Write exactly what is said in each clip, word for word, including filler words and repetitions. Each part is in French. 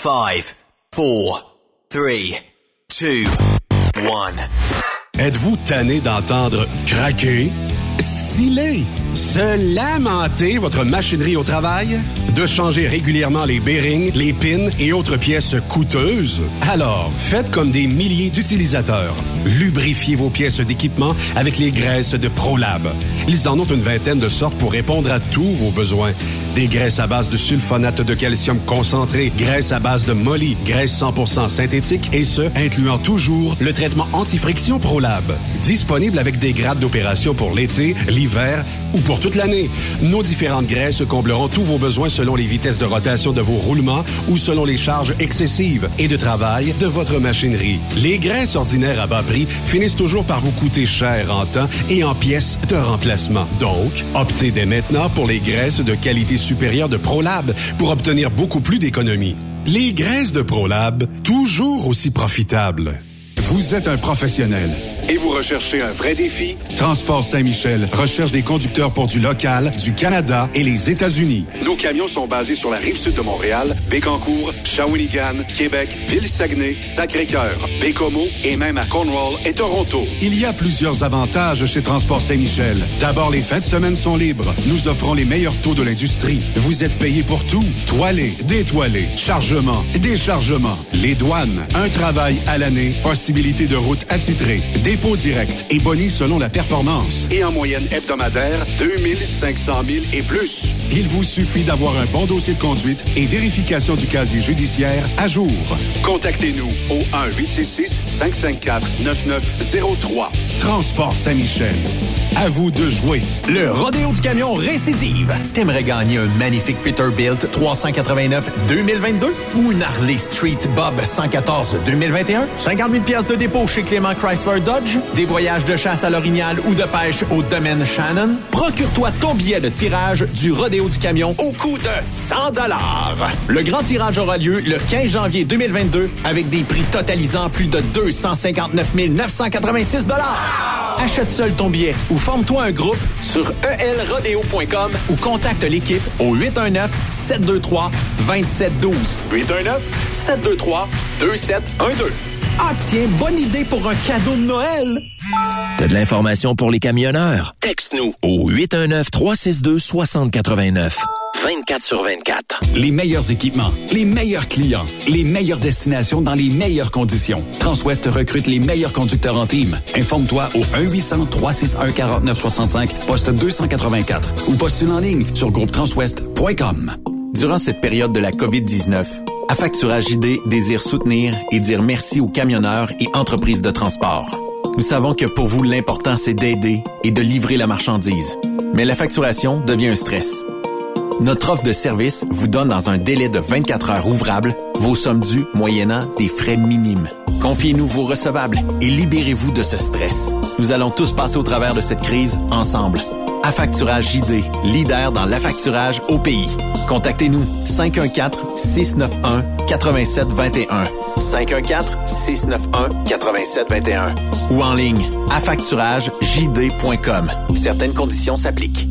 Five, four, three, two, one. Êtes-vous tanné d'entendre craquer, sciller, se lamenter votre machinerie au travail? De changer régulièrement les bearings, les pins et autres pièces coûteuses? Alors, faites comme des milliers d'utilisateurs. Lubrifiez vos pièces d'équipement avec les graisses de ProLab. Ils en ont une vingtaine de sortes pour répondre à tous vos besoins. Des graisses à base de sulfonate de calcium concentré, graisses à base de molly, graisse cent pour cent synthétique et ce, incluant toujours le traitement anti-friction ProLab. Disponible avec des grades d'opération pour l'été, l'hiver ou pour toute l'année. Nos différentes graisses combleront tous vos besoins selon les vitesses de rotation de vos roulements ou selon les charges excessives et de travail de votre machinerie. Les graisses ordinaires à bas prix finissent toujours par vous coûter cher en temps et en pièces de remplacement. Donc, optez dès maintenant pour les graisses de qualité supérieure de ProLab pour obtenir beaucoup plus d'économies. Les graisses de ProLab, toujours aussi profitables. Vous êtes un professionnel et vous recherchez un vrai défi? Transport Saint-Michel recherche des conducteurs pour du local, du Canada et les États-Unis. Nos camions sont basés sur la rive-sud de Montréal, Bécancour, Shawinigan, Québec, Ville-Saguenay, Sacré-Cœur, Bécomo et même à Cornwall et Toronto. Il y a plusieurs avantages chez Transport Saint-Michel. D'abord, les fins de semaine sont libres. Nous offrons les meilleurs taux de l'industrie. Vous êtes payé pour tout. Toilé, détoilé, chargement, déchargement, les douanes, un travail à l'année, possibilité de route attitrée, dépôt direct et boni selon la performance. Et en moyenne hebdomadaire, deux mille cinq cents milles et plus. Il vous suffit d'avoir un bon dossier de conduite et vérification du casier judiciaire à jour. Contactez-nous au un huit six six, cinq cinq quatre, neuf neuf zéro trois. Transport Saint-Michel. À vous de jouer. Le Rodéo du Camion récidive. T'aimerais gagner un magnifique Peterbilt trois cent quatre-vingt-neuf deux mille vingt-deux ou une Harley Street Bob cent quatorze deux mille vingt et un? cinquante mille piastres de dépôt chez Clément Chrysler Dodge? Des voyages de chasse à l'Orignal ou de pêche au domaine Shannon? Procure-toi ton billet de tirage du Rodéo du Camion au coût de cent dollars. Le grand tirage aura lieu le quinze janvier deux mille vingt-deux avec des prix totalisant plus de deux cent cinquante-neuf mille neuf cent quatre-vingt-six dollars. Achète seul ton billet ou forme-toi un groupe sur e l rodeo point com ou contacte l'équipe au huit un neuf, sept deux trois, deux sept un deux. huit un neuf, sept deux trois, deux sept un deux. Ah tiens, bonne idée pour un cadeau de Noël! T'as de l'information pour les camionneurs? Texte-nous au huit un neuf, trois six deux, six zéro huit neuf. vingt-quatre sur vingt-quatre. Les meilleurs équipements, les meilleurs clients, les meilleures destinations dans les meilleures conditions. Transwest recrute les meilleurs conducteurs en team. Informe-toi au un huit cents, trois six un, quatre neuf six cinq, poste deux cent quatre-vingt-quatre ou postule en ligne sur groupe transwest point com. Durant cette période de la covid dix-neuf, Affacturage J D désire soutenir et dire merci aux camionneurs et entreprises de transport. Nous savons que pour vous, l'important, c'est d'aider et de livrer la marchandise. Mais la facturation devient un stress. Notre offre de service vous donne dans un délai de vingt-quatre heures ouvrables vos sommes dues moyennant des frais minimes. Confiez-nous vos recevables et libérez-vous de ce stress. Nous allons tous passer au travers de cette crise ensemble. Affacturage J D, leader dans l'affacturage au pays. Contactez-nous cinq un quatre, six neuf un, huit sept deux un. cinq un quatre, six neuf un, huit sept deux un. Ou en ligne, affacturage j d point com. Certaines conditions s'appliquent.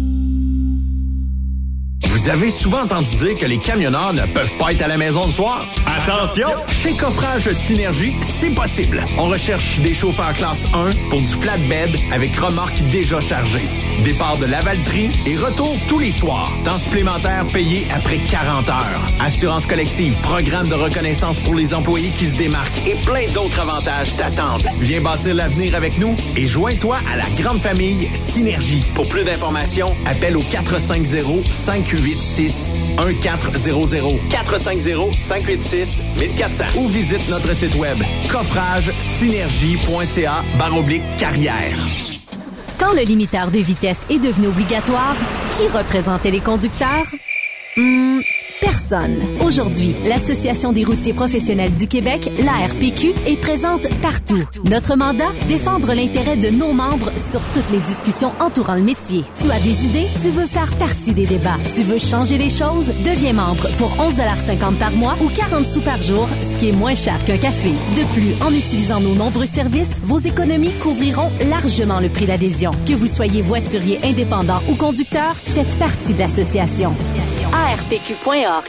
Vous avez souvent entendu dire que les camionneurs ne peuvent pas être à la maison le soir? Attention! Chez Coffrage Synergie, c'est possible. On recherche des chauffeurs classe un pour du flatbed avec remorque déjà chargée. Départ de Lavaltrie et retour tous les soirs. Temps supplémentaire payé après quarante heures. Assurance collective, programme de reconnaissance pour les employés qui se démarquent et plein d'autres avantages t'attendent. Viens bâtir l'avenir avec nous et joins-toi à la grande famille Synergie. Pour plus d'informations, appelle au quatre cinq zéro, cinq huit six, un quatre zéro zéro, quatre cinq zéro, cinq huit six, mille quatre cents ou visite notre site web coffrage synergie point c a barre oblique carrière. Quand le limiteur de vitesse est devenu obligatoire, qui représentait les conducteurs? Hum, personne. Aujourd'hui, l'Association des routiers professionnels du Québec, l'A R P Q, est présente partout. Notre mandat, défendre l'intérêt de nos membres sur toutes les discussions entourant le métier. Tu as des idées? Tu veux faire partie des débats? Tu veux changer les choses? Deviens membre pour onze cinquante par mois ou quarante sous par jour, ce qui est moins cher qu'un café. De plus, en utilisant nos nombreux services, vos économies couvriront largement le prix d'adhésion. Que vous soyez voiturier indépendant ou conducteur, faites partie de l'association. A R P Q point org.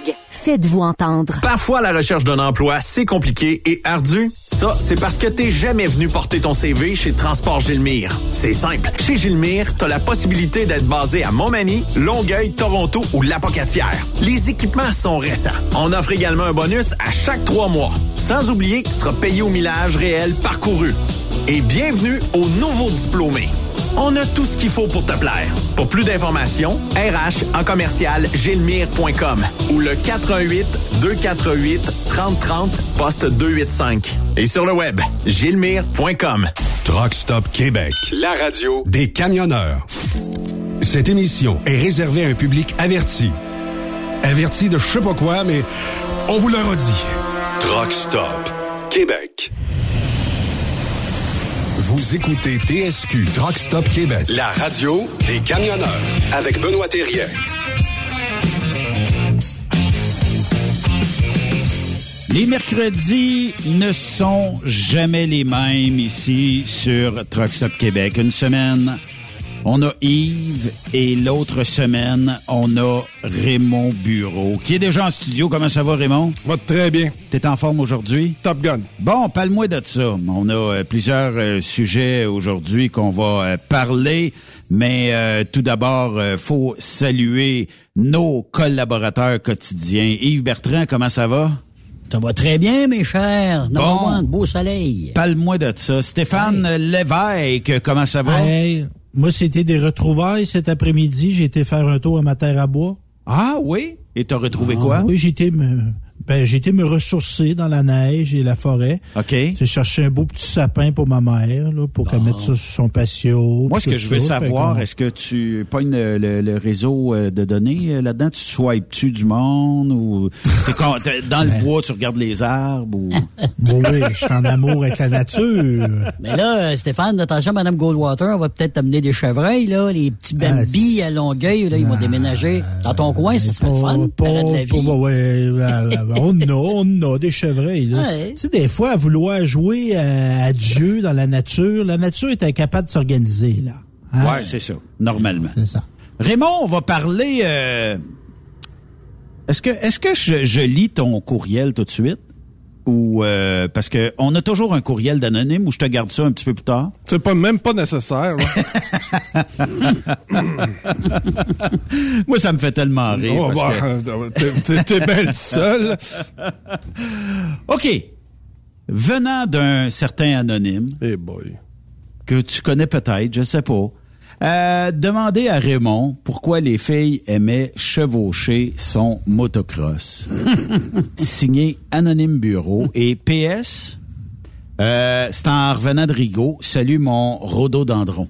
Faites-vous entendre. Parfois, la recherche d'un emploi, c'est compliqué et ardu. Ça, c'est parce que t'es jamais venu porter ton C V chez Transport Gilmire. C'est simple. Chez Gilmire, t'as la possibilité d'être basé à Montmagny, Longueuil, Toronto ou Lapocatière. Les équipements sont récents. On offre également un bonus à chaque trois mois. Sans oublier que tu seras payé au millage réel parcouru. Et bienvenue aux nouveaux diplômés. On a tout ce qu'il faut pour te plaire. Pour plus d'informations, R H en commercial gilmire point com ou le quatre un huit, deux quatre huit, trente trente, poste deux cent quatre-vingt-cinq. Et sur le web, gilmire point com. Truck Stop Québec, la radio des camionneurs. Cette émission est réservée à un public averti. Averti de je sais pas quoi, mais on vous le redit. Truck Stop Québec. Vous écoutez T S Q Truck Stop Québec, la radio des camionneurs, avec Benoît Thérien. Les mercredis ne sont jamais les mêmes ici sur Truck Stop Québec. Une semaine, on a Yves et l'autre semaine, on a Raymond Bureau, qui est déjà en studio. Comment ça va, Raymond? Va très bien. T'es en forme aujourd'hui? Top Gun. Bon, parle-moi de ça. On a euh, plusieurs euh, sujets aujourd'hui qu'on va euh, parler, mais euh, tout d'abord, euh, faut saluer nos collaborateurs quotidiens. Yves Bertrand, comment ça va? Ça va très bien, mes chers. Number bon. one, beau soleil. Parle-moi de ça. Stéphane hey. Lévesque, comment ça va? Hey. Moi, c'était des retrouvailles cet après-midi. J'ai été faire un tour à ma terre à bois. Ah oui? Et t'as retrouvé ah, quoi? Oui, j'ai été me... Ben, j'ai été me ressourcer dans la neige et la forêt. OK. J'ai cherché un beau petit sapin pour ma mère, là, pour bon. qu'elle mette ça sur son patio. Moi, ce que je veux ça, savoir, est-ce que tu pognes le, le, le réseau de données là-dedans? Tu swipes-tu du monde? Ou t'es con, t'es dans le bois, tu regardes les arbres? Ou... Bon, oui, je suis en amour avec la nature. Mais là, Stéphane, attention, Mme Goldwater, on va peut-être amener des chevreuils, là, les petits Bambi ah, à Longueuil, là, ils vont ah, déménager. Dans ton coin, ça serait le fun. T'arrêtes de la vie. Pas, ouais, on a, on a des chevreuils, là. Ouais. Tu sais, des fois, à vouloir jouer à, à Dieu dans la nature, la nature est incapable de s'organiser, là. Hein? Ouais, c'est ça. Normalement. C'est ça. Raymond, on va parler, euh... est-ce que, est-ce que je, je lis ton courriel tout de suite? Ou, euh, parce que on a toujours un courriel d'anonyme, ou je te garde ça un petit peu plus tard? C'est pas, même pas nécessaire, Moi, ça me fait tellement rire. Oh, parce bah, que... t'es, t'es bien le seul. OK. Venant d'un certain anonyme. Hey boy. Que tu connais peut-être, je sais pas. Euh, demandez à Raymond pourquoi les filles aimaient chevaucher son motocross. Signé Anonyme Bureau. Et P S, euh, c'est en revenant de Rigaud. Salut mon rhododendron.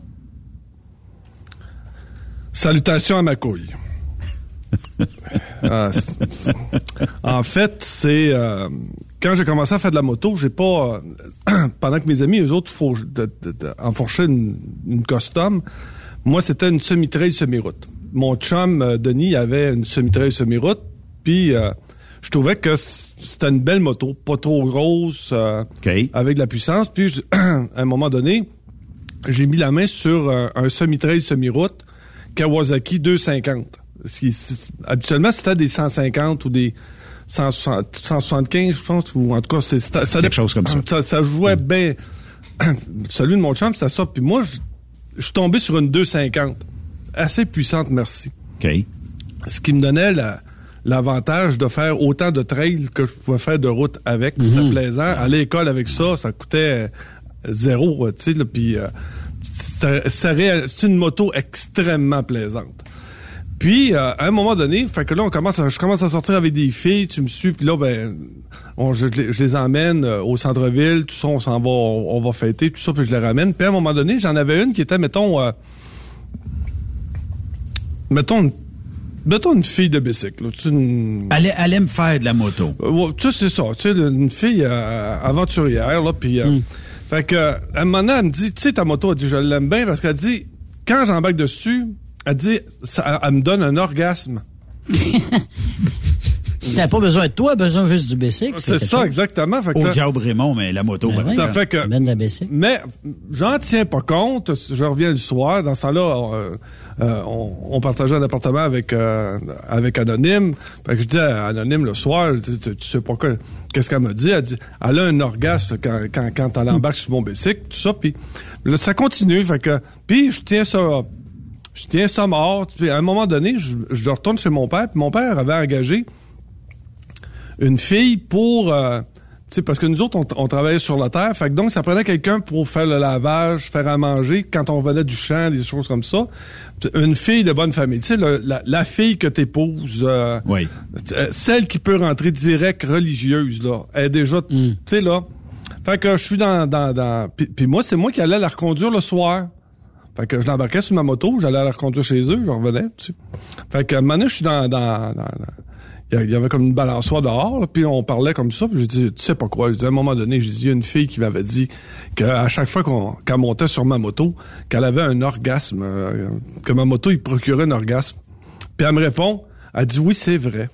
Salutations à ma couille. ah, c'est, c'est... En fait, c'est... Euh, quand j'ai commencé à faire de la moto, j'ai pas... Euh, pendant que mes amis, eux autres, faut, de, de, de, enfourchaient une, une custom, moi, c'était une semi-trail, semi-route. Mon chum, euh, Denis, avait une semi-trail, semi-route, puis euh, je trouvais que c'était une belle moto, pas trop grosse, euh, okay. avec de la puissance. Puis, je, à un moment donné, j'ai mis la main sur euh, un semi-trail, semi-route Kawasaki deux cent cinquante. C'est, c'est, habituellement, c'était des cent cinquante ou des cent soixante, cent soixante-quinze, je pense, ou en tout cas, c'est, ça, quelque chose comme ça. Ça, ça jouait mmh. bien. Celui de mon chum, c'était ça. Puis moi, je, je suis tombé sur une deux cent cinquante. Assez puissante, merci. OK. Ce qui me donnait la, l'avantage de faire autant de trails que je pouvais faire de route avec. Mm-hmm. C'était plaisant. Aller à l'école avec ça, ça coûtait zéro, tu sais, puis euh, c'était, c'était, c'est une moto extrêmement plaisante. Puis, euh, à un moment donné, fait que là, on commence à, je commence à sortir avec des filles, tu me suis, puis là, ben, on, je, je les emmène euh, au centre-ville, tout ça, on s'en va, on, on va fêter, tout ça, puis je les ramène. Puis à un moment donné, j'en avais une qui était, mettons, euh, mettons, une, mettons une fille de bicycle. Là, une... Elle, elle aime faire de la moto. Euh, tu sais, c'est ça, tu sais, une fille euh, aventurière, là, puis... Euh, mm. Fait que, à un moment donné, elle me dit, tu sais, ta moto, elle dit, je l'aime bien, parce qu'elle dit, quand j'embarque dessus... Elle dit, ça, elle me donne un orgasme. T'as pas besoin de toi, besoin juste du bicycle. C'est, c'est ça, chose. Exactement. Fait que Au ça, diable Raymond, mais la moto, ben par oui. exemple. Ça fait que, ben de la bicycle. mais j'en tiens pas compte. Je reviens le soir. Dans ce temps-là, euh, euh, on, on partageait un appartement avec euh, avec Anonyme. Fait que je dis à Anonyme le soir, tu, tu, tu sais pas quoi, qu'est-ce qu'elle m'a dit. Elle dit, elle a un orgasme quand quand, quand elle embarque sur mon bicycle, tout ça. Puis là, ça continue. Fait que, puis je tiens ça. Je tiens ça mort. Puis à un moment donné, je, je retourne chez mon père. Puis mon père avait engagé une fille pour... Euh, tu sais, parce que nous autres, on, on travaillait sur la terre. Fait que donc, ça prenait quelqu'un pour faire le lavage, faire à manger, quand on venait du champ, des choses comme ça. Une fille de bonne famille. Tu sais, le, la, la fille que t'épouses, euh, oui. celle qui peut rentrer direct religieuse, là, elle est déjà... Mm. Tu sais, là... Fait que je suis dans... dans, dans puis, puis moi, c'est moi qui allais la reconduire le soir. Fait que je l'embarquais sur ma moto, j'allais la reconduire chez eux, je revenais, tu sais. Fait que, maintenant, je suis dans, dans, dans, il y avait comme une balançoire dehors, là, puis on parlait comme ça, puis j'ai dit, tu sais pas quoi, je dis, à un moment donné, j'ai dit, il y a une fille qui m'avait dit qu'à chaque fois qu'on, qu'elle montait sur ma moto, qu'elle avait un orgasme, euh, que ma moto, il procurait un orgasme. Puis elle me répond, elle dit, oui, c'est vrai.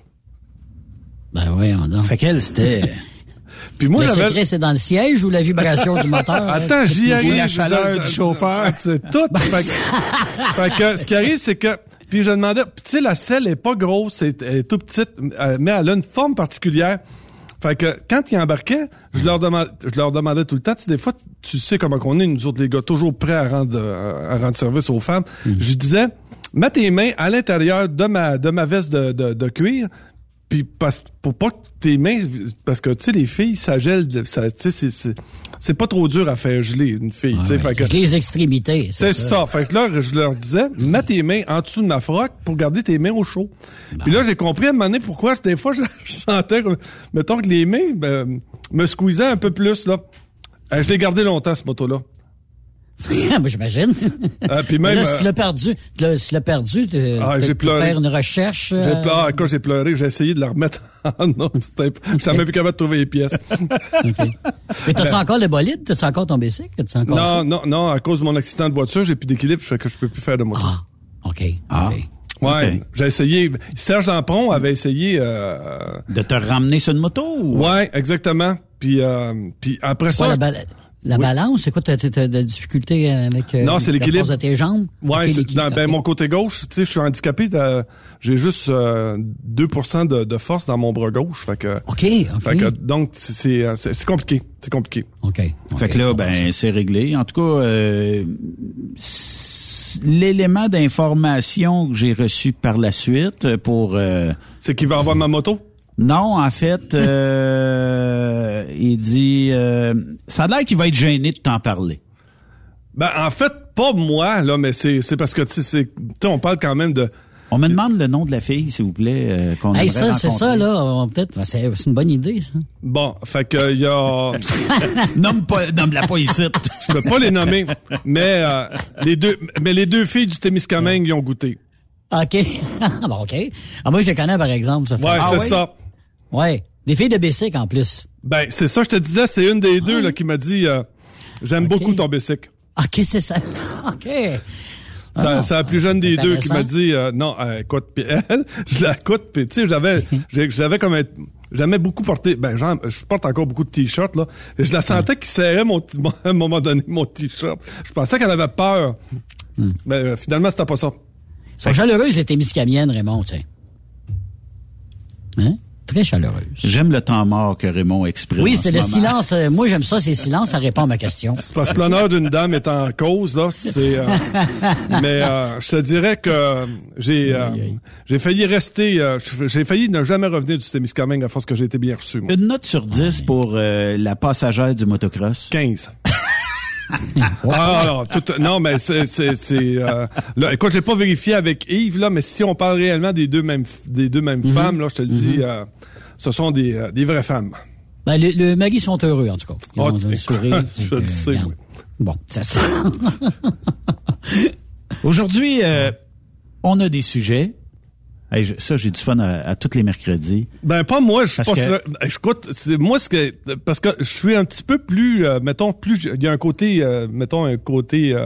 Ben oui, on a. Fait qu'elle, c'était... Puis moi, le j'avais... secret, c'est dans le siège ou la vibration du moteur? Attends, j'y arrive. Ou la chaleur du chauffeur. C'est tout. fait, que, fait que ce qui arrive, c'est que... Puis je demandais... Tu sais, la selle est pas grosse, elle est toute petite, mais elle a une forme particulière. Fait que quand ils embarquaient, je leur demandais, je leur demandais tout le temps, tu sais, des fois, tu sais comment qu'on est, nous autres, les gars, toujours prêts à rendre, à rendre service aux femmes. Mm-hmm. Je disais, mets tes mains à l'intérieur de ma, de ma veste de, de, de cuir, puis parce, pour pas que tes mains, parce que, tu sais, les filles, ça gèle, ça, tu sais, c'est, c'est, c'est pas trop dur à faire geler une fille, tu sais. Ouais, que les extrémités, c'est, c'est ça. ça. Fait que là, je leur disais, mets tes mains en dessous de ma froc pour garder tes mains au chaud. Ben. Puis là, j'ai compris à un moment donné pourquoi, des fois, je, je sentais, mettons que les mains, ben, me squeezaient un peu plus, là. Euh, je l'ai gardé longtemps, cette moto-là. Moi, j'imagine. Euh, puis même, là, si tu l'as perdu, là, si tu l'as perdu, de, ah, de, j'ai pleuré. faire une recherche. J'ai euh... pleuré. Quand j'ai pleuré, j'ai essayé de la remettre en non. Je suis même plus capable de trouver les pièces. Okay. Mais t'as-tu ben, encore le bolide? T'as-tu encore ton bicycle? T'as-tu encore non, ça? non, non. À cause de mon accident de voiture, j'ai plus d'équilibre, fait que je peux plus faire de moto. Ah, OK. Ah. OK. Ouais, okay. J'ai essayé. Serge Lampron avait essayé... Euh, de te ramener sur une moto? Ou... Ouais, exactement. Puis, euh, puis après c'est ça... La, ba- la oui. balance, c'est quoi? T'as, t'as de la difficulté avec euh, non, c'est la l'équilibre. force de tes jambes? Ouais, okay, c'est dans, ben, mon côté gauche, tu sais, je suis handicapé. J'ai juste euh, deux pour cent de, de force dans mon bras gauche. Fait que, OK, OK. Fait que, donc, c'est, c'est, c'est compliqué. C'est compliqué. OK. okay. Fait que là, ben, c'est réglé. En tout cas, euh, l'élément d'information que j'ai reçu par la suite pour... Euh, c'est qu'il va avoir ma moto? Non, en fait, euh, il dit... Euh, ça a l'air qu'il va être gêné de t'en parler. Ben, en fait, pas moi, là, mais c'est, c'est parce que, tu sais, on parle quand même de... On me demande le nom de la fille, s'il vous plaît, euh, qu'on hey, aimerait ça, rencontrer. C'est ça, là, on, peut-être, c'est, c'est une bonne idée, ça. Bon, fait que, il y a... nomme pas, nomme-la pas ici. Je peux pas les nommer, mais, euh, les deux, mais les deux filles du Témiscamingue, ils ont goûté. OK. bon, OK. Ah, moi, je les connais, par exemple. Ça fait... Ouais, ah, c'est oui? ça. Ouais. Des filles de bicycle, en plus. Ben, c'est ça, je te disais, c'est une des deux, là, qui m'a dit, euh, j'aime okay. beaucoup ton bicycle. OK, c'est ça. OK. C'est ah, la plus jeune des deux qui m'a dit, euh, non, euh, écoute, puis elle, je la écoute, puis tu sais, j'avais, j'avais comme un, j'aimais beaucoup porter, ben, genre, je porte encore beaucoup de t-shirts, là, et je la sentais qui serrait mon, à un moment donné, mon t-shirt. Je pensais qu'elle avait peur. Mm. Mais euh, finalement, c'était pas ça. Ils sont chaleureuses, les Témiscamiennes, Raymond, tu sais. Hein? Très chaleureuse. J'aime le temps mort que Raymond exprime. Oui, c'est le moment. silence. Euh, moi, j'aime ça, c'est silence, ça répond à ma question. C'est parce que l'honneur d'une dame est en cause, là. C'est, euh, mais euh, je te dirais que j'ai euh, j'ai failli rester, euh, j'ai failli ne jamais revenir du Témiscamingue à force que j'ai été bien reçu. Moi. Une note sur dix pour euh, la passagère du motocross. quinze. ah non, tout, non, mais c'est c'est c'est euh, là, écoute, j'ai pas vérifié avec Yves là, mais si on parle réellement des deux mêmes des deux mêmes mm-hmm. femmes là, je te le dis, mm-hmm. euh, ce sont des euh, des vraies femmes. Ben le, le mari sont heureux en tout cas. Ils oh, ont un sourire. Je le sais. Oui. Bon, c'est ça. Aujourd'hui, euh, on a des sujets. Hey, je, ça, j'ai du fun à, à tous les mercredis. Ben pas moi, je suis pas que... écoute, c'est moi ce que parce que je suis un petit peu plus euh, mettons plus il y a un côté euh, mettons un côté euh,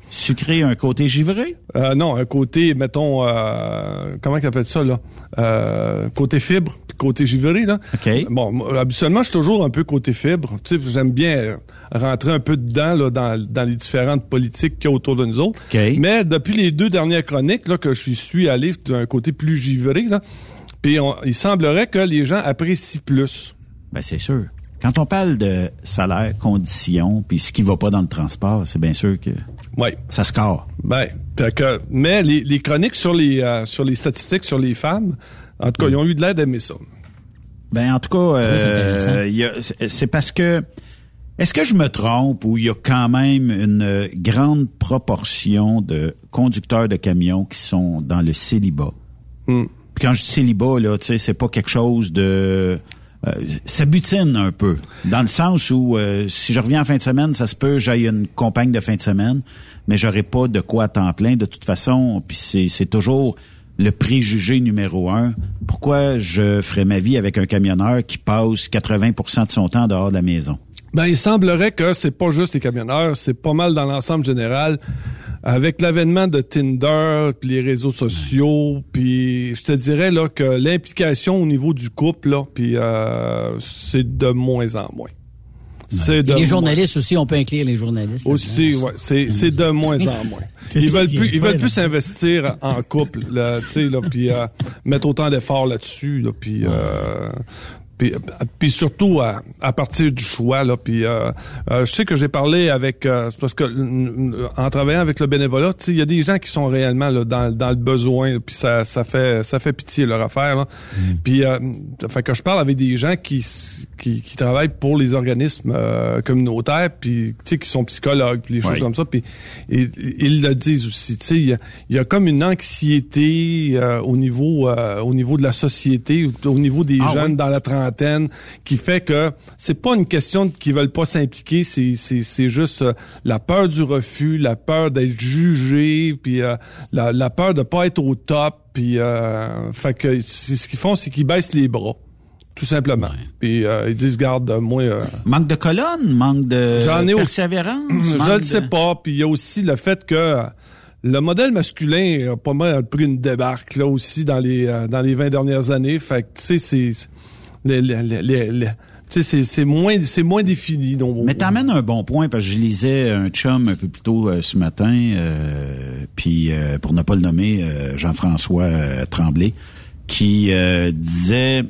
Sucré, un côté givré? Euh, non, un côté, mettons, euh, comment qu'on appelle ça, là? Euh, côté fibre, puis côté givré, là. OK. Bon, moi, habituellement, je suis toujours un peu côté fibre. Tu sais, j'aime bien rentrer un peu dedans, là, dans, dans les différentes politiques qu'il y a autour de nous autres. Okay. Mais depuis les deux dernières chroniques, là, que je suis allé d'un côté plus givré, là, puis on, il semblerait que les gens apprécient plus. Ben, c'est sûr. Quand on parle de salaire, conditions, puis ce qui va pas dans le transport, c'est bien sûr que ouais. ça score. Ben, que, mais les, les chroniques sur les euh, sur les statistiques sur les femmes, en tout cas, mm. ils ont eu de l'air d'aimer ça. Ben, en tout cas, euh, y a, c'est, c'est parce que est-ce que je me trompe ou il y a quand même une grande proportion de conducteurs de camions qui sont dans le célibat? Mm. Puis quand je dis célibat, là, tu sais, c'est pas quelque chose de... Euh, ça butine un peu, dans le sens où euh, si je reviens en fin de semaine, ça se peut j'aille une compagne de fin de semaine, mais j'aurai pas de quoi à temps plein de toute façon, puis c'est, c'est toujours le préjugé numéro un. Pourquoi je ferais ma vie avec un camionneur qui passe quatre-vingts pour cent de son temps dehors de la maison? Ben, il semblerait que c'est pas juste les camionneurs, c'est pas mal dans l'ensemble général. Avec l'avènement de Tinder, puis les réseaux sociaux, puis je te dirais là que l'implication au niveau du couple, là, puis euh, c'est de moins en moins. C'est de les journalistes moins. Aussi, on peut inclure les journalistes. Aussi, ouais, c'est c'est de moins en moins. Ils veulent plus, ils veulent plus s'investir en couple, tu sais là, puis euh, mettre autant d'efforts là-dessus, là, puis. Euh, Puis, puis surtout à, à partir du choix là. Puis euh, euh, je sais que j'ai parlé avec euh, parce que euh, en travaillant avec le bénévolat, tu sais, il y a des gens qui sont réellement là, dans dans le besoin. Puis ça ça fait ça fait pitié leur affaire là. Mmh. Puis euh, fait que je parle avec des gens qui qui, qui travaillent pour les organismes euh, communautaires, puis tu sais qui sont psychologues, puis les choses oui. comme ça. Puis et, et, ils le disent aussi. Tu sais, il y a, il y a comme une anxiété euh, au niveau euh, au niveau de la société, au, au niveau des ah, jeunes oui. dans la trentaine. Qui fait que c'est pas une question qu'ils veulent pas s'impliquer, c'est c'est c'est juste euh, la peur du refus, la peur d'être jugé, puis euh, la la peur de pas être au top, puis euh, fait que c'est, ce qu'ils font, c'est qu'ils baissent les bras. Tout simplement. Ouais. Puis euh, ils disent, garde, moi... Euh, manque de colonne, manque de J'en ai persévérance? Au... Je le sais de... pas. Puis il y a aussi le fait que le modèle masculin a pas mal pris une débarque là aussi dans les euh, dans les vingt dernières années. Fait que, tu sais, c'est... Les, les, les, les, tu sais, c'est, c'est moins, c'est moins défini. Donc, mais t'amènes un bon point, parce que je lisais un chum un peu plus tôt euh, ce matin, euh, puis euh, pour ne pas le nommer, euh, Jean-François euh, Tremblay, qui euh, disait,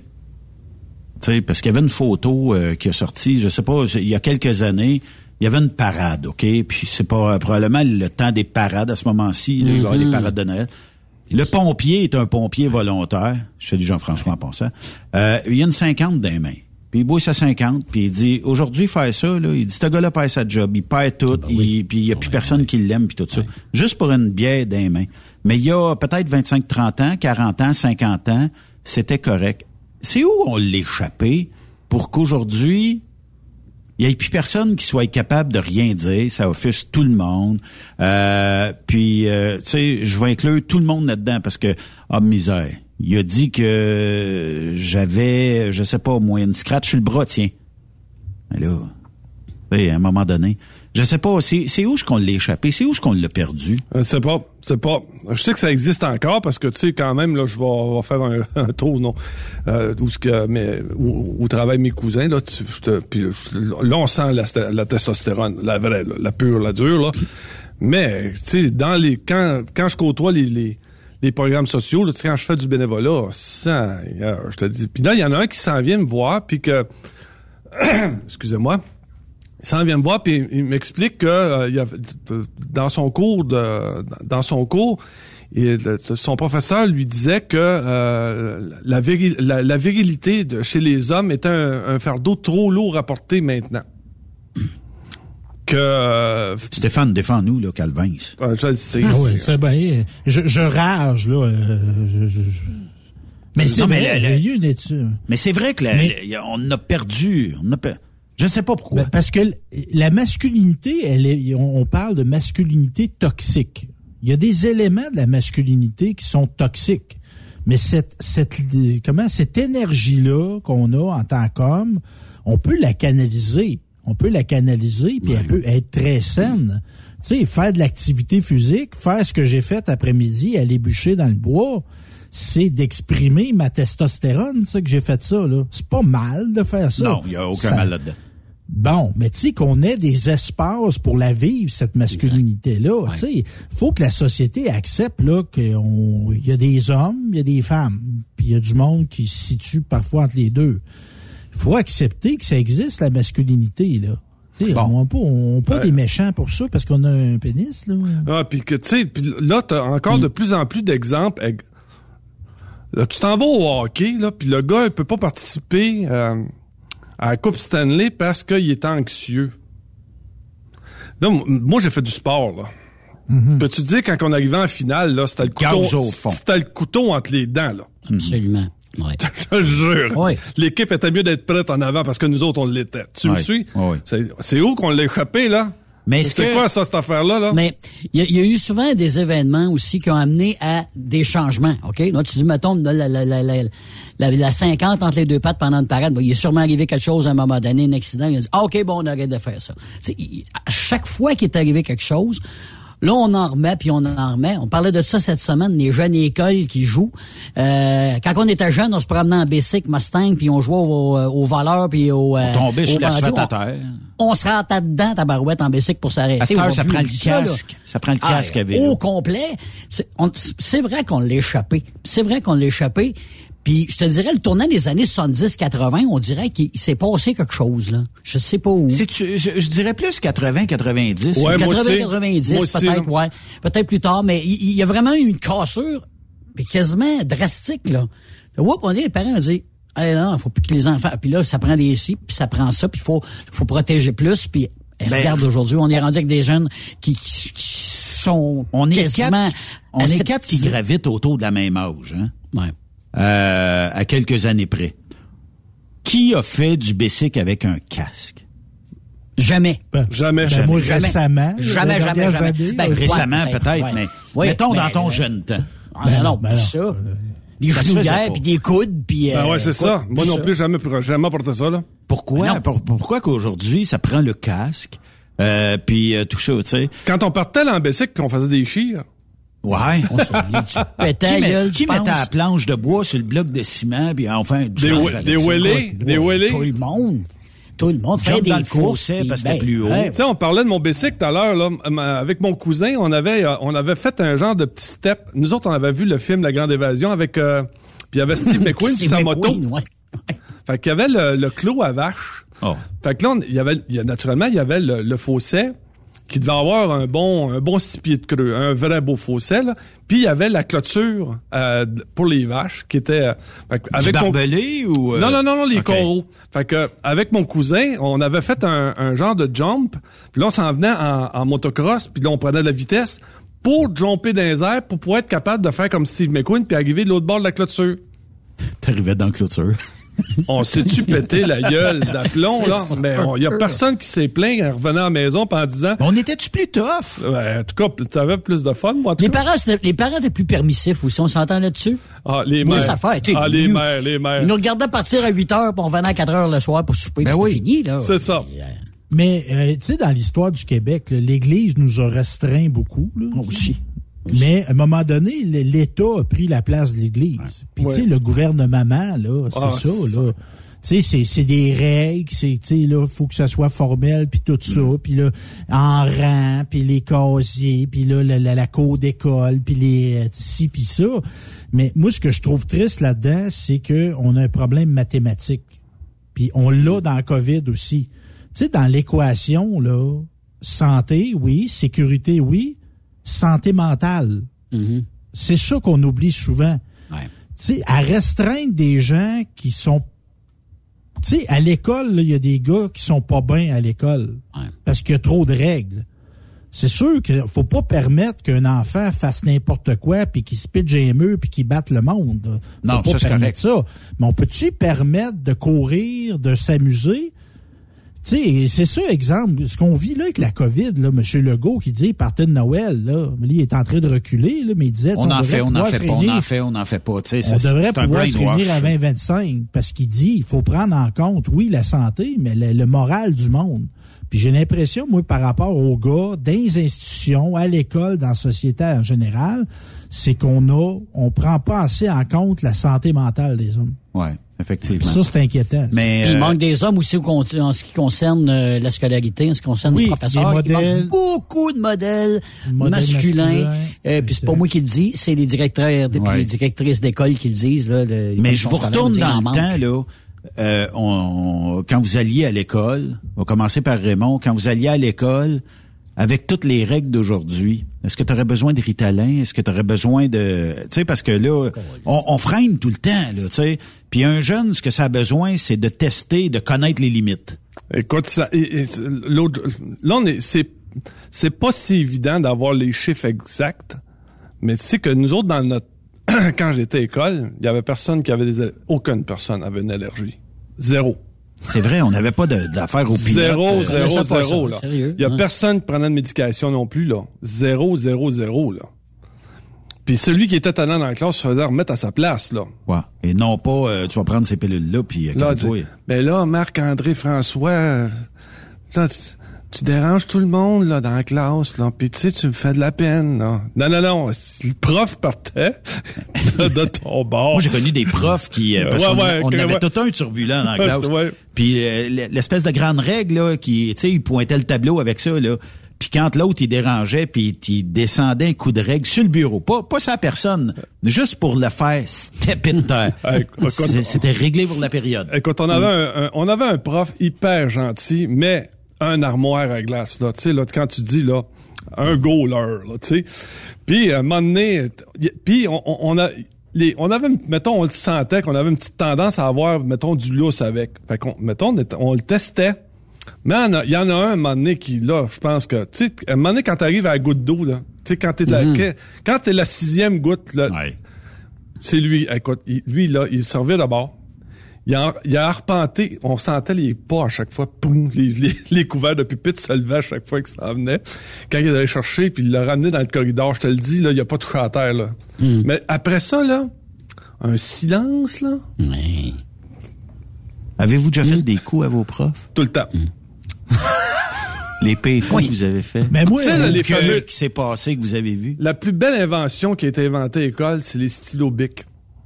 tu sais, parce qu'il y avait une photo euh, qui a sorti, je sais pas, il y a quelques années, il y avait une parade, OK? Puis c'est pas euh, probablement le temps des parades à ce moment-ci, là, mm-hmm. il va y avoir des parades de Noël. Le pompier est un pompier volontaire. Je te dis Jean-François en passant. Euh, il y a une cinquante dans les mains. Puis il bouille sa cinquante, puis il dit, aujourd'hui, faire ça, là, il dit, ce gars-là perd sa job, il perd tout, ben oui. il, puis il n'y a plus ouais, personne ouais. qui l'aime, puis tout ça. Ouais. Juste pour une bière dans les mains. Mais il y a peut-être vingt-cinq, trente ans, quarante ans, cinquante ans, c'était correct. C'est où on l'a échappé pour qu'aujourd'hui, il n'y a plus personne qui soit capable de rien dire, ça offusque tout le monde. Euh, puis, euh, tu sais, je vais inclure tout le monde là-dedans parce que, ah, misère, il a dit que j'avais, je sais pas, au moins une scratch sur le bras, tiens. Mais là, à un moment donné, je sais pas, c'est, c'est où est-ce qu'on l'a échappé? C'est où est-ce qu'on l'a perdu? Je sais pas, c'est pas. Je sais que ça existe encore parce que, tu sais, quand même, là, je vais, vais faire un, un tour, non, euh, où, ce que, mais, où, où travaillent mes cousins, là, tu, je te, puis là, on sent la, la testostérone, la vraie, là, la pure, la dure, là. Mais, tu sais, dans les, quand, quand je côtoie les, les, les programmes sociaux, là, tu sais, quand je fais du bénévolat, ça, je te dis. Puis là, il y en a un qui s'en vient me voir, puis que, excusez-moi, il s'en vient me voir puis il m'explique que euh, il a, dans son cours de dans son cours et le, son professeur lui disait que euh, la, véri, la, la virilité de, chez les hommes était un, un fardeau trop lourd à porter maintenant. Que euh, Stéphane, défends-nous là, Calvin. Euh, je le sais. Ah oui, c'est bien. Je, je rage là. Euh, je, je, je... Mais c'est non, vrai, il y a une étude. Mais c'est vrai que la, mais... la, on a perdu. On a perdu. Je sais pas pourquoi. Ben, parce que la masculinité, elle est, on parle de masculinité toxique. Il y a des éléments de la masculinité qui sont toxiques. Mais cette, cette, comment, cette énergie-là qu'on a en tant qu'homme, on peut la canaliser. On peut la canaliser, puis Ouais. elle peut être très saine. Tu sais, faire de l'activité physique, faire ce que j'ai fait après-midi, aller bûcher dans le bois, c'est d'exprimer ma testostérone, ça, que j'ai fait ça, là. C'est pas mal de faire ça. Non, il n'y a aucun Ça- mal là-dedans. Bon, mais tu sais qu'on ait des espaces pour la vivre, cette masculinité-là. Ouais. Tu sais, faut que la société accepte là qu'il y a des hommes, il y a des femmes, puis il y a du monde qui se situe parfois entre les deux. Il faut accepter que ça existe, la masculinité, là. Tu sais, Bon. on n'a pas, on pas Ouais. des méchants pour ça parce qu'on a un pénis, là. Ah, puis que, tu sais, puis là, t'as encore Mm. de plus en plus d'exemples. Eg- Là, tu t'en vas au hockey, là, puis le gars, il peut pas participer euh, à la Coupe Stanley parce qu'il est anxieux. Là, m- moi, j'ai fait du sport, là. Mm-hmm. Peux-tu dire, quand on arrivait en finale, là, c'était le Gauze couteau, au fond. c'était le couteau entre les dents, là. Absolument. Ouais. Je te jure. Oui. L'équipe était mieux d'être prête en avant parce que nous autres, on l'était. Tu me Oui. suis? Oui. C'est, c'est où qu'on l'a échappé, là? Mais est-ce C'est que... quoi, ça, cette affaire-là, là? Mais il y, a- il y a eu souvent des événements aussi qui ont amené à des changements, OK? Là, tu dis, mettons, la, la, la, la, la, la, la cinquante entre les deux pattes pendant une parade, bon, il est sûrement arrivé quelque chose à un moment donné, un accident, il a dit, ah, OK, bon, on arrête de faire ça. Tu sais, il- à chaque fois qu'il est arrivé quelque chose, là, on en remet, puis on en remet. On parlait de ça cette semaine, les jeunes écoles qui jouent. Euh, quand on était jeunes, on se promenait en bicycle, Mustang, puis on jouait au, au voleur, puis au... Euh, On tombait sur au l'asphalte bandit. à terre. On, on se rentrait dedans, tabarouette, en bicycle pour s'arrêter. À cette heure, ça Aujourd'hui, prend le oublie ça, là. casque. Ça prend le Ah, casque à vélo. au complet. C'est, on- c'est vrai qu'on l'a échappé. C'est vrai qu'on l'a échappé. Puis, je te dirais, le tournant des années soixante-dix quatre-vingt, on dirait qu'il il s'est passé quelque chose, là. Je sais pas où. C'est, je, je dirais plus quatre-vingt quatre-vingt-dix. Ouais, moi quatre-vingts aussi. quatre-vingt-dix, Moi aussi, peut-être, là. ouais. Peut-être plus tard, mais il, il y a vraiment eu une cassure, mais quasiment drastique, là. Oups, on dit, les parents ont dit, hey, non, faut plus que les enfants, puis là, ça prend des ci, puis ça prend ça, puis il faut, faut protéger plus, puis eh, Ben, regarde, aujourd'hui, on est rendu avec des jeunes qui, qui, qui sont On est quasiment quatre, on est quatre qui aseptisés. gravitent autour de la même âge, hein? Ouais. Euh, à quelques années près. Qui a fait du bicycle avec un casque? Jamais. Ben, Jamais. ben, Jamais. moi, Jamais. récemment. Jamais, les jamais, dernières jamais. années, Ben, là, Récemment, ouais, peut-être, ouais. mais Ouais, mettons mais, dans ton euh, jeune temps. Ah, Ben non, non, non, ben plus non. ça. Des Ça se faisait genouillères, pas. puis des coudes, puis... Ben euh, ouais, c'est quoi, ça. Moi non ça. plus, jamais, jamais porté ça, là. Pourquoi? Non. Pour- pourquoi qu'aujourd'hui, ça prend le casque, euh, puis euh, tout ça, tu sais? Quand on partait là en bicycle, qu'on faisait des chires. Ouais. On se dit, tu pétais Qui, la met- gueule, qui tu mettait penses? la planche de bois sur le bloc de ciment, puis enfin, Des, jump wa- avec des ça. wheelies, des Tout wheelies. le monde. Tout le monde fait Jump des dans le courses. fossé puis parce que c'était ben, plus haut. ouais. Tu sais, on parlait de mon bicycle tout à l'heure, là. M- Avec mon cousin, on avait, euh, on avait fait un genre de petit step. Nous autres, on avait vu le film La Grande Évasion avec, euh, puis il y avait Steve McQueen sur Steve sa moto. McQueen, ouais. Fait qu'il y avait le, le clos à vache. Oh. Fait que là, on- il y avait, il y a, naturellement, il y avait le, le fossé qui devait avoir un bon, un bon six pieds de creux, un vrai beau fossé, là. Puis il y avait la clôture euh, pour les vaches qui était euh, fait que Du mon- barbelé ou... euh, non, non, non, non, les ok. coraux. Fait que, avec mon cousin, on avait fait un, un genre de jump. Puis là, on s'en venait en, en motocross. Puis là, on prenait de la vitesse pour jumper dans les airs pour pouvoir être capable de faire comme Steve McQueen puis arriver de l'autre bord de la clôture. T'arrivais dans la clôture. On s'est-tu pété la gueule d'aplomb, là? Mais il y a personne qui s'est plaint en revenant à la maison puis en disant... On était-tu plus tough? Ouais, en tout cas, t'avais plus de fun, moi, en tout Les cas. parents, c'était- les parents étaient plus permissifs aussi, on s'entend là-dessus? Ah, les Moi, mères. ça fait, tu sais, Ah, les nous- mères, les mères. Ils nous regardaient partir à huit heures, puis on venait à quatre heures le soir pour souper, Ben puis oui. c'était fini, là. C'est ça. Puis, euh, Mais, euh, tu sais, dans l'histoire du Québec, là, l'Église nous a restreint beaucoup. Là. moi aussi. Mais à un moment donné, l- l'État a pris la place de l'Église. Puis tu sais, Ouais. le gouvernement, là, c'est Ah, ça, ça. là. Tu sais, c'est, c'est des règles, c'est, tu sais, là, faut que ça soit formel, puis tout ça, puis là, en rang, puis les casiers, puis là, la, la, la cour d'école, puis les euh, ci, puis ça. Mais moi, ce que je trouve triste là-dedans, c'est que on a un problème mathématique. Puis on l'a dans la COVID aussi. Tu sais, dans l'équation, là, santé, oui, sécurité, oui, santé mentale. Mhm. C'est ça qu'on oublie souvent. Ouais. Tu sais, à restreindre des gens qui sont... Tu sais, à l'école, là, il y a des gars qui sont pas bien à l'école Ouais. parce qu'il y a trop de règles. C'est sûr qu'il faut pas permettre qu'un enfant fasse n'importe quoi puis qu'il se pitche un mur puis qu'il batte le monde. Faut Non, pas ça, c'est permettre correct. ça. Mais on peut-tu permettre de courir, de s'amuser? Tu Tu sais, c'est ça, exemple, ce qu'on vit là avec la COVID, là, M. Legault qui dit, il partait de Noël, là, mais il est en train de reculer, là, mais il disait, on, on en fait, on en fait pas, on en fait, on en fait pas, tu sais. On devrait pouvoir se réunir à vingt vingt-cinq, parce qu'il dit, il faut prendre en compte, oui, la santé, mais le, le moral du monde. Puis j'ai l'impression, moi, par rapport aux gars, dans les institutions, à l'école, dans la société en général, c'est qu'on a, on prend pas assez en compte la santé mentale des hommes. Ouais. Effectivement. Ça, c'est inquiétant. Mais euh, il manque des hommes aussi en ce qui concerne euh, la scolarité, en ce qui concerne oui, les professeurs. Modèles, il manque beaucoup de modèles masculins. Masculin, euh, puis c'est pas moi qui le dis, c'est les directeurs, ouais. les directrices d'école qui le disent. Là, le, mais je vous retourne dans le temps, là. Euh, on, quand vous alliez à l'école, on va commencer par Raymond, quand vous alliez à l'école, avec toutes les règles d'aujourd'hui, est-ce que tu aurais besoin de Ritalin? Est-ce que tu aurais besoin de... Tu sais, parce que là, on, on freine tout le temps, là, tu sais. Puis un jeune, ce que ça a besoin, c'est de tester, de connaître les limites. Écoute, ça, et, et, l'autre, là, on est, c'est, c'est pas si évident d'avoir les chiffres exacts, mais tu sais que nous autres, dans notre... quand j'étais à l'école, il y avait personne qui avait des... Aucune personne avait une allergie. Zéro. C'est vrai, on n'avait pas de, d'affaires au pilote. Zéro, zéro, zéro, là. Sérieux, il y a hein? personne qui prenait de médication non plus, là. Zéro, zéro, zéro, là. Puis celui qui était talent dans la classe se faisait remettre à sa place, là. Ouais. Et non pas, euh, tu vas prendre ces pilules-là, puis... Euh, là, ben là, Marc-André François, euh, là, tu, tu déranges tout le monde, là, dans la classe, là. Puis tu sais, tu me fais de la peine, là. Non, non, non. Le prof partait de, de ton bord. Moi, j'ai connu des profs qui... Euh, parce ouais, qu'on ouais, on avait ouais. tout un turbulent dans la classe. ouais. Puis euh, l'espèce de grande règle, là, qui, tu sais, il pointait le tableau avec ça, là. Puis quand l'autre, il dérangeait, puis il descendait un coup de règle sur le bureau. Pas, pas sa personne, juste pour le faire step in terre. C'était réglé pour la période. Écoute, on avait, mm. un, un, on avait un prof hyper gentil, mais un armoire à glace, là. Tu sais, là, quand tu dis, là, un goaler, là, tu sais. Puis, à un moment donné, puis on, on a... Les, on avait, mettons, on le sentait qu'on avait une petite tendance à avoir, mettons, du lousse avec. Fait qu'on, mettons, on, on le testait. Mais il y en a un, un moment donné qui, là, je pense que, tu sais, un moment donné, quand t'arrives à la goutte d'eau, là, tu sais, quand t'es de la, mm-hmm. quand t'es la sixième goutte, là, ouais. c'est lui, écoute, il, lui, là, il servait d'abord. Il a, il a arpenté, on sentait les pas à chaque fois, poum, les, les, les couverts de pupitre se levaient à chaque fois qu'il s'en venait. Quand il allait chercher, puis il l'a ramené dans le corridor, je te le dis, là, il a pas touché à terre, là. Mm. Mais après ça, là, un silence, là. Ouais. Avez-vous déjà fait mm. des coups à vos profs? Tout le temps. Mm. Les pires coups oui. que vous avez fait. Mais moi, tu sais, là, les que, fameux... qui s'est passé, que vous avez vu? La plus belle invention qui a été inventée à l'école, c'est les stylos Bic.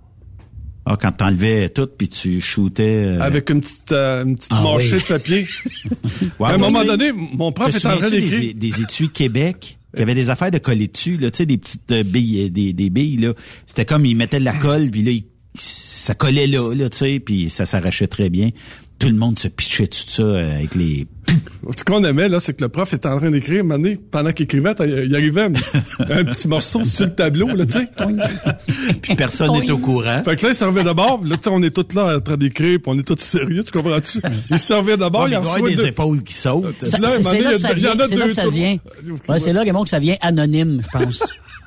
Ah, quand t'enlevais tout puis tu shootais... Euh... Avec une petite, euh, une petite ah, marchée oui. de papier. ouais, à un ouais, moment donné, mon prof était en train d'écrire... Des, des étuis Québec, qui avaient des affaires de coller dessus, là, tu sais, des petites billes, des, des billes, là. C'était comme, ils mettaient de la colle, puis là, ils, ça collait là, là, tu sais, puis ça s'arrachait très bien. Tout le monde se pitchait tout ça euh, avec les... Ce qu'on aimait, là, c'est que le prof était en train d'écrire, un moment donné, pendant qu'il écrivait, il arrivait un, un petit morceau sur le tableau, là, tu sais. Puis personne n'est au courant. Fait que là, il servait d'abord, là, on est tous là en train d'écrire, puis on est tous sérieux, tu comprends-tu? Il servait d'abord, ouais, il y a des de... épaules qui sautent. Ça, là, c'est, c'est là que ça vient, c'est là que ça vient. Ouais, c'est là, Raymond, que ça vient anonyme, je pense.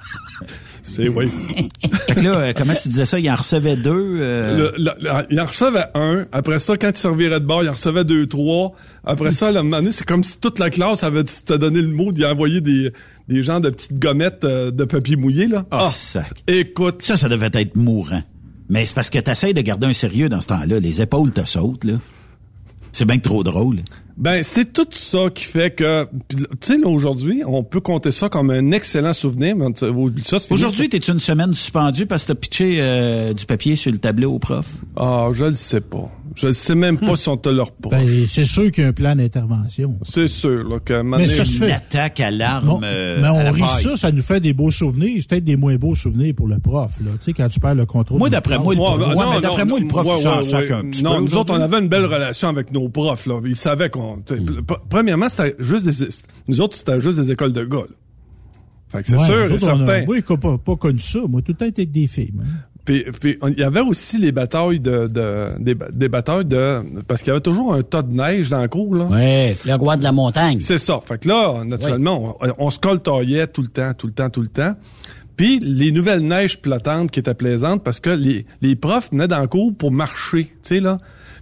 C'est, oui. Fait que là, euh, comment tu disais ça? Il en recevait deux? Euh... Le, le, le, il en recevait un. Après ça, quand il servirait de bord, il en recevait deux, trois. Après ça, là, à un moment donné, c'est comme si toute la classe avait t'as donné le mot d'y envoyer des, des genres de petites gommettes euh, de papier mouillé, là. Oh, ah, sac. Écoute. Ça, ça devait être mourant. Mais c'est parce que t'essayes de garder un sérieux dans ce temps-là. Les épaules te sautent, là. C'est bien trop drôle. Ben, c'est tout ça qui fait que, tu sais, là, aujourd'hui, on peut compter ça comme un excellent souvenir. Mais ça, c'est aujourd'hui, t'es une semaine suspendue parce que t'as pitché euh, du papier sur le tableau au prof? Ah, je le sais pas. Je ne sais même pas hum. si on te le reproche. Ben, c'est sûr qu'il y a un plan d'intervention. C'est sûr, là, que... Mais ça se fait. Une attaque à l'arme bon, euh, mais on à la rit paille. Ça, ça nous fait des beaux souvenirs. C'est peut-être des moins beaux souvenirs pour le prof, là. Tu sais, quand tu perds le contrôle. Moi, d'après moi, le prof, ouais, ouais, mais d'après non, moi, le prof, ouais, ça ouais, sac ouais. un petit Non, peu. nous autres, on avait une belle relation avec nos profs, là. Ils savaient qu'on... Mm. Premièrement, c'était juste des... Nous autres, c'était juste des écoles de gars, là. Fait que c'est ouais, sûr et certain. Moi, j'ai pas, pas connu ça. Moi, tout le temps, été avec des filles, moi. Puis, puis il y avait aussi les batailles de, de des, des batailles de parce qu'il y avait toujours un tas de neige dans le cours là. Ouais, le roi de la montagne. C'est ça. Fait que là, naturellement, ouais. on, on se coltaillait tout le temps, tout le temps, tout le temps. Puis les nouvelles neiges flottantes qui étaient plaisantes parce que les les profs venaient dans le cours pour marcher, tu sais là.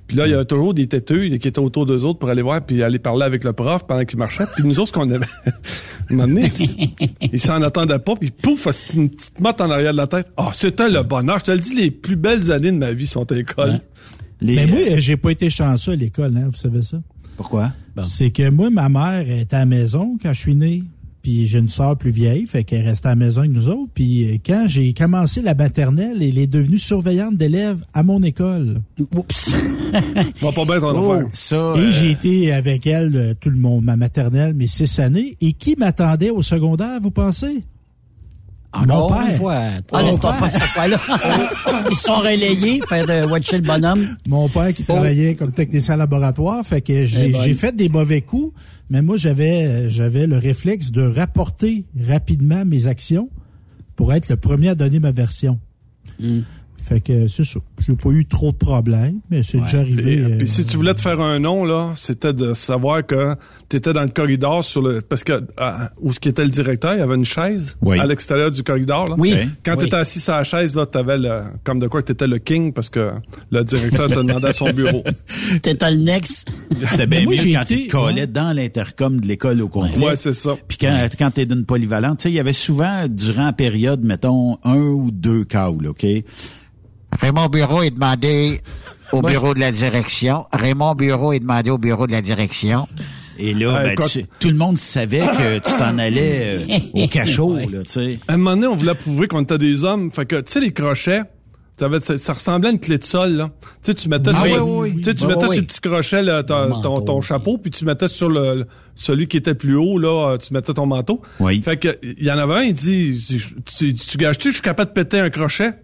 Puis là, il y avait toujours des têteux qui étaient autour d'eux autres pour aller voir puis aller parler avec le prof pendant qu'il marchait. Puis nous autres, ce qu'on avait... un moment donné, ils s'en attendaient pas, puis pouf, c'était une petite motte en arrière de la tête. Ah, oh, c'était le bonheur. Je te le dis, les plus belles années de ma vie sont à l'école. Ouais. Les... Mais moi, j'ai pas été chanceux à l'école, hein, vous savez ça? Pourquoi? Bon. C'est que moi, ma mère était à la maison quand je suis né. Puis j'ai une sœur plus vieille, fait qu'elle restait à la maison avec nous autres. Puis quand j'ai commencé la maternelle, elle est devenue surveillante d'élèves à mon école. Oups! Va pas bien ton oh, affaire. Ça, Et euh... j'ai été avec elle tout le monde, ma maternelle, mes six années. Et qui m'attendait au secondaire, vous pensez? Encore mon père. Une fois. Ah, laisse pas cette fois-là. Ils se sont relayés, faire de watcher le bonhomme. Mon père qui oh. travaillait comme technicien laboratoire, fait que j'ai, eh j'ai fait des mauvais coups, mais moi, j'avais, j'avais le réflexe de rapporter rapidement mes actions pour être le premier à donner ma version. Mm. Fait que c'est ça. J'ai pas eu trop de problèmes, mais c'est ouais. déjà arrivé. Puis, euh, puis si tu voulais te faire un nom, là, c'était de savoir que tu étais dans le corridor sur le. Parce que à, où ce qui était le directeur, il y avait une chaise oui. à l'extérieur du corridor. Là. Oui. Quand oui. tu étais assis sur la chaise, là, tu avais le. Comme de quoi tu étais le king parce que le directeur te demandait à son bureau. T'étais le next. C'était bien mieux quand tu te collais ouais. dans l'intercom de l'école au complet. Ouais, c'est ça. Puis quand, quand tu es d'une polyvalente, tu sais, il y avait souvent, durant la période, mettons, un ou deux calls, OK? Raymond Bureau est demandé au ouais. bureau de la direction. Raymond Bureau est demandé au bureau de la direction. Et là, euh, ben, quand... tu, tout le monde savait que tu t'en allais euh, au cachot, ouais. là, tu sais. À un moment donné, on voulait prouver qu'on était des hommes. Fait que, tu sais, les crochets, ça, ça ressemblait à une clé de sol, là. Tu sais, tu mettais ah, sur, oui, oui, tu sais, tu oui, mettais oui. sur le petit crochet, là, ton, ton, ton chapeau, puis tu mettais sur le, celui qui était plus haut, là, tu mettais ton manteau. Oui. Fait que, il y en avait un, il dit, tu, tu, tu gages-tu, je suis capable de péter un crochet?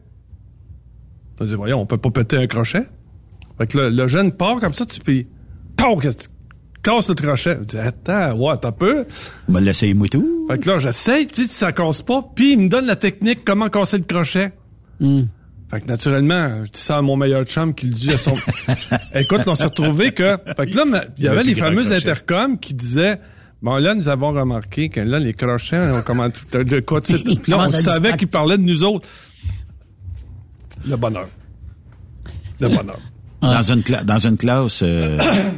On dit, voyons, on peut pas péter un crochet. Fait que le, le jeune part comme ça, tu puis casse le crochet. Je dis, attends, ouais, t'as peu. Ben, l'essaye moi tout. Fait que là, j'essaye, puis ça casse pas, puis il me donne la technique, comment casser le crochet. Mm. Fait que naturellement, je dis ça à mon meilleur chum qui le dit à son... Écoute, là, on s'est retrouvé que... Fait que là, il y avait les fameuses intercoms qui disaient, bon, là, nous avons remarqué que là, les crochets, on commence... De quoi, tu sais, puis là, on savait qu'ils parlaient de nous autres. Le bonheur. Le bonheur. Dans une, cla- dans une classe, euh,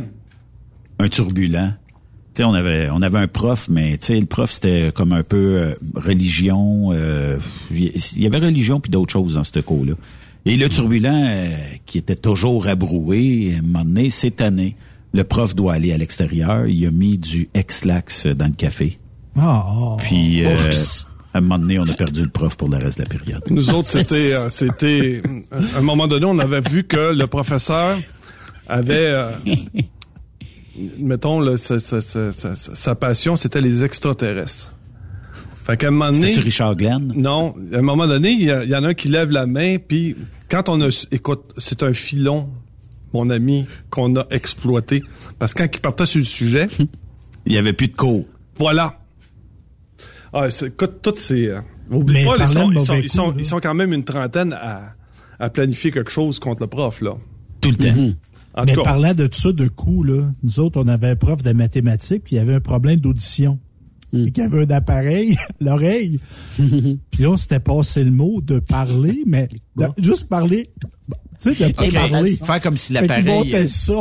un turbulent. Tu sais, on avait, on avait un prof, mais tu sais, le prof, c'était comme un peu euh, religion. Euh, il y avait religion puis d'autres choses dans ce cours-là. Et le turbulent, euh, qui était toujours abroué, à un moment donné, cette année, le prof doit aller à l'extérieur. Il a mis du Ex-Lax dans le café. Oh, puis... Euh, à un moment donné, on a perdu le prof pour le reste de la période. Nous autres, c'était, euh, c'était, à un moment donné, on avait vu que le professeur avait, euh, mettons, le, sa, sa, sa, sa, sa passion, c'était les extraterrestres. Fait qu'à un moment donné... C'est-tu Richard Glenn? Non. À un moment donné, il y, y en a un qui lève la main, puis quand on a... Écoute, c'est un filon, mon ami, qu'on a exploité. Parce que quand il partait sur le sujet... il n'y avait plus de cours. Voilà. Ah, c'est, écoute, toutes ces... Euh, oublie pas, ils sont, ils, sont, ils, sont, ils sont quand même une trentaine à, à planifier quelque chose contre le prof, là. Tout le temps. Mm-hmm. Mais cas, parlant de ça, de coups, là, nous autres, on avait un prof de mathématiques, puis il y avait un problème d'audition. Mm. Et qu'il y avait un appareil, l'oreille. Puis là, on s'était passé le mot de parler, mais de, juste parler, tu sais, de okay. parler. Faire comme si l'appareil... Fait qu'il montait ça.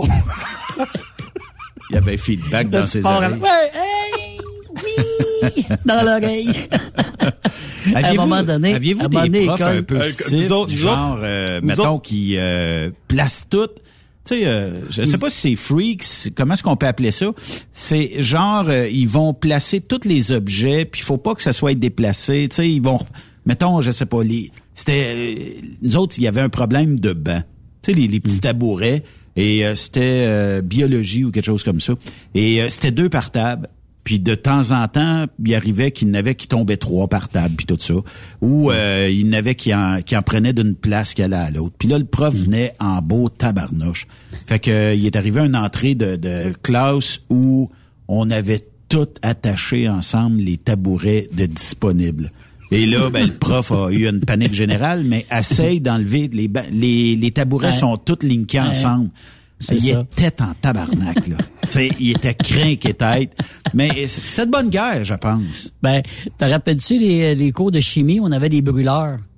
Il y avait un feedback dans ses oreilles. Ouais, hey! Oui! Dans l'oreille. Aviez-vous, à un moment donné, aviez-vous à des donné, profs école, un peu stiff, autres, du genre, euh, mettons, autres. qui euh, placent tout? Tu sais, euh, je sais pas si c'est freaks, comment est-ce qu'on peut appeler ça? C'est genre, euh, ils vont placer tous les objets, puis il faut pas que ça soit déplacé. Tu sais, ils vont, mettons, je sais pas, les, c'était, euh, nous autres, il y avait un problème de banc. Tu sais, les, les petits mm. tabourets, et euh, c'était euh, biologie ou quelque chose comme ça. Et euh, c'était deux par table. Puis de temps en temps, il arrivait qu'il n'avait qui tombait trois par table, puis tout ça. Ou euh, il n'avait qui en, qui en prenait d'une place qui allait à l'autre. Puis là, le prof venait en beau tabarnouche. Fait que euh, il est arrivé à une entrée de, de classe où on avait tout attaché ensemble les tabourets de disponibles. Et là, ben, le prof a eu une panique générale, mais essaye d'enlever les les, les tabourets ouais. sont tous linkés ouais. ensemble. C'est il ça. était en tabarnak, là. Tu sais, il était crinqué tête. Mais c'était de bonne guerre, je pense. Ben, te rappelles-tu les, les cours de chimie, on avait des brûleurs.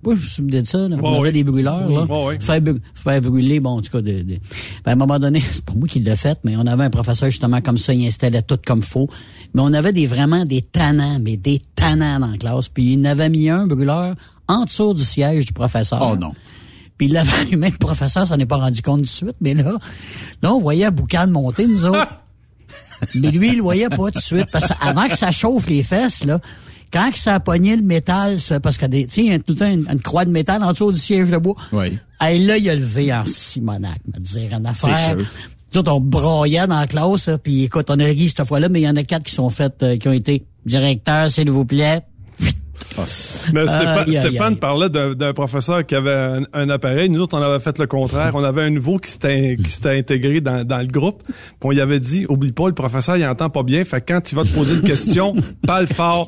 Oui, je me souviens de ça. Là. On oh, avait oui. des brûleurs. Oui, là. oh, oui. Faire, bu- faire brûler, bon, en tout cas, de, de... Ben, à un moment donné, c'est pas moi qui l'ai fait, mais on avait un professeur justement comme ça, il installait tout comme faux. Mais on avait des vraiment des tannants, mais des tannants dans la classe. Puis il en avait mis un brûleur en dessous du siège du professeur. Oh non. Puis il l'avait allumé, le professeur s'en est pas rendu compte tout de suite, mais là, là, on voyait la boucane monter, nous autres. Mais lui, il le voyait pas tout de suite, parce qu'avant que ça chauffe les fesses, là, quand que ça a pogné le métal, ça, parce que tu sais, il y a tout le temps une, une croix de métal en dessous du siège de bois. Oui. Et là, il a levé en Simonac, me dire une affaire. C'est sûr. Nous autres, on broyait dans la classe, là, puis écoute, on a ri cette fois-là, mais il y en a quatre qui sont faites, euh, qui ont été directeur, s'il vous plaît. Mais Stéphane, Aïe, aïe, Stéphane aïe. parlait d'un, d'un professeur qui avait un, un appareil. Nous autres, on avait fait le contraire. On avait un nouveau qui s'était, qui s'était intégré dans, dans le groupe. Puis on lui avait dit, oublie pas, le professeur, il entend pas bien. Fait que quand il va te poser une question, parle fort.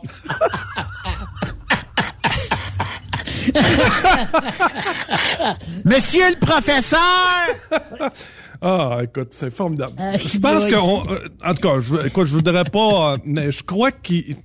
Monsieur le professeur! Ah, écoute, c'est formidable. Euh, Je pense oui. qu'on, euh, en tout cas, je, écoute, je voudrais pas, euh, mais je crois qu'il,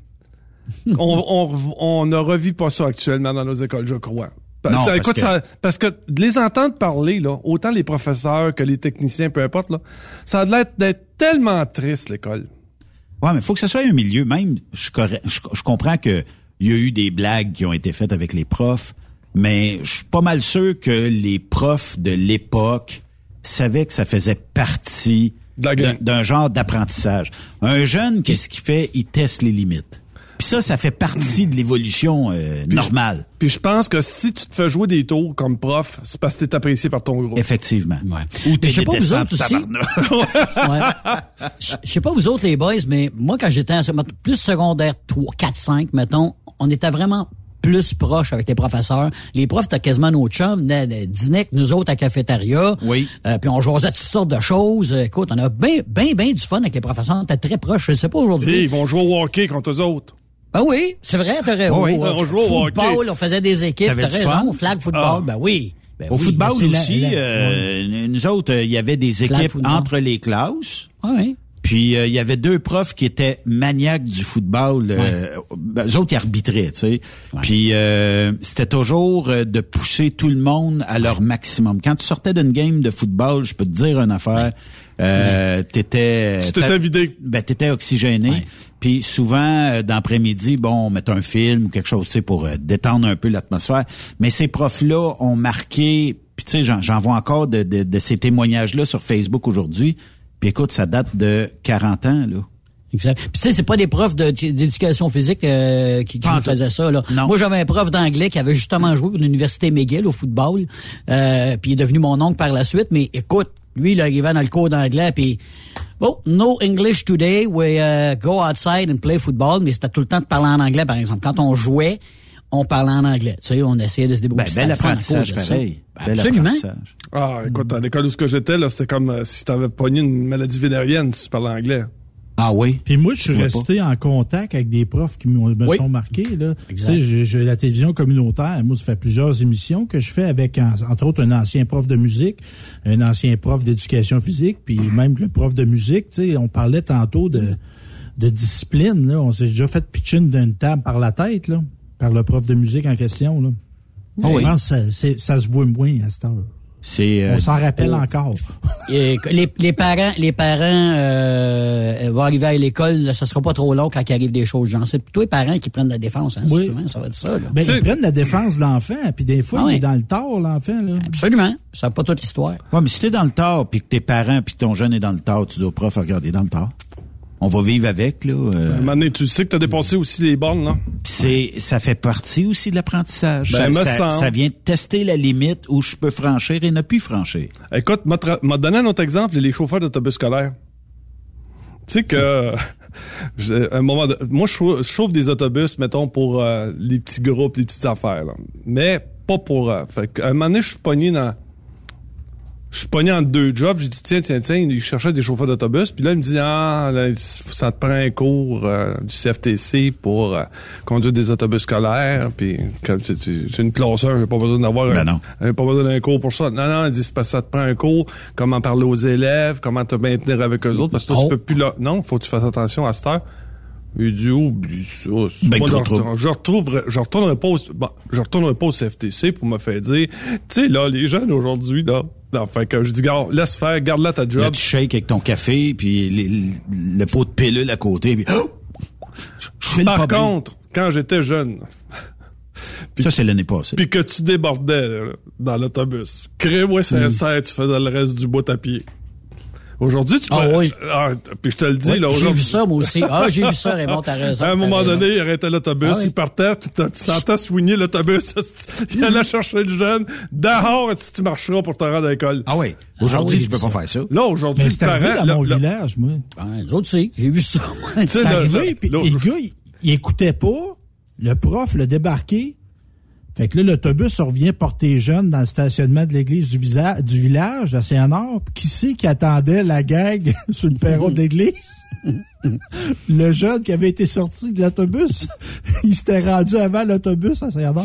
on, on, on ne revit pas ça actuellement dans nos écoles, je crois. Parce, Non, ça, parce écoute, que- ça, parce que de les entendre parler, là, autant les professeurs que les techniciens, peu importe, là, ça a l'air d'être tellement triste, l'école. Ouais, mais il faut que ce soit un milieu. Même, je, corre- je, je comprends que il y a eu des blagues qui ont été faites avec les profs, mais je suis pas mal sûr que les profs de l'époque savaient que ça faisait partie De la d'un, game. d'un genre d'apprentissage. Un jeune, qu'est-ce qu'il fait? Il teste les limites. Puis ça, ça fait partie de l'évolution euh, normale. Puis je pense que si tu te fais jouer des tours comme prof, c'est parce que t'es apprécié par ton groupe. Effectivement. Ouais. Ou Mais t'es je sais pas vous détestant, autres aussi. tabarnak. Ouais. Je je sais pas vous autres les boys, mais moi quand j'étais en mettons, plus secondaire trois, quatre, cinq, mettons, on était vraiment plus proches avec les professeurs. Les profs étaient quasiment nos chums, venaient de- dînaient avec nous autres à la cafétéria. Oui. Euh, puis on jasait toutes sortes de choses. Euh, Écoute, on a bien, bien, bien du fun avec les professeurs. On était très proches. Je sais pas Et aujourd'hui. ils vont jouer au hockey contre eux autres. Ben oui, c'est vrai, t'as raison. Oui, Au, on jouait au hockey. football, on faisait des équipes, T'avais t'as du raison. fun? Flag football, Ah. ben oui. Ben Au oui, football c'est la- aussi, la- euh, nous autres, euh, il y avait des Flag équipes football. entre les classes. ben oui. Puis euh, il y avait deux profs qui étaient maniaques du football. Euh, ben, eux autres, ils arbitraient, tu sais. Puis euh, c'était toujours euh, de pousser tout le monde à leur maximum. Quand tu sortais d'une game de football, je peux te dire une affaire, euh, t'étais... Tu t'étais t'a- vidé. Ben, t'étais oxygéné. Ouais. Puis souvent, euh, d'après-midi, bon, on met un film ou quelque chose, tu sais, pour euh, détendre un peu l'atmosphère. Mais ces profs-là ont marqué... Puis tu sais, j'en, j'en vois encore de, de, de ces témoignages-là sur Facebook aujourd'hui. Puis écoute, ça date de quarante ans, là. Exact. Puis tu sais, c'est pas des profs de- d'éducation physique euh, qui, qui Pas en nous tout. faisaient ça. Là. Non. Moi, j'avais un prof d'anglais qui avait justement joué pour l'université McGill au football. Euh, puis il est devenu mon oncle par la suite. Mais écoute, lui, il arrivait dans le cours d'anglais, puis bon, no English today, we uh, go outside and play football. Mais c'était tout le temps de parler en anglais, par exemple. Quand on jouait, on parlait en anglais. Tu sais, on essayait de se débrouiller. Ben, C'était bel le fun à apprentissage, cause de ça. pareil. Bel Absolument. apprentissage. Ah, écoute, à l'école où ce que j'étais, là, c'était comme euh, si t'avais pogné une maladie vénérienne si tu parlais anglais. Ah oui? Puis moi, je suis Je vois resté en contact avec des profs qui m'ont- me Oui. sont marqués. Là. Tu Exact. sais, j'ai, j'ai la télévision communautaire. Moi, ça fait plusieurs émissions que je fais avec, en- entre autres, un ancien prof de musique, un ancien prof d'éducation physique, puis même le prof de musique. Tu sais, on parlait tantôt de, de discipline. Là. On s'est déjà fait pitcher d'une table par la tête, là, par le prof de musique en question. Là. Ah Je oui. pense que ça, c'est- ça se voit moins à cette heure. C'est, euh, On s'en rappelle encore. Et que les, les parents, les parents euh, vont arriver à l'école, là, ça sera pas trop long quand il arrive des choses. J'en sais plutôt les parents qui prennent la défense. Hein, Oui. souvent, ça va être ça. Là. Ben, Tu sais- ils prennent la défense de l'enfant, puis des fois, Ah il oui. est dans le tort, l'enfant. Là. Absolument. Ça n'a pas toute l'histoire. Ouais, mais si t'es dans le tort, puis que tes parents, puis que ton jeune est dans le tort, tu dis au prof, regardez, dans le tort. On va vivre avec, là. euh, À un moment donné, tu sais que t'as dépassé aussi les bornes, là. Pis c'est, ça fait partie aussi de l'apprentissage. Ben, me ça, ça, semble. ça vient tester la limite où je peux franchir et ne plus franchir. Écoute, m'a tra- m'a donné un autre exemple, les chauffeurs d'autobus scolaires. Tu sais que, j'ai- à un moment de, moi, je chau- je chauffe des autobus, mettons, pour euh, les petits groupes, les petites affaires, là. Mais pas pour... Euh, fait qu'à un moment donné, je suis pogné dans... Je suis pogné entre deux jobs. J'ai dit, tiens, tiens, tiens, il cherchait des chauffeurs d'autobus. Puis là, il me dit, ah, là, ça te prend un cours euh, du C F T C pour euh, conduire des autobus scolaires. Puis, comme tu, tu, c'est une classeur, j'ai pas besoin d'avoir Ben un, non. j'ai pas besoin d'un cours pour ça. Non, non, il dit, c'est parce que ça te prend un cours, comment parler aux élèves, comment te maintenir avec eux autres, parce que toi, Oh. tu peux plus là. Non, faut que tu fasses attention à cette heure. Il dit, oublie ça. Ben, Moi, trop, je, trop. je retrouverai, je retournerai pas au, bon, je retournerai pas au C F T C pour me faire dire, tu sais, là, les jeunes aujourd'hui, là, non, fait que je dis, gars, laisse faire, garde là ta job. Là, tu shakes avec ton café, puis les, les, le pot de pilule à côté, puis oh! Je file Par pas contre, bien. Quand j'étais jeune, Pis, ça, c'est l'année passée. Puis que tu débordais là, dans l'autobus. Crée-moi sincère, mm. tu faisais le reste du bout à pied. Aujourd'hui, tu peux... Ah oui. Ah, puis je te le dis, oui, là, j'ai aujourd'hui... vu ça, moi aussi. Ah, j'ai vu ça, Raymond, t'as raison. À un moment donné, il arrêtait l'autobus, ah, oui. il partait, tu, tu sentais soigner l'autobus, il allait chercher le jeune, dehors, tu, tu marcheras pour te rendre à l'école. Ah oui. Aujourd'hui, ah oui, tu peux ça. pas faire ça. Là, aujourd'hui, mais c'est arrivé dans là, mon là, village, moi. Ah, les autres, c'est, j'ai vu ça. C'est arrivé, puis le gars, il, il écoutait pas, le prof l'a débarqué. Fait que là, l'autobus revient porter jeune dans le stationnement de l'église du, visa- du village à Saint-Honor. Qui c'est qui attendait la gag sur le perron de l'église? Le jeune qui avait été sorti de l'autobus, il s'était rendu avant l'autobus à Saint-Honor.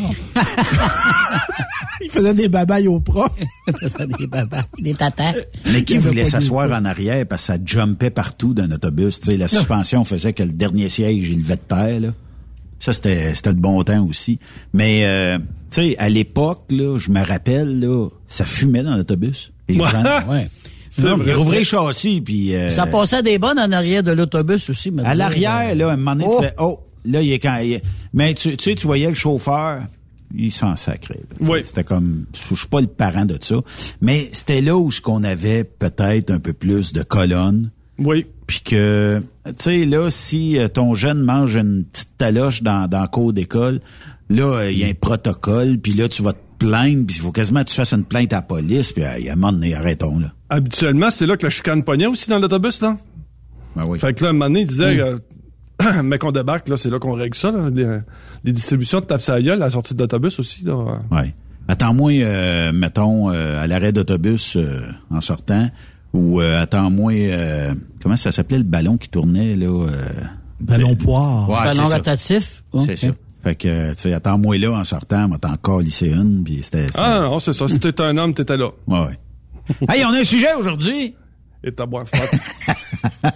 Il faisait des babayes au prof. Il faisait des babayes, des tatas. Mais qui voulait s'asseoir en arrière parce que ça jumpait partout dans l'autobus? Tu sais, la suspension faisait que le dernier siège, il levait de terre, là. Ça, c'était, c'était le bon temps aussi. Mais, euh, tu sais, à l'époque, là, je me rappelle, là, ça fumait dans l'autobus. Les gens, ouais. Non, ils rouvraient le châssis, puis... Euh, ça passait des bonnes en arrière de l'autobus aussi, me à dire, l'arrière, euh... là, à un moment donné, oh. tu fais, oh, là, il est quand... Il est... Mais tu, tu sais, tu voyais le chauffeur, il s'en sacrait. Là, oui. C'était comme... Je suis pas le parent de ça. Mais c'était là où ce qu'on avait peut-être un peu plus de colonnes. Oui. Puis que, tu sais, là, si ton jeune mange une petite taloche dans, dans la cour d'école, là, il y a un protocole, puis là, tu vas te plaindre, puis il faut quasiment que tu fasses une plainte à la police, puis à un moment donné, arrêtons, là. Habituellement, c'est là que la chicane pognait aussi dans l'autobus, là. Ben oui. Fait que là, un moment donné, il disait, oui. euh, mais qu'on débarque, là, c'est là qu'on règle ça, là. Les, les distributions de tape à la gueule à la sortie de l'autobus aussi, là. Oui. Attends-moi, euh, mettons, euh, à l'arrêt d'autobus euh, en sortant, ou euh, attends-moi, euh, comment ça s'appelait le ballon qui tournait, là? Euh, ballon poire. Ouais, ballon rotatif. C'est okay. ça. Fait que, tu sais, attends-moi là en sortant, moi, t'as encore lycée une, puis c'était, c'était... Ah non, c'est ça. Si t'étais un homme, t'étais là. Ouais, ouais. Hey, on a un sujet aujourd'hui! Et t'as boire frotte.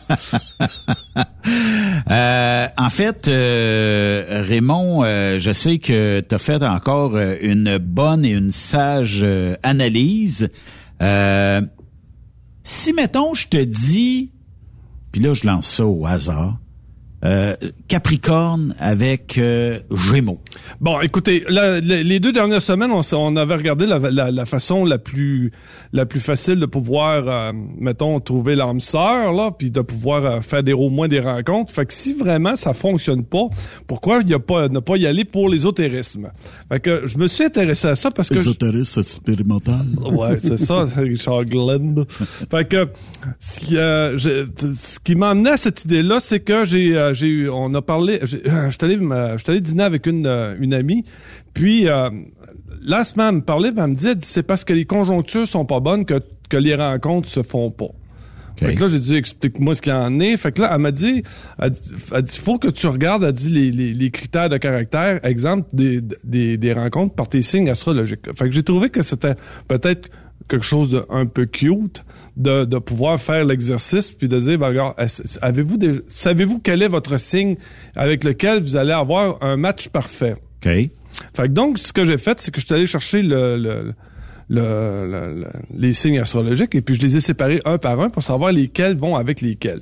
euh, en fait, euh, Raymond, euh, je sais que t'as fait encore une bonne et une sage euh, analyse. Euh, Si, mettons, je te dis, puis là, je lance ça au hasard, euh, Capricorne avec euh, Gémeaux. Bon, écoutez, la, la, les deux dernières semaines, on, on avait regardé la, la, la façon la plus la plus facile de pouvoir, euh, mettons, trouver l'âme sœur, là, puis de pouvoir euh, faire des, au moins des rencontres. Fait que si vraiment ça fonctionne pas, pourquoi il y a pas ne pas y aller pour l'ésotérisme? Fait que je me suis intéressé à ça parce que... Ésotérisme expérimental. Ouais, c'est ça, Richard Glenn. Fait que ce qui, euh, je, ce qui m'a amené à cette idée-là, c'est que j'ai... Euh, j'ai eu, on a parlé, je suis allé, je suis allé dîner avec une, une amie, puis euh, là, ce moment, elle me parlait, elle me disait, c'est parce que les conjonctures sont pas bonnes que, que les rencontres se font pas. Okay. Fait que là, j'ai dit, explique-moi ce qu'il y en est. Fait que là, elle m'a dit, elle, elle dit, faut que tu regardes, elle dit, les, les, les critères de caractère, exemple, des, des, des rencontres par tes signes astrologiques. Fait que j'ai trouvé que c'était peut-être quelque chose de un peu cute de, de pouvoir faire l'exercice puis de dire, ben, regarde, avez-vous des, savez-vous quel est votre signe avec lequel vous allez avoir un match parfait? OK. Fait que donc, ce que j'ai fait, c'est que je suis allé chercher le, le, le, le, le les signes astrologiques et puis je les ai séparés un par un pour savoir lesquels vont avec lesquels.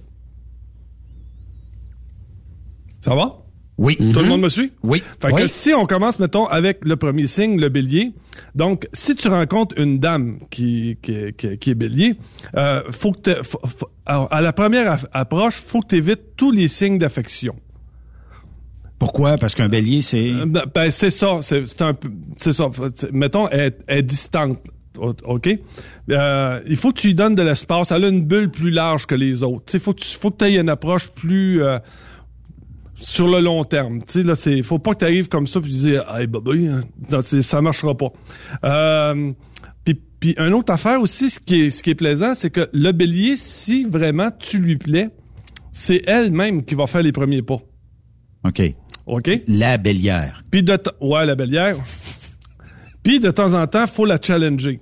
Ça va? Oui. Tout mm-hmm. le monde me suit? Oui. Fait oui. que si on commence, mettons, avec le premier signe, le bélier, donc, si tu rencontres une dame qui, qui, qui, qui est bélier, euh, faut que t'aies, faut, faut, alors, à la première approche, faut que tu évites tous les signes d'affection. Pourquoi? Parce qu'un bélier, c'est... Euh, ben, ben, c'est ça. C'est, c'est un peu, c'est ça. Mettons, elle, elle est distante. OK? Euh, il faut que tu lui donnes de l'espace. Elle a une bulle plus large que les autres. Il faut que tu faut que tu aies une approche plus... Euh, sur le long terme. Tu sais, là, c'est, faut pas que tu arrives comme ça puis tu dis, hey, bah, bah, non, ça marchera pas. Euh, puis, puis, une autre affaire aussi, ce qui est, ce qui est plaisant, c'est que le bélier, si vraiment tu lui plais, c'est elle-même qui va faire les premiers pas. OK. OK? La bélière. Puis de, t- ouais, la bélière. Puis, de temps en temps, faut la challenger.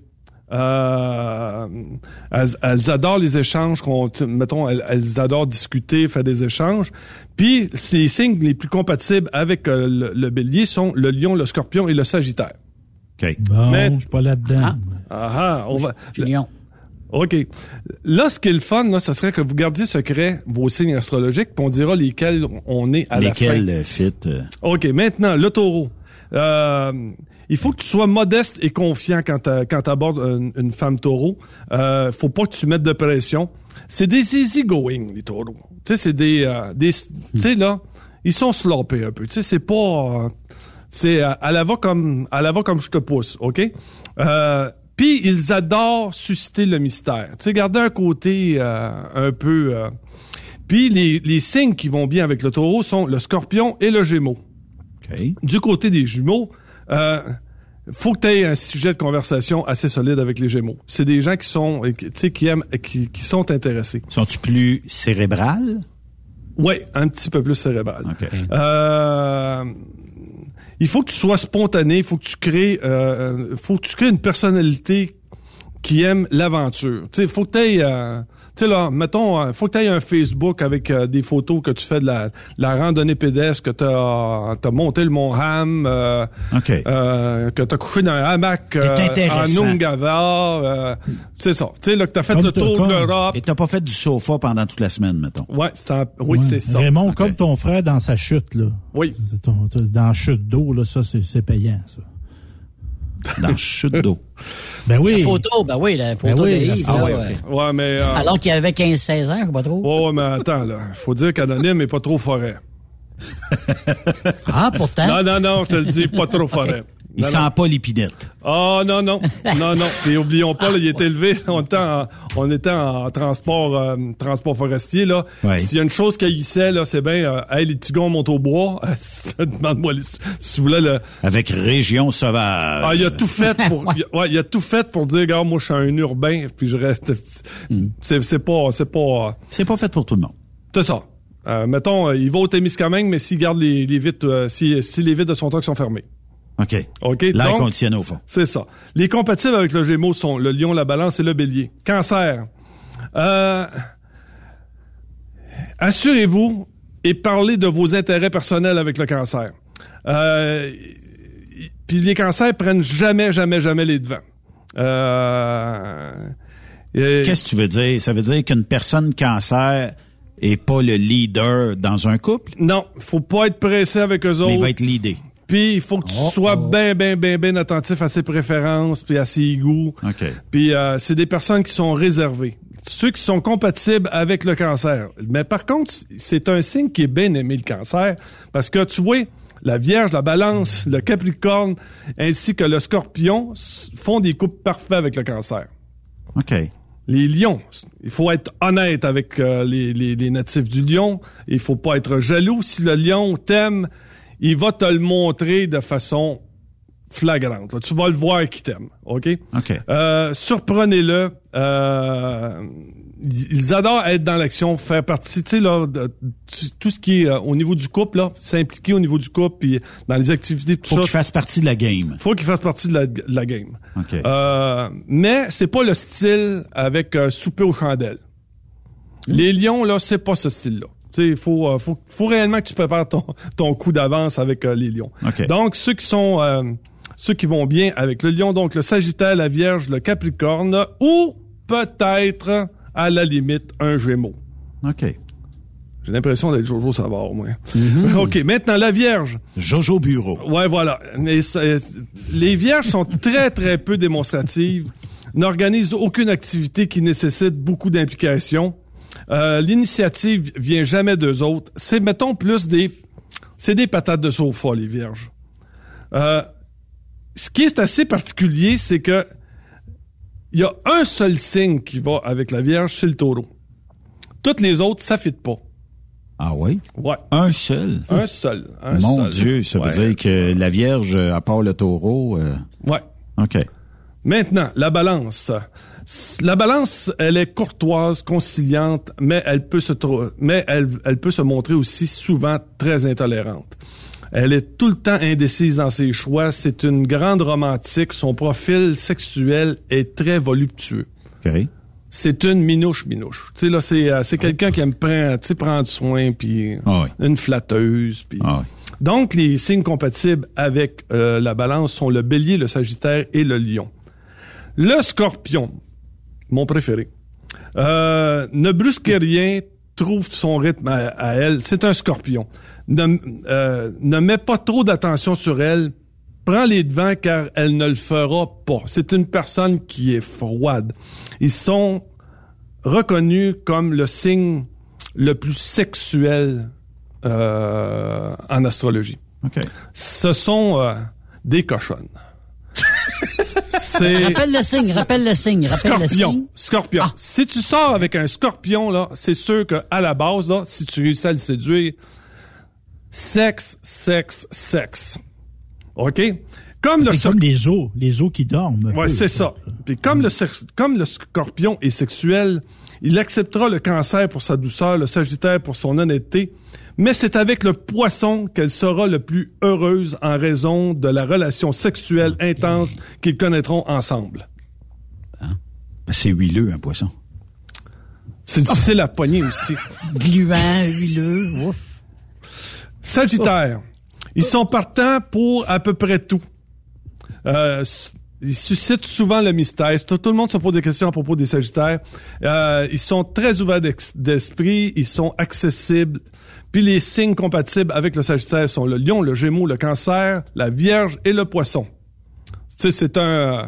Euh, elles, elles adorent les échanges, qu'on, mettons, elles, elles adorent discuter, faire des échanges. Puis, les signes les plus compatibles avec euh, le, le bélier sont le lion, le scorpion et le sagittaire. OK. Bon, Mais, je suis pas là-dedans. Ah, ah, ah on va... je suis lion. OK. Là, ce qui est le fun, là, ça serait que vous gardiez secret vos signes astrologiques, puis on dira lesquels on est à lesquels la fin. Lesquels fit. Euh... OK. Maintenant, le taureau. Euh, il faut que tu sois modeste et confiant quand tu quand abordes une, une femme taureau. Euh, faut pas que tu mettes de pression. C'est des easy going, les taureaux. Tu sais, c'est des, euh, des tu sais, là, ils sont sloppés un peu. Tu sais, c'est pas, euh, c'est, euh, à la va comme, à la va comme je te pousse, OK? Euh, puis ils adorent susciter le mystère. Tu sais, garder un côté euh, un peu. Euh, puis les, les signes qui vont bien avec le taureau sont le scorpion et le gémeau. Okay. Du côté des Jumeaux, euh, faut que tu aies un sujet de conversation assez solide avec les Gémeaux. C'est des gens qui sont, tu sais, qui aiment, qui, qui sont intéressés. Sont-tu plus cérébral? Oui, un petit peu plus cérébral. Okay. Euh, il faut que tu sois spontané, il faut que tu crées, euh, faut que tu crées une personnalité qui aime l'aventure. Tu sais, il faut que tu aies, euh, tu sais là, mettons, il faut que tu aies un Facebook avec euh, des photos que tu fais de la, de la randonnée pédestre, que tu as monté le Mont Ham, euh, okay. euh, que tu as couché dans un hamac euh, en Ungava, euh, c'est ça. Tu sais, là, que tu as fait comme le tour comme... de l'Europe. Et tu n'as pas fait du sofa pendant toute la semaine, mettons. Ouais, c'est un... Oui, ouais. c'est ça. Raymond, okay. comme ton frère dans sa chute, là. Oui. Ton, dans la chute d'eau, là, ça, c'est, c'est payant, ça. Dans la chute d'eau. Ben oui. La photo, ben oui, la photo ben oui, de Yves. ah, là, ouais, ouais. Okay. ouais, mais... Euh... Alors qu'il avait quinze seize ans, je sais pas trop. Ouais, ouais, mais attends, là. Faut dire qu'Anonyme est pas trop forêt. Ah, pourtant. Non, non, non, je te le dis, pas trop forêt. Il non, sent non. pas l'épinette. Ah, oh, non, non. Non, non. Et oublions pas, là, il est élevé. On était en, on était en transport, euh, transport forestier, là. Ouais. S'il y a une chose qu'il haïssait, là, c'est bien, euh, hey, les tigons montent au bois. Demande-moi, si vous voulez, le... Avec Région Sauvage. Ah, il a tout fait pour, il a, ouais, il a tout fait pour dire, regarde, moi, je suis un urbain, puis je reste, mm. c'est, c'est pas, c'est pas, c'est pas fait pour tout le monde. C'est ça. Euh, mettons, il va au Témiscamingue, mais s'il garde les, les vitres, euh, si, si les vitres de son truck sont fermées. OK. OK. L'air donc, conditionné au fond. C'est ça. Les compatibles avec le Gémeaux sont le Lion, la Balance et le Bélier. Cancer. Euh, assurez-vous et parlez de vos intérêts personnels avec le Cancer. Euh, Puis les cancers prennent jamais, jamais, jamais les devants. Euh, et... Qu'est-ce que tu veux dire? Ça veut dire qu'une personne cancer est pas le leader dans un couple? Non. Faut pas être pressé avec eux autres. Mais il va être leadé. Puis il faut que tu oh, sois oh. bien, bien, bien, bien attentif à ses préférences puis à ses goûts. Okay. Puis euh, c'est des personnes qui sont réservées. Ceux qui sont compatibles avec le cancer. Mais par contre, c'est un signe qui est bien aimé, le cancer, parce que tu vois, la Vierge, la Balance, le Capricorne, ainsi que le Scorpion font des couples parfaits avec le cancer. OK. Les lions, il faut être honnête avec euh, les, les, les natifs du lion. Il faut pas être jaloux. Si le lion t'aime, il va te le montrer de façon flagrante. Là. Tu vas le voir qu'il t'aime, OK? OK. Euh, surprenez-le. Euh, ils adorent être dans l'action, faire partie, tu sais, là, de, tout ce qui est euh, au niveau du couple, là, s'impliquer au niveau du couple, puis dans les activités, tout Faut ça. Faut qu'il fasse partie de la game. Faut qu'il fasse partie de la, de la game. OK. Euh, mais c'est pas le style avec euh, souper aux chandelles. Mmh. Les lions, là, c'est pas ce style-là. Il faut, euh, faut, faut réellement que tu prépares ton, ton coup d'avance avec euh, les lions. Okay. Donc, ceux qui sont euh, ceux qui vont bien avec le lion, donc le Sagittaire, la Vierge, le Capricorne, ou peut-être, à la limite, un Gémeaux. OK. J'ai l'impression d'être Jojo Savard, au moins. Mm-hmm. OK, maintenant, la Vierge. Jojo Bureau. Ouais, voilà. Les, les Vierges sont très, très peu démonstratives, n'organisent aucune activité qui nécessite beaucoup d'implication. Euh, l'initiative vient jamais d'eux autres. C'est, mettons, plus des... C'est des patates de sofa, les Vierges. Euh, ce qui est assez particulier, c'est que il y a un seul signe qui va avec la Vierge, c'est le Taureau. Toutes les autres, ça ne fit pas. Ah oui? Ouais. Un seul? Un seul. Un Mon seul. Dieu, ça ouais. veut dire que la Vierge, à part le Taureau... Euh... Ouais. OK. Maintenant, la Balance... La Balance, elle est courtoise, conciliante, mais elle peut se tro- mais elle, elle peut se montrer aussi souvent très intolérante. Elle est tout le temps indécise dans ses choix. C'est une grande romantique. Son profil sexuel est très voluptueux. Okay. C'est une minouche-minouche. Tu sais, là, c'est, euh, c'est quelqu'un qui aime prendre, tu sais, prendre soin, puis ah oui. une flatteuse. Puis... Ah oui. Donc, les signes compatibles avec euh, la balance sont le bélier, le sagittaire et le lion. Le scorpion, mon préféré, euh, ne brusquez rien, trouve son rythme à, à elle. C'est un scorpion. Ne, euh, ne met pas trop d'attention sur elle. Prends les devants car elle ne le fera pas. C'est une personne qui est froide. Ils sont reconnus comme le signe le plus sexuel euh, en astrologie. Okay. Ce sont euh, des cochonnes. C'est... Rappelle le signe, rappelle le signe, rappelle scorpion, le signe. Scorpion. Ah. Si tu sors avec un scorpion, là, c'est sûr qu'à la base, là, si tu réussis à le séduire, sexe, sexe, sexe. OK? Comme c'est le comme les os, les os qui dorment. Ouais, c'est ça. Puis comme le, comme le scorpion est sexuel, il acceptera le cancer pour sa douceur, le sagittaire pour son honnêteté, mais c'est avec le poisson qu'elle sera le plus heureuse en raison de la relation sexuelle intense qu'ils connaîtront ensemble. Hein? Ben, c'est huileux, un poisson. C'est difficile à pogner aussi. Gluant, huileux, ouf. Sagittaire. Ils sont partants pour à peu près tout. Euh, ils suscitent souvent le mystère. Tout, tout le monde se pose des questions à propos des Sagittaires. Euh, ils sont très ouverts d'esprit. Ils sont accessibles. Puis les signes compatibles avec le Sagittaire sont le Lion, le Gémeaux, le Cancer, la Vierge et le Poisson. Tu sais, c'est un...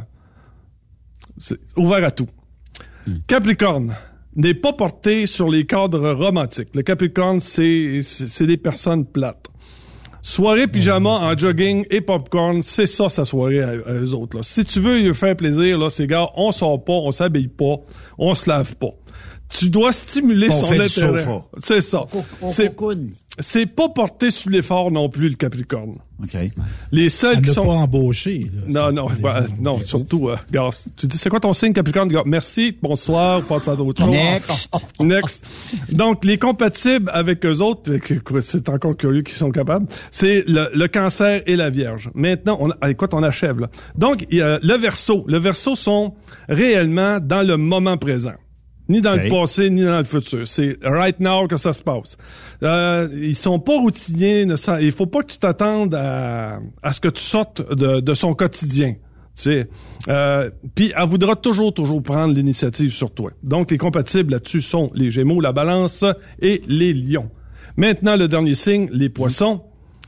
C'est ouvert à tout. Mm. Capricorne n'est pas porté sur les cadres romantiques. Le Capricorne, c'est, c'est, c'est des personnes plates. Soirée pyjama en jogging et popcorn, c'est ça sa soirée à, à eux autres. Là. Si tu veux lui faire plaisir, là, ces gars, on sort pas, on s'habille pas, on se lave pas. Tu dois stimuler on son fait intérêt. Du sofa. C'est ça. On, on c'est, c'est pas porté sur l'effort non plus, le Capricorne. Okay. Les seuls Elle qui n'a sont... pas embauché. Là, non, non, bah, non, surtout, euh, gars, tu dis, c'est quoi ton signe, Capricorne? Gars, merci, bonsoir, passe à d'autres choses. Next. Next. Donc, les compatibles avec eux autres, c'est encore curieux qu'ils sont capables, c'est le, le Cancer et la Vierge. Maintenant, on, écoute, on achève, là. Donc, il y a le Verseau. Le Verseau sont réellement dans le moment présent. Ni dans okay. le passé, ni dans le futur. C'est right now que ça se passe. Euh, ils sont pas routiniers. Ne, il faut pas que tu t'attendes à, à ce que tu sortes de, de son quotidien. Tu sais. Euh, puis elle voudra toujours, toujours prendre l'initiative sur toi. Donc, les compatibles là-dessus sont les Gémeaux, la Balance et les Lions. Maintenant, le dernier signe, les Poissons.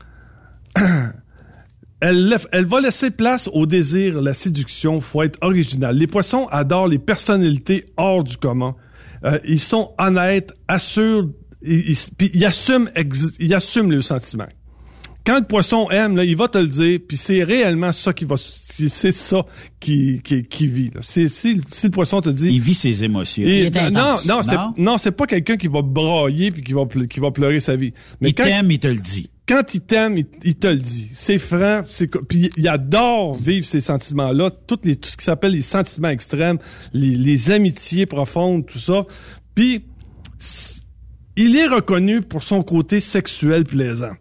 Elle, elle va laisser place au désir, la séduction, faut être original. Les Poissons adorent les personnalités hors du commun. Euh, ils sont honnêtes, assurent, ils, ils, puis ils assument, ex, ils assument leurs sentiments. Quand le Poisson aime, là, il va te le dire, puis c'est réellement ça qui va, c'est ça qui qui, qui vit. Là. C'est si, si le Poisson te dit, il vit ses émotions. Et, il est intense. non, non, c'est non, c'est pas quelqu'un qui va brailler puis qui va qui va pleurer sa vie. Mais il quand, t'aime, il te le dit. Quand il t'aime, il, il te le dit. C'est franc, c'est puis il adore vivre ces sentiments-là, toutes les tout ce qui s'appelle les sentiments extrêmes, les, les amitiés profondes, tout ça. Puis il est reconnu pour son côté sexuel plaisant.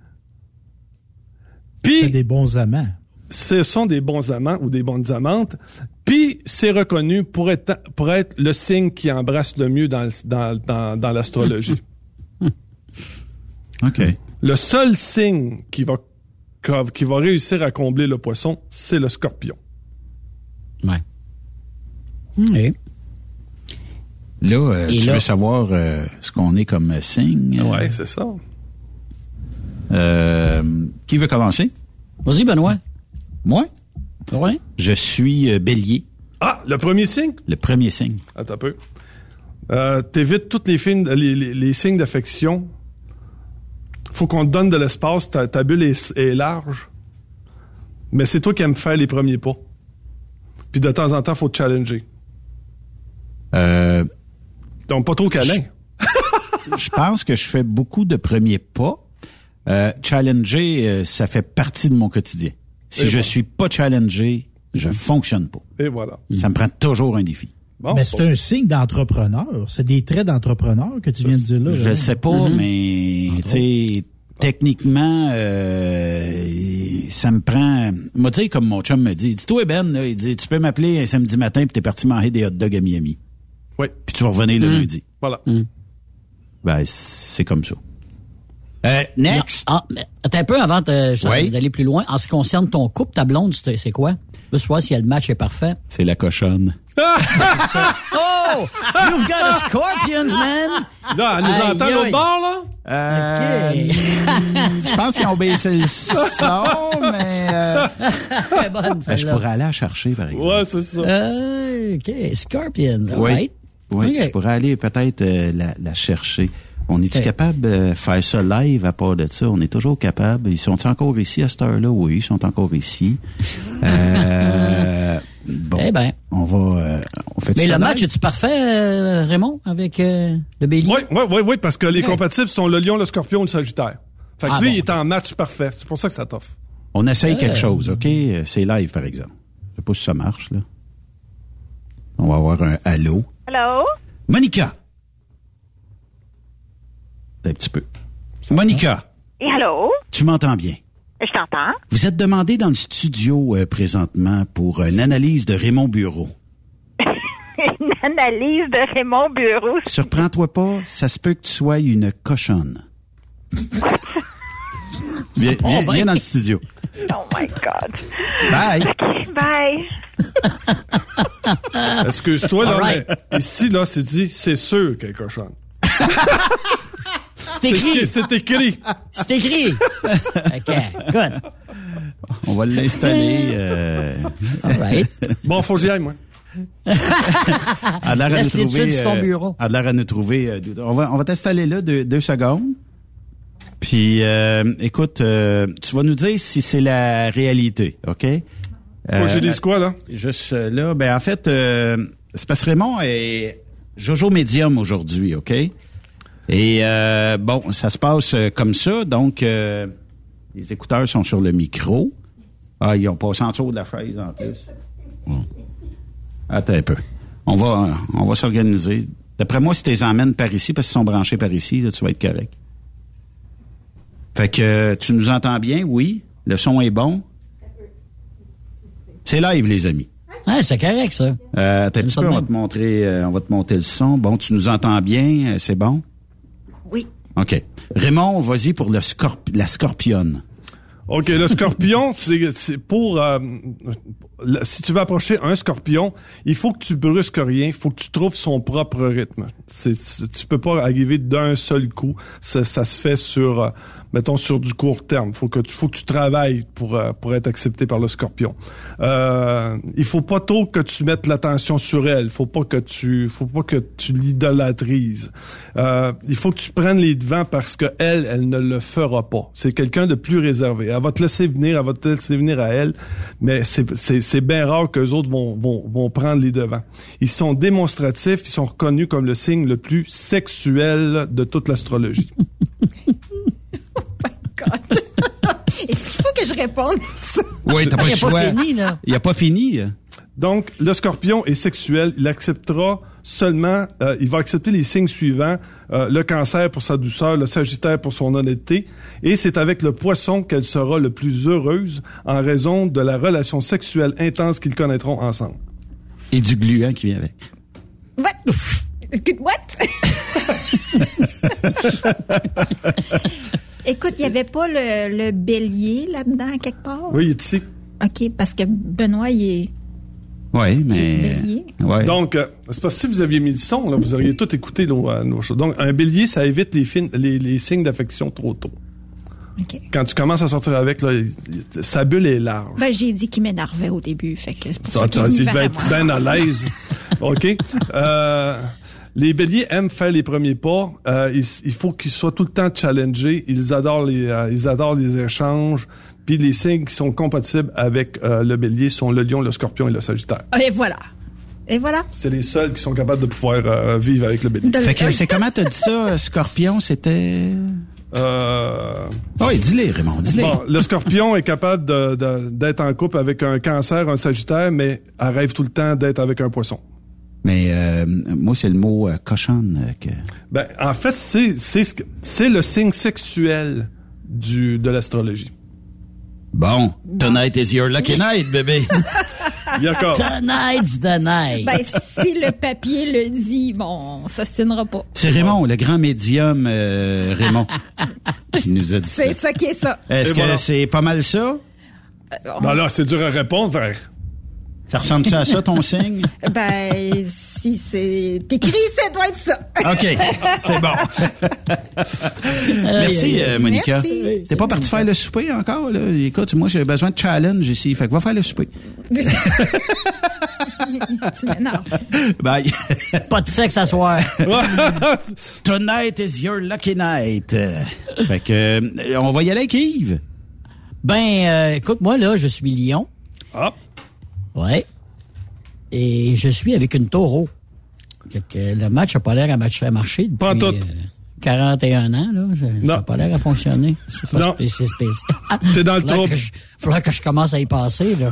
Puis c'est des bons amants. Ce sont des bons amants ou des bonnes amantes. Puis c'est reconnu pour être pour être le signe qui embrasse le mieux dans dans dans, dans l'astrologie. OK. Le seul signe qui va, qui va réussir à combler le Poisson, c'est le Scorpion. Ouais. Oui. Là, euh, tu là, veux savoir euh, ce qu'on est comme signe? Oui, euh, c'est ça. Euh, qui veut commencer? Vas-y, Benoît. Moi? Oui. Je suis euh, Bélier. Ah, le premier signe? Le premier signe. Attends un peu. Euh, t'évites tous les, films, les, les, les signes d'affection. Faut qu'on te donne de l'espace, ta, ta bulle est, est large. Mais c'est toi qui aimes faire les premiers pas. Puis de temps en temps, faut te challenger. Euh, Donc, pas trop câlin. Je, je pense que je fais beaucoup de premiers pas. Euh, challenger, euh, ça fait partie de mon quotidien. Si Et je voilà. suis pas challengé, je fonctionne pas. Et voilà. Ça me prend toujours un défi. Bon, mais c'est bon. Un signe d'entrepreneur. C'est des traits d'entrepreneur que tu viens de dire là. Je ne sais pas, mm-hmm. mais tu sais, techniquement, euh, ça me prend... Moi, tu sais, comme mon chum me dit, dis-toi, Ben, là, il dit, tu peux m'appeler un samedi matin puis t'es parti manger des hot dogs à Miami. Oui. Puis tu vas revenir le mmh. lundi. Voilà. Mmh. Ben, c'est comme ça. Euh, next. Ah, mais attends un peu avant de, oui. d'aller plus loin. En ce qui concerne ton couple, ta blonde, c'est, c'est quoi? Juste voir si le match est parfait. C'est la cochonne. Oh! You've got a Scorpions, man! Là, elle nous aïe, entend aïe. l'autre bord, là? Euh, OK. Je pense qu'ils ont baissé le son, mais... Euh, Très bonne, ben, je pourrais aller la chercher, par exemple. Ouais, c'est ça. Euh, OK. Scorpions, all Oui, right. oui Okay. je pourrais aller peut-être euh, la, la chercher. On est-tu Okay. capable de faire ça live à part de ça? On est toujours capable. Ils sont encore ici à cette heure-là? Oui, ils sont encore ici. Euh, bon, eh ben. on va... Euh, on fait Mais ça le match, live? est-tu parfait, euh, Raymond, avec euh, le bélier? Oui, oui, oui, oui, parce que les Okay. compatibles sont le lion, le scorpion et le sagittaire. Fait que Ah, lui, bon, il est en match parfait. C'est pour ça que ça t'offre. On essaye Euh. quelque chose, OK? C'est live, par exemple. Je sais pas si ça marche, là. On va avoir un allô. Hello? Monica! Un petit peu. Monica, Et hello? tu m'entends bien? Je t'entends. Vous êtes demandé dans le studio euh, présentement pour une analyse de Raymond Bureau. Une analyse de Raymond Bureau. Surprends-toi pas, ça se peut que tu sois une cochonne. Viens, viens, viens dans le studio. Oh my God. Bye. OK, bye. Excuse-toi, là, All right. mais ici, là, c'est dit, c'est sûr qu'elle est cochonne. C'est écrit. C'est écrit. C'est écrit. OK, good. On va l'installer. Euh... All right. Bon, faut que j'y aille, moi. À l'air à nous Laisse l'étude trouver. sur ton euh, bureau. À l'air à nous trouver. euh, on va, on va t'installer là deux, deux secondes. Puis, euh, écoute, euh, tu vas nous dire si c'est la réalité, OK? Faut que j'ai des quoi, là? Juste euh, là, ben en fait, euh, c'est parce que Raymond est Jojo Médium aujourd'hui, OK? Et euh, bon, ça se passe euh, comme ça, donc euh, les écouteurs sont sur le micro. Ah, ils ont passé en dessous de la chaise en plus. Bon. Attends un peu. On va, on va s'organiser. D'après moi, si tu les emmènes par ici, parce qu'ils sont branchés par ici, là, tu vas être correct. Fait que euh, tu nous entends bien, oui? Le son est bon? C'est live, les amis. Ah, c'est correct, ça. Euh, attends un petit ça peu, de on va même. te montrer, euh, on va te monter le son. Bon, tu nous entends bien, euh, c'est bon? Oui. OK. Raymond, vas-y pour le scorp- la scorpionne. OK, le scorpion, c'est, c'est pour... euh, le- si tu veux approcher un scorpion, il faut que tu brusques rien, il faut que tu trouves son propre rythme. C'est, c'est- tu peux pas arriver d'un seul coup. Ça, ça se fait sur, euh, mettons, sur du court terme. Faut que tu, faut que tu travailles pour, euh, pour être accepté par le scorpion. Euh, il faut pas trop que tu mettes l'attention sur elle. Faut pas que tu, faut pas que tu l'idolâtrises. Euh, il faut que tu prennes les devants parce que elle, elle ne le fera pas. C'est quelqu'un de plus réservé. Elle va te laisser venir, elle va te laisser venir à elle, mais c'est, c'est, c'est bien rare qu'eux autres vont, vont, vont prendre les devants. Ils sont démonstratifs, ils sont reconnus comme le signe le plus sexuel de toute l'astrologie. Est-ce qu'il faut que je réponde à ça? Oui, t'as pas Il le a choix. pas fini, là. Il a pas fini. Donc, le scorpion est sexuel. Il acceptera seulement, euh, il va accepter les signes suivants, euh, le cancer pour sa douceur, le sagittaire pour son honnêteté, et c'est avec le poisson qu'elle sera le plus heureuse en raison de la relation sexuelle intense qu'ils connaîtront ensemble. Et du gluant qui vient avec. What? What? Écoute, il n'y avait pas le, le bélier là-dedans quelque part? Oui, il est ici. OK, parce que Benoît, il est... Oui, mais... Bélier. Ouais. Donc, euh, c'est parce que si vous aviez mis le son, là, vous auriez tout écouté nos, euh, nos choses. Donc, un bélier, ça évite les, fin- les, les signes d'affection trop tôt. OK. Quand tu commences à sortir avec, là, il- il- sa bulle est large. Ben, j'ai dit qu'il m'énervait au début, fait que c'est pour ça Ah, qu'il tu- est il venu devait vers être moi. bien à l'aise. OK? Euh, les béliers aiment faire les premiers pas. Euh, il, il faut qu'ils soient tout le temps challengés. Ils adorent les, euh, ils adorent les échanges. Puis les signes qui sont compatibles avec euh, le bélier sont le lion, le scorpion et le sagittaire. Et voilà. Et voilà. C'est les seuls qui sont capables de pouvoir euh, vivre avec le bélier. De Fait le- que c'est comment t'as dit ça, Scorpion, c'était... Euh... Oui, dis-les, Raymond, dis-les. Bon, le scorpion est capable de, de- d'être en couple avec un cancer, un sagittaire, mais elle rêve tout le temps d'être avec un poisson. Mais euh, moi, c'est le mot euh, cochonne euh, que... Ben, en fait, c'est, c'est, ce que- c'est le signe sexuel du, de l'astrologie. Bon, tonight is your lucky night, bébé. D'accord. Tonight's the night. Ben, si le papier le dit, bon, on s'ostinera pas. C'est Raymond, le grand médium euh, Raymond, qui nous a dit ça. C'est ça qui est ça. Est-ce Et que voilà. c'est pas mal ça? Ben là, c'est dur à répondre, frère. Ça ressemble ça à ça, ton signe? Ben, si c'est écrit, ça doit être ça. OK, c'est bon. Merci, euh, Monica. Merci. T'es pas parti faire le souper encore, là? Écoute, moi, j'ai besoin de challenge ici. Fait que va faire le souper. Tu m'énerves. Bye. Pas de sexe à soir. Tonight is your lucky night. Fait que, euh, on va y aller avec Yves. Ben, euh, écoute, moi, là, je suis lion. Ah. Ouais. Et je suis avec une taureau. Fait que le match n'a pas l'air à match- à marcher depuis Pas tout. euh, quarante et un ans. Là. Je- ça n'a pas l'air à fonctionner. C'est pas Non. spécial. spécial. T'es dans le Faudrait trouble. que je- Faudrait que je commence à y passer, là.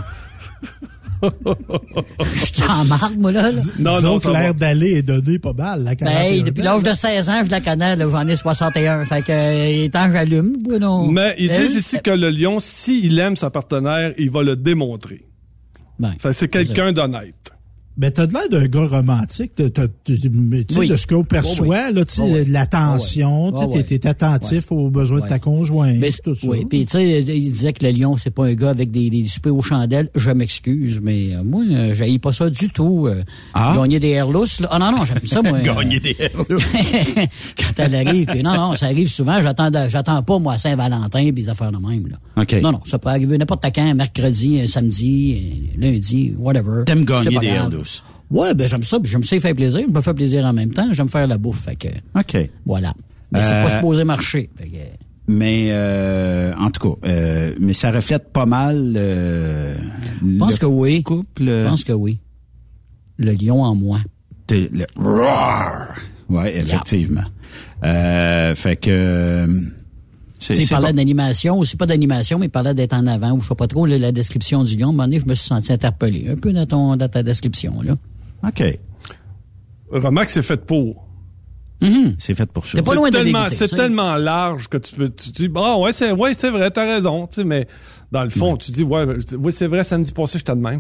Je suis en marde, moi, là. là. Non, Disons non, que ça va. l'air d'aller est donné pas mal. La Ben, hey, depuis l'âge de seize ans, je la connais, là, j'en ai soixante et un. Fait que, euh, il est temps que j'allume, moi, non. Mais ils Elle, disent ici que le lion, s'il aime sa partenaire, il va le démontrer. Ben, Fait que c'est quelqu'un d'honnête. Ben, t'as de l'air d'un gars romantique. T'as- t'as- Tu sais, Oui. de ce qu'on perçoit, Oh, oui. là, tu sais, Oh, oui. de l'attention, Oh, tu sais, oui. t'es- t'es attentif aux besoins de Ouais. ta conjointe, Mais, tout ça. oui, puis tu sais, il disait que le lion, c'est pas un gars avec des, des soupers aux chandelles. Je m'excuse, mais euh, moi, euh, j'haïs pas ça du tout. euh, Ah? Gagner des airlousses, là. Ah non, non, j'aime ça, moi. Gagner des héros. Quand elle arrive, puis non, non, ça arrive souvent. J'attends, de- j'attends pas, moi, à Saint-Valentin, puis des affaires de même, là. OK. Non, non, ça peut arriver n'importe quand, un mercredi, un samedi, un lundi, whatever. T'aimes C'est gagner pas des grave. airs-douces. Ouais, ben j'aime ça, puis j'aime ça, il fait plaisir. Je me fais plaisir en même temps. J'aime faire la bouffe, fait que, OK. voilà. Mais c'est Euh, pas supposé marcher. Fait que, Mais, euh, en tout cas, euh, mais ça reflète pas mal euh, je pense le que oui. couple. Je pense que oui. Le lion en moi. de- le roar. Ouais, effectivement. Euh, fait que... euh, c'est- Tu sais, il c'est parlait bon. d'animation, aussi pas d'animation, mais il parlait d'être en avant, ou je sais pas trop, là, la description du lion. À un moment donné, je me suis senti interpellé, un peu dans, ton, dans ta description, là. OK. Remarque, c'est fait pour. Mm-hmm. C'est fait pour ça. T'es pas C'est loin de tellement, l'éviter, c'est tu sais. tellement large que tu peux, tu dis, ah ouais, c'est, ouais, c'est vrai, t'as raison, tu sais, mais dans le fond, tu dis, ouais, oui, c'est vrai, samedi passé, j'étais de même.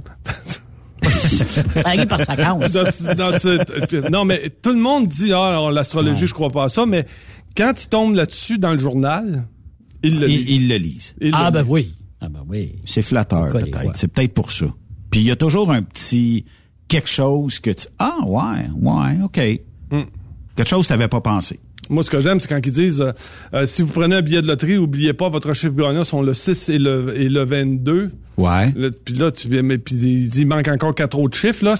Ça arrive par séquence. non, non, c'est- non, mais tout le monde dit, ah, alors, l'astrologie, Ouais. je crois pas à ça, mais quand ils tombent là-dessus dans le journal, ils le Ils, lisent. ils le lisent. Ils Ah, le ben lisent. oui. Ah, ben oui. C'est flatteur, Quoi, des fois. peut-être. C'est peut-être pour ça. Puis il y a toujours un petit quelque chose que tu... Ah, ouais, ouais, OK. Mm. Quelque chose que tu n'avais pas pensé. Moi, ce que j'aime, c'est quand ils disent, euh, euh, si vous prenez un billet de loterie, oubliez pas, votre chiffre gagnant sont le six et le, et le vingt-deux. Ouais. Là, puis là, tu mais puis il dit, il manque encore quatre autres chiffres, là.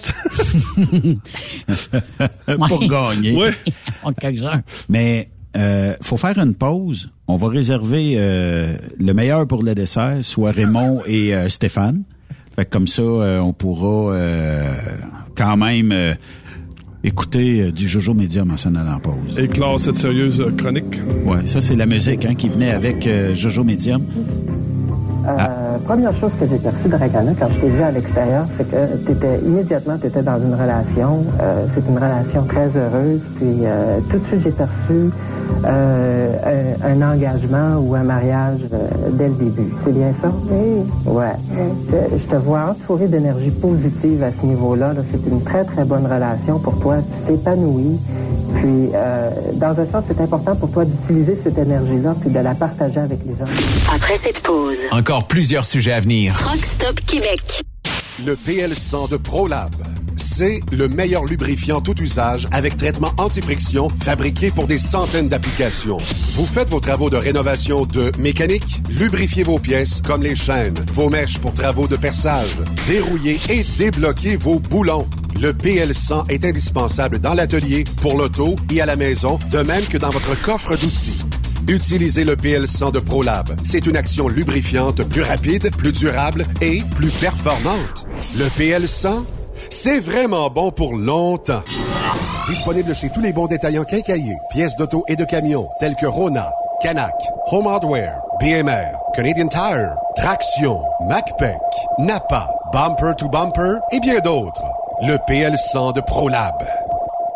Pour gagner. Oui. On quelques-uns. Mais euh, faut faire une pause. On va réserver euh, le meilleur pour le dessert, soit Raymond et euh, Stéphane. Fait que comme ça, euh, on pourra euh, quand même euh, écouter euh, du Jojo Médium en s'en allant en pause. Éclore cette sérieuse euh, chronique. Ouais, ça c'est la musique hein, qui venait avec euh, Jojo Médium. Euh, Première chose que j'ai perçue de Rakana quand je t'ai vu à l'extérieur, c'est que t'étais immédiatement t'étais dans une relation. Euh, c'est une relation très heureuse. Puis euh, tout de suite j'ai perçu euh, un, un engagement ou un mariage euh, dès le début. C'est bien ça? Oui. Ouais. Je, je te vois entouré d'énergie positive à ce niveau-là. Là. C'est une très très bonne relation pour toi. Tu t'épanouis. Puis, euh, dans un sens, c'est important pour toi d'utiliser cette énergie-là puis de la partager avec les gens. Après cette pause, Encore plusieurs sujets à venir. Rockstop Québec. Le P L cent de ProLab. C'est le meilleur lubrifiant tout usage avec traitement anti-friction fabriqué pour des centaines d'applications. Vous faites vos travaux de rénovation de mécanique, lubrifiez vos pièces comme les chaînes, vos mèches pour travaux de perçage, dérouillez et débloquez vos boulons. Le P L cent est indispensable dans l'atelier, pour l'auto et à la maison, de même que dans votre coffre d'outils. Utilisez le P L cent de ProLab. C'est une action lubrifiante plus rapide, plus durable et plus performante. Le P L cent, c'est vraiment bon pour longtemps. Disponible chez tous les bons détaillants quincailliers, pièces d'auto et de camions, tels que Rona, Canac, Home Hardware, B M R, Canadian Tire, Traction, MacPac, Napa, Bumper to Bumper et bien d'autres. Le P L cent de ProLab.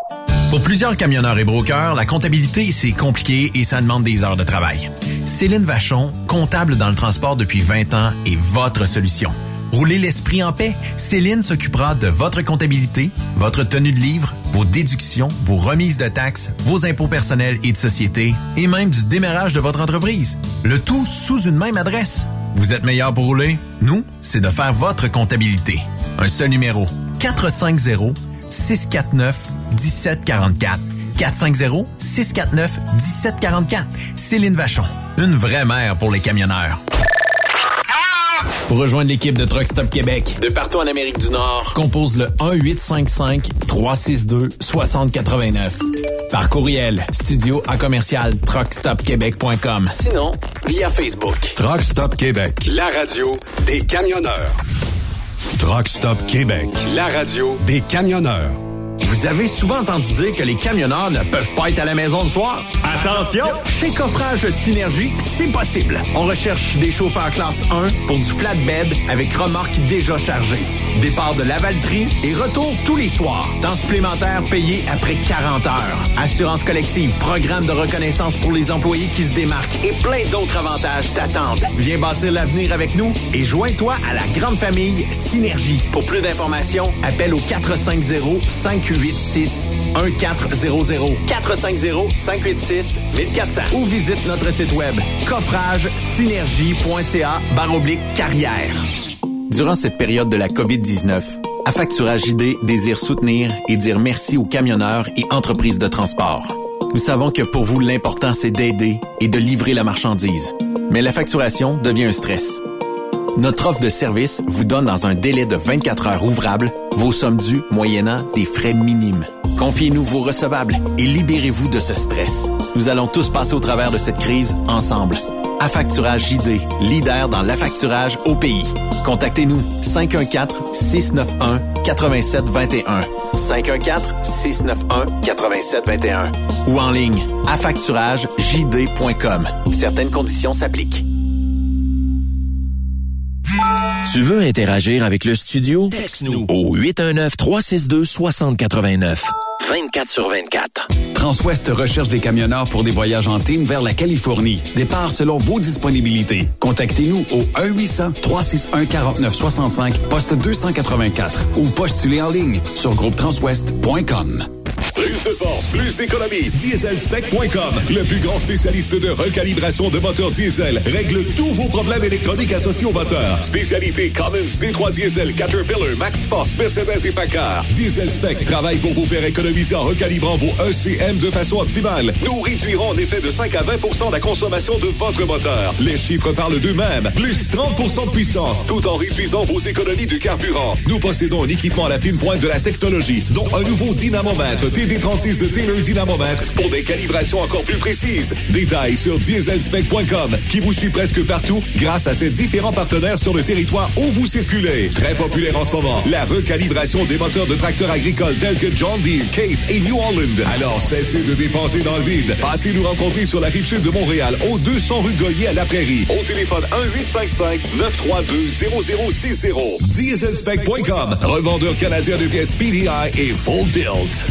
Pour plusieurs camionneurs et brokers, la comptabilité, c'est compliqué et ça demande des heures de travail. Céline Vachon, comptable dans le transport depuis vingt ans, est votre solution. Roulez l'esprit en paix. Céline s'occupera de votre comptabilité, votre tenue de livre, vos déductions, vos remises de taxes, vos impôts personnels et de société, et même du démarrage de votre entreprise. Le tout sous une même adresse. Vous êtes meilleur pour rouler? Nous, c'est de faire votre comptabilité. Un seul numéro. quatre cinq zéro, six quatre neuf, un sept quatre quatre. quatre cinq zéro, six quatre neuf, un sept quatre quatre. Céline Vachon. Une vraie mère pour les camionneurs. Pour rejoindre l'équipe de Truck Stop Québec, de partout en Amérique du Nord, compose le un huit cinq cinq, trois six deux, six zéro huit neuf. Par courriel, studio à commercial truck stop québec point com. Sinon, via Facebook. Truck Stop Québec, la radio des camionneurs. Truck Stop Québec, la radio des camionneurs. Vous avez souvent entendu dire que les camionneurs ne peuvent pas être à la maison le soir? Attention! Chez Coffrage Synergie, c'est possible. On recherche des chauffeurs classe un pour du flatbed avec remorque déjà chargée. Départ de Lavaltrie et retour tous les soirs. Temps supplémentaire payé après quarante heures. Assurance collective, programme de reconnaissance pour les employés qui se démarquent et plein d'autres avantages t'attendent. Viens bâtir l'avenir avec nous et joins-toi à la grande famille Synergie. Pour plus d'informations, appelle au quatre cinq zéro, cinq huit six, un quatre zéro zéro, quatre cinq zéro, cinq huit six, mille quatre cents ou visite notre site web coffrage synergie point c a barre oblique carrière. Durant cette période de la covid dix-neuf, Affacturage I D désire soutenir et dire merci aux camionneurs et entreprises de transport. Nous savons que pour vous, l'important, c'est d'aider et de livrer la marchandise. Mais la facturation devient un stress. Notre offre de service vous donne dans un délai de vingt-quatre heures ouvrables vos sommes dues moyennant des frais minimes. Confiez-nous vos recevables et libérez-vous de ce stress. Nous allons tous passer au travers de cette crise ensemble. Affacturage I D, leader dans l'affacturage au pays. Contactez-nous cinq un quatre, six neuf un, huit sept deux un, cinq un quatre, six neuf un, huit sept deux un ou en ligne affacturage j d point com. Certaines conditions s'appliquent. Tu veux interagir avec le studio? Texte-nous au huit un neuf, trois six deux, six zéro huit neuf. vingt-quatre sur vingt-quatre. Transwest recherche des camionneurs pour des voyages en team vers la Californie. Départ selon vos disponibilités. Contactez-nous au un huit cents, trois six un, quatre neuf six cinq, poste deux cent quatre-vingt-quatre ou postulez en ligne sur groupe transwest point com. Plus de force, plus d'économie. diesel spec point com, le plus grand spécialiste de recalibration de moteurs diesel, règle tous vos problèmes électroniques associés au moteur. Spécialité Cummins, D trois Diesel, Caterpillar, Max Force, Mercedes et Packard. Diesel Spec travaille pour vous faire économiser en recalibrant vos E C M de façon optimale. Nous réduirons en effet de cinq à vingt pour cent la consommation de votre moteur. Les chiffres parlent d'eux-mêmes. Plus trente pour cent de puissance, tout en réduisant vos économies de carburant. Nous possédons un équipement à la fine pointe de la technologie, dont un nouveau dynamomètre T D trente-six de Taylor Dynamomètre pour des calibrations encore plus précises. Détails sur diesel spec point com qui vous suit presque partout grâce à ses différents partenaires sur le territoire où vous circulez. Très populaire en ce moment, la recalibration des moteurs de tracteurs agricoles tels que John Deere, Case et New Holland. Alors cessez de dépenser dans le vide. Passez nous rencontrer sur la rive sud de Montréal au deux cents rue Goyer à La Prairie. Au téléphone un huit cinq cinq, neuf trois deux, zéro zéro six zéro. diesel spec point com, revendeur canadien de pièces P D I et Full Tilt.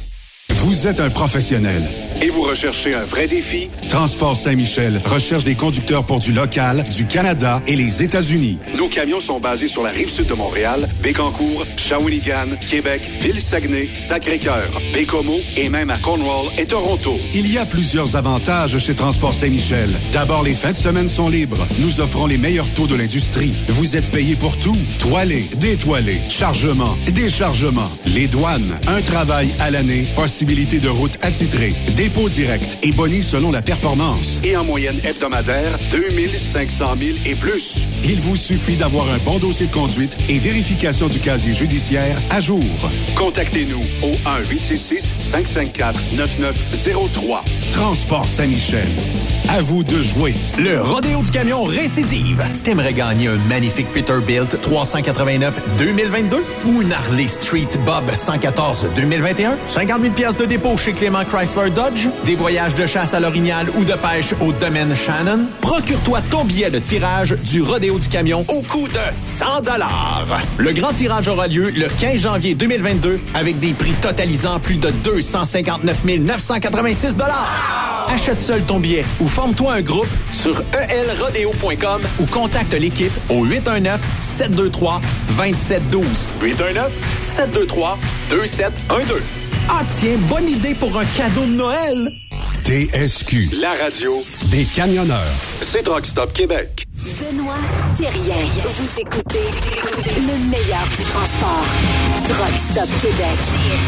Vous êtes un professionnel Et vous recherchez un vrai défi? Transport Saint-Michel recherche des conducteurs pour du local, du Canada et les États-Unis. Nos camions sont basés sur la rive sud de Montréal, Bécancour, Shawinigan, Québec, Ville-Saguenay, Sacré-Cœur, Bécomo et même à Cornwall et Toronto. Il y a plusieurs avantages chez Transport Saint-Michel. D'abord, les fins de semaine sont libres. Nous offrons les meilleurs taux de l'industrie. Vous êtes payé pour tout. Toilé, détoilé, chargement, déchargement, les douanes, un travail à l'année, possibilité de route attitrée, dépôt direct et boni selon la performance. Et en moyenne hebdomadaire, deux mille cinq cents milles et plus. Il vous suffit d'avoir un bon dossier de conduite et vérification du casier judiciaire à jour. Contactez-nous au un huit six six, cinq cinq quatre, neuf neuf zéro trois. Transport Saint-Michel. À vous de jouer. Le rodéo du camion récidive. T'aimerais gagner un magnifique Peterbilt trois cent quatre-vingt-neuf deux mille vingt-deux ou une Harley Street Bob cent quatorze deux mille vingt et un? cinquante mille piastres de dépôt chez Clément Chrysler Dodge? Lodge, des voyages de chasse à l'Orignal ou de pêche au domaine Shannon, procure-toi ton billet de tirage du Rodéo du Camion au coût de cent dollars. Le grand tirage aura lieu le quinze janvier deux mille vingt-deux avec des prix totalisant plus de deux cent cinquante-neuf mille neuf cent quatre-vingt-six dollars. Achète seul ton billet ou forme-toi un groupe sur e l rodeo point com ou contacte l'équipe au huit un neuf, sept deux trois, deux sept un deux. huit un neuf, sept deux trois, deux sept un deux. Ah tiens, bonne idée pour un cadeau de Noël! T S Q, la radio des camionneurs. C'est Truck Stop Québec. Benoît Thérien. Vous écoutez le meilleur du transport. Truck Stop Québec.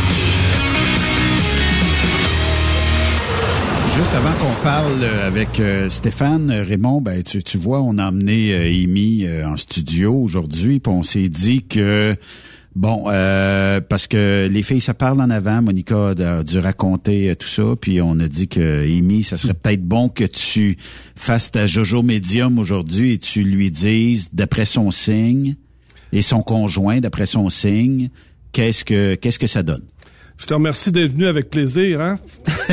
Juste avant qu'on parle avec euh, Stéphane, Raymond, ben tu, tu vois, on a emmené euh, Amy euh, en studio aujourd'hui, puis on s'est dit que bon, euh, parce que les filles se parlent en avant, Monica a, a dû raconter euh, tout ça, puis on a dit que Amy, ça serait peut-être bon que tu fasses ta Jojo Medium aujourd'hui et tu lui dises, d'après son signe, et son conjoint, d'après son signe, qu'est-ce que qu'est-ce que ça donne? Je te remercie d'être venu avec plaisir, hein?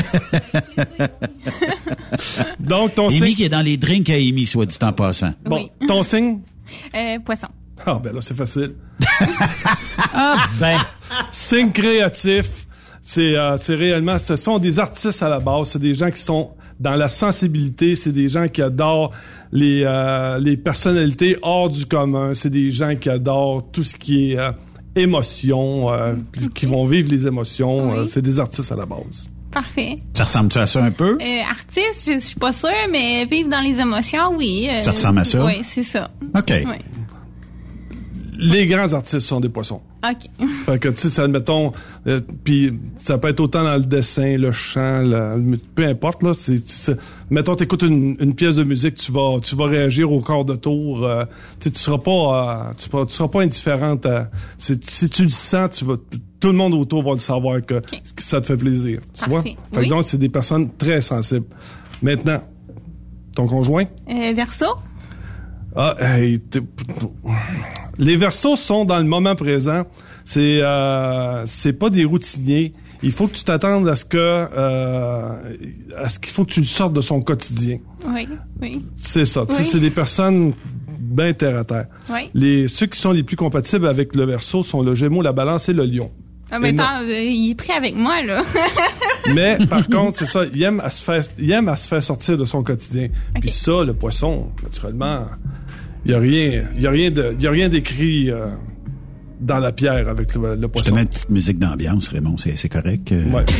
Donc, ton Amy signe... qui est dans les drinks à Amy, soit dit en passant. Bon, Oui. ton signe? Euh, poisson. Ah, ben là, c'est facile. Ah, ben. Signe créatif, c'est, euh, c'est réellement... Ce sont des artistes à la base. C'est des gens qui sont dans la sensibilité. C'est des gens qui adorent les, euh, les personnalités hors du commun. C'est des gens qui adorent tout ce qui est... Euh, émotions, euh, okay. qui vont vivre les émotions. Oui. Euh, c'est des artistes à la base. Parfait. Ça ressemble-tu à ça un peu? Euh, artiste, je, je suis pas sûre, mais vivre dans les émotions, oui. Euh, ça ressemble à ça? Oui, c'est ça. OK. Oui. Les grands artistes sont des poissons. OK. Fait que, tu sais, ça, admettons, euh, puis ça peut être autant dans le dessin, le chant, le, peu importe, là, c'est, c'est mettons, t'écoutes une, une pièce de musique, tu vas, tu vas réagir au quart de tour, euh, tu sais, tu seras pas, euh, tu, seras, tu seras pas indifférente à, si tu le sens, tu vas, tout le monde autour va le savoir que, okay. que ça te fait plaisir, tu Parfait. vois? Fait oui. que donc, c'est des personnes très sensibles. Maintenant, ton conjoint? Euh, Verseau? Ah, hey, les Verseaux sont dans le moment présent. C'est euh, c'est pas des routiniers. Il faut que tu t'attendes à ce que euh, à ce qu'il faut que tu sortes de son quotidien. Oui, oui. C'est ça. Oui. C'est des personnes bien terre à terre. Oui. Les ceux qui sont les plus compatibles avec le Verseau sont le Gémeaux, la Balance et le Lion. Ah mais attends, euh, il est pris avec moi là. Mais par contre, c'est ça, il aime à se faire il aime à se faire sortir de son quotidien. Okay. Puis ça, le poisson, naturellement, il y a rien, il y a rien de il y a rien d'écrit euh, dans la pierre avec le, le poisson. Je te mets une petite musique d'ambiance, Raymond, c'est c'est correct. Euh... Ouais.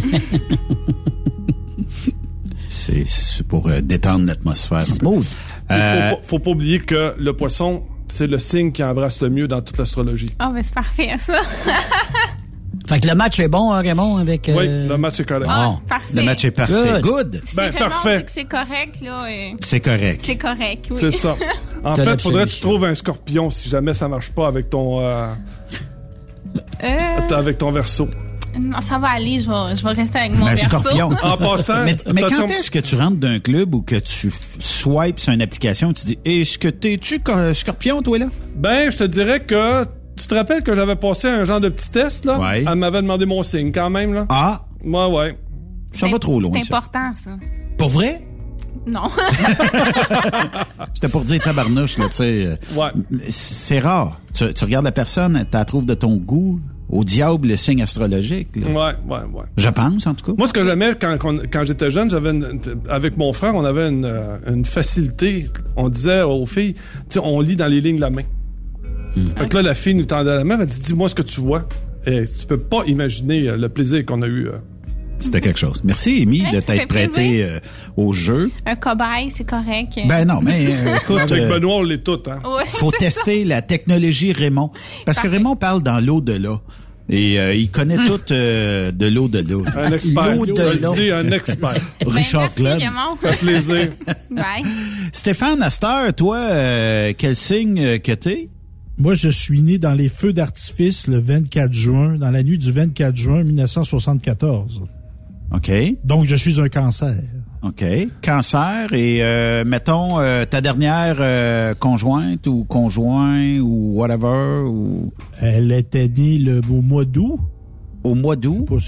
c'est, c'est pour euh, détendre l'atmosphère. C'est smooth. Euh... Faut, faut, faut pas oublier que le poisson, c'est le signe qui embrasse le mieux dans toute l'astrologie. Ah, oh, ben c'est parfait, ça. Fait que le match est bon, hein, Raymond, avec... Euh... Oui, le match est correct. Ah, c'est parfait. Le match est parfait. Good. Good. Si ben, Raymond parfait. dit que c'est correct, là... Euh... C'est correct. C'est correct, oui. C'est ça. En T'as fait, faudrait que tu trouves un scorpion si jamais ça marche pas avec ton... Euh... Euh... avec ton Verseau. Non, ça va aller, je vais, je vais rester avec mon ben, Verseau. Scorpion. En passant... Mais, mais quand est-ce que tu rentres d'un club ou que tu swipes sur une application, tu dis, est-ce que t'es-tu Scorpion, toi, là? Ben, je te dirais que... Tu te rappelles que j'avais passé un genre de petit test, là? Ouais. Elle m'avait demandé mon signe, quand même, là. Ah! Ouais, ouais. Ça va trop loin, C'est ça. important, ça. Pour vrai? Non. C'était pour dire tabarnouche, là, tu sais. Ouais. C'est rare. Tu, tu regardes la personne, tu la trouves de ton goût. Au diable, le signe astrologique. Là. Ouais, ouais, ouais. Je pense, en tout cas. Moi, ce que j'aimais quand, quand, quand j'étais jeune, j'avais une, avec mon frère, on avait une, une facilité. On disait aux filles, tu sais, on lit dans les lignes de la main. Mm. Fait que là, la fille nous tendait la main, elle dit, dis-moi ce que tu vois. Et tu peux pas imaginer le plaisir qu'on a eu. C'était quelque chose. Merci, Amy, ouais, de t'être prêté euh, au jeu. Un cobaye, c'est correct. Ben non, mais euh, écoute... Avec euh, Benoît, on l'est tout, hein. Ouais, faut tester ça. La technologie Raymond. Parce Parfait. que Raymond parle dans l'au-delà. Et euh, il connaît hum. tout euh, de l'au-delà. Un expert. L'au-delà. Je dis un expert. Richard ben, Club. Ça fait plaisir. Bye. Stéphane Astor, toi, euh, quel signe que t'es? Moi, je suis né dans les feux d'artifice le vingt-quatre juin, dans la nuit du vingt-quatre juin mille neuf cent soixante-quatorze. OK. Donc, je suis un cancer. OK. Cancer. Et, euh, mettons, euh, ta dernière euh, conjointe ou conjoint ou whatever. Ou... Elle était née le, au mois d'août. Au mois d'août? Je sais pas,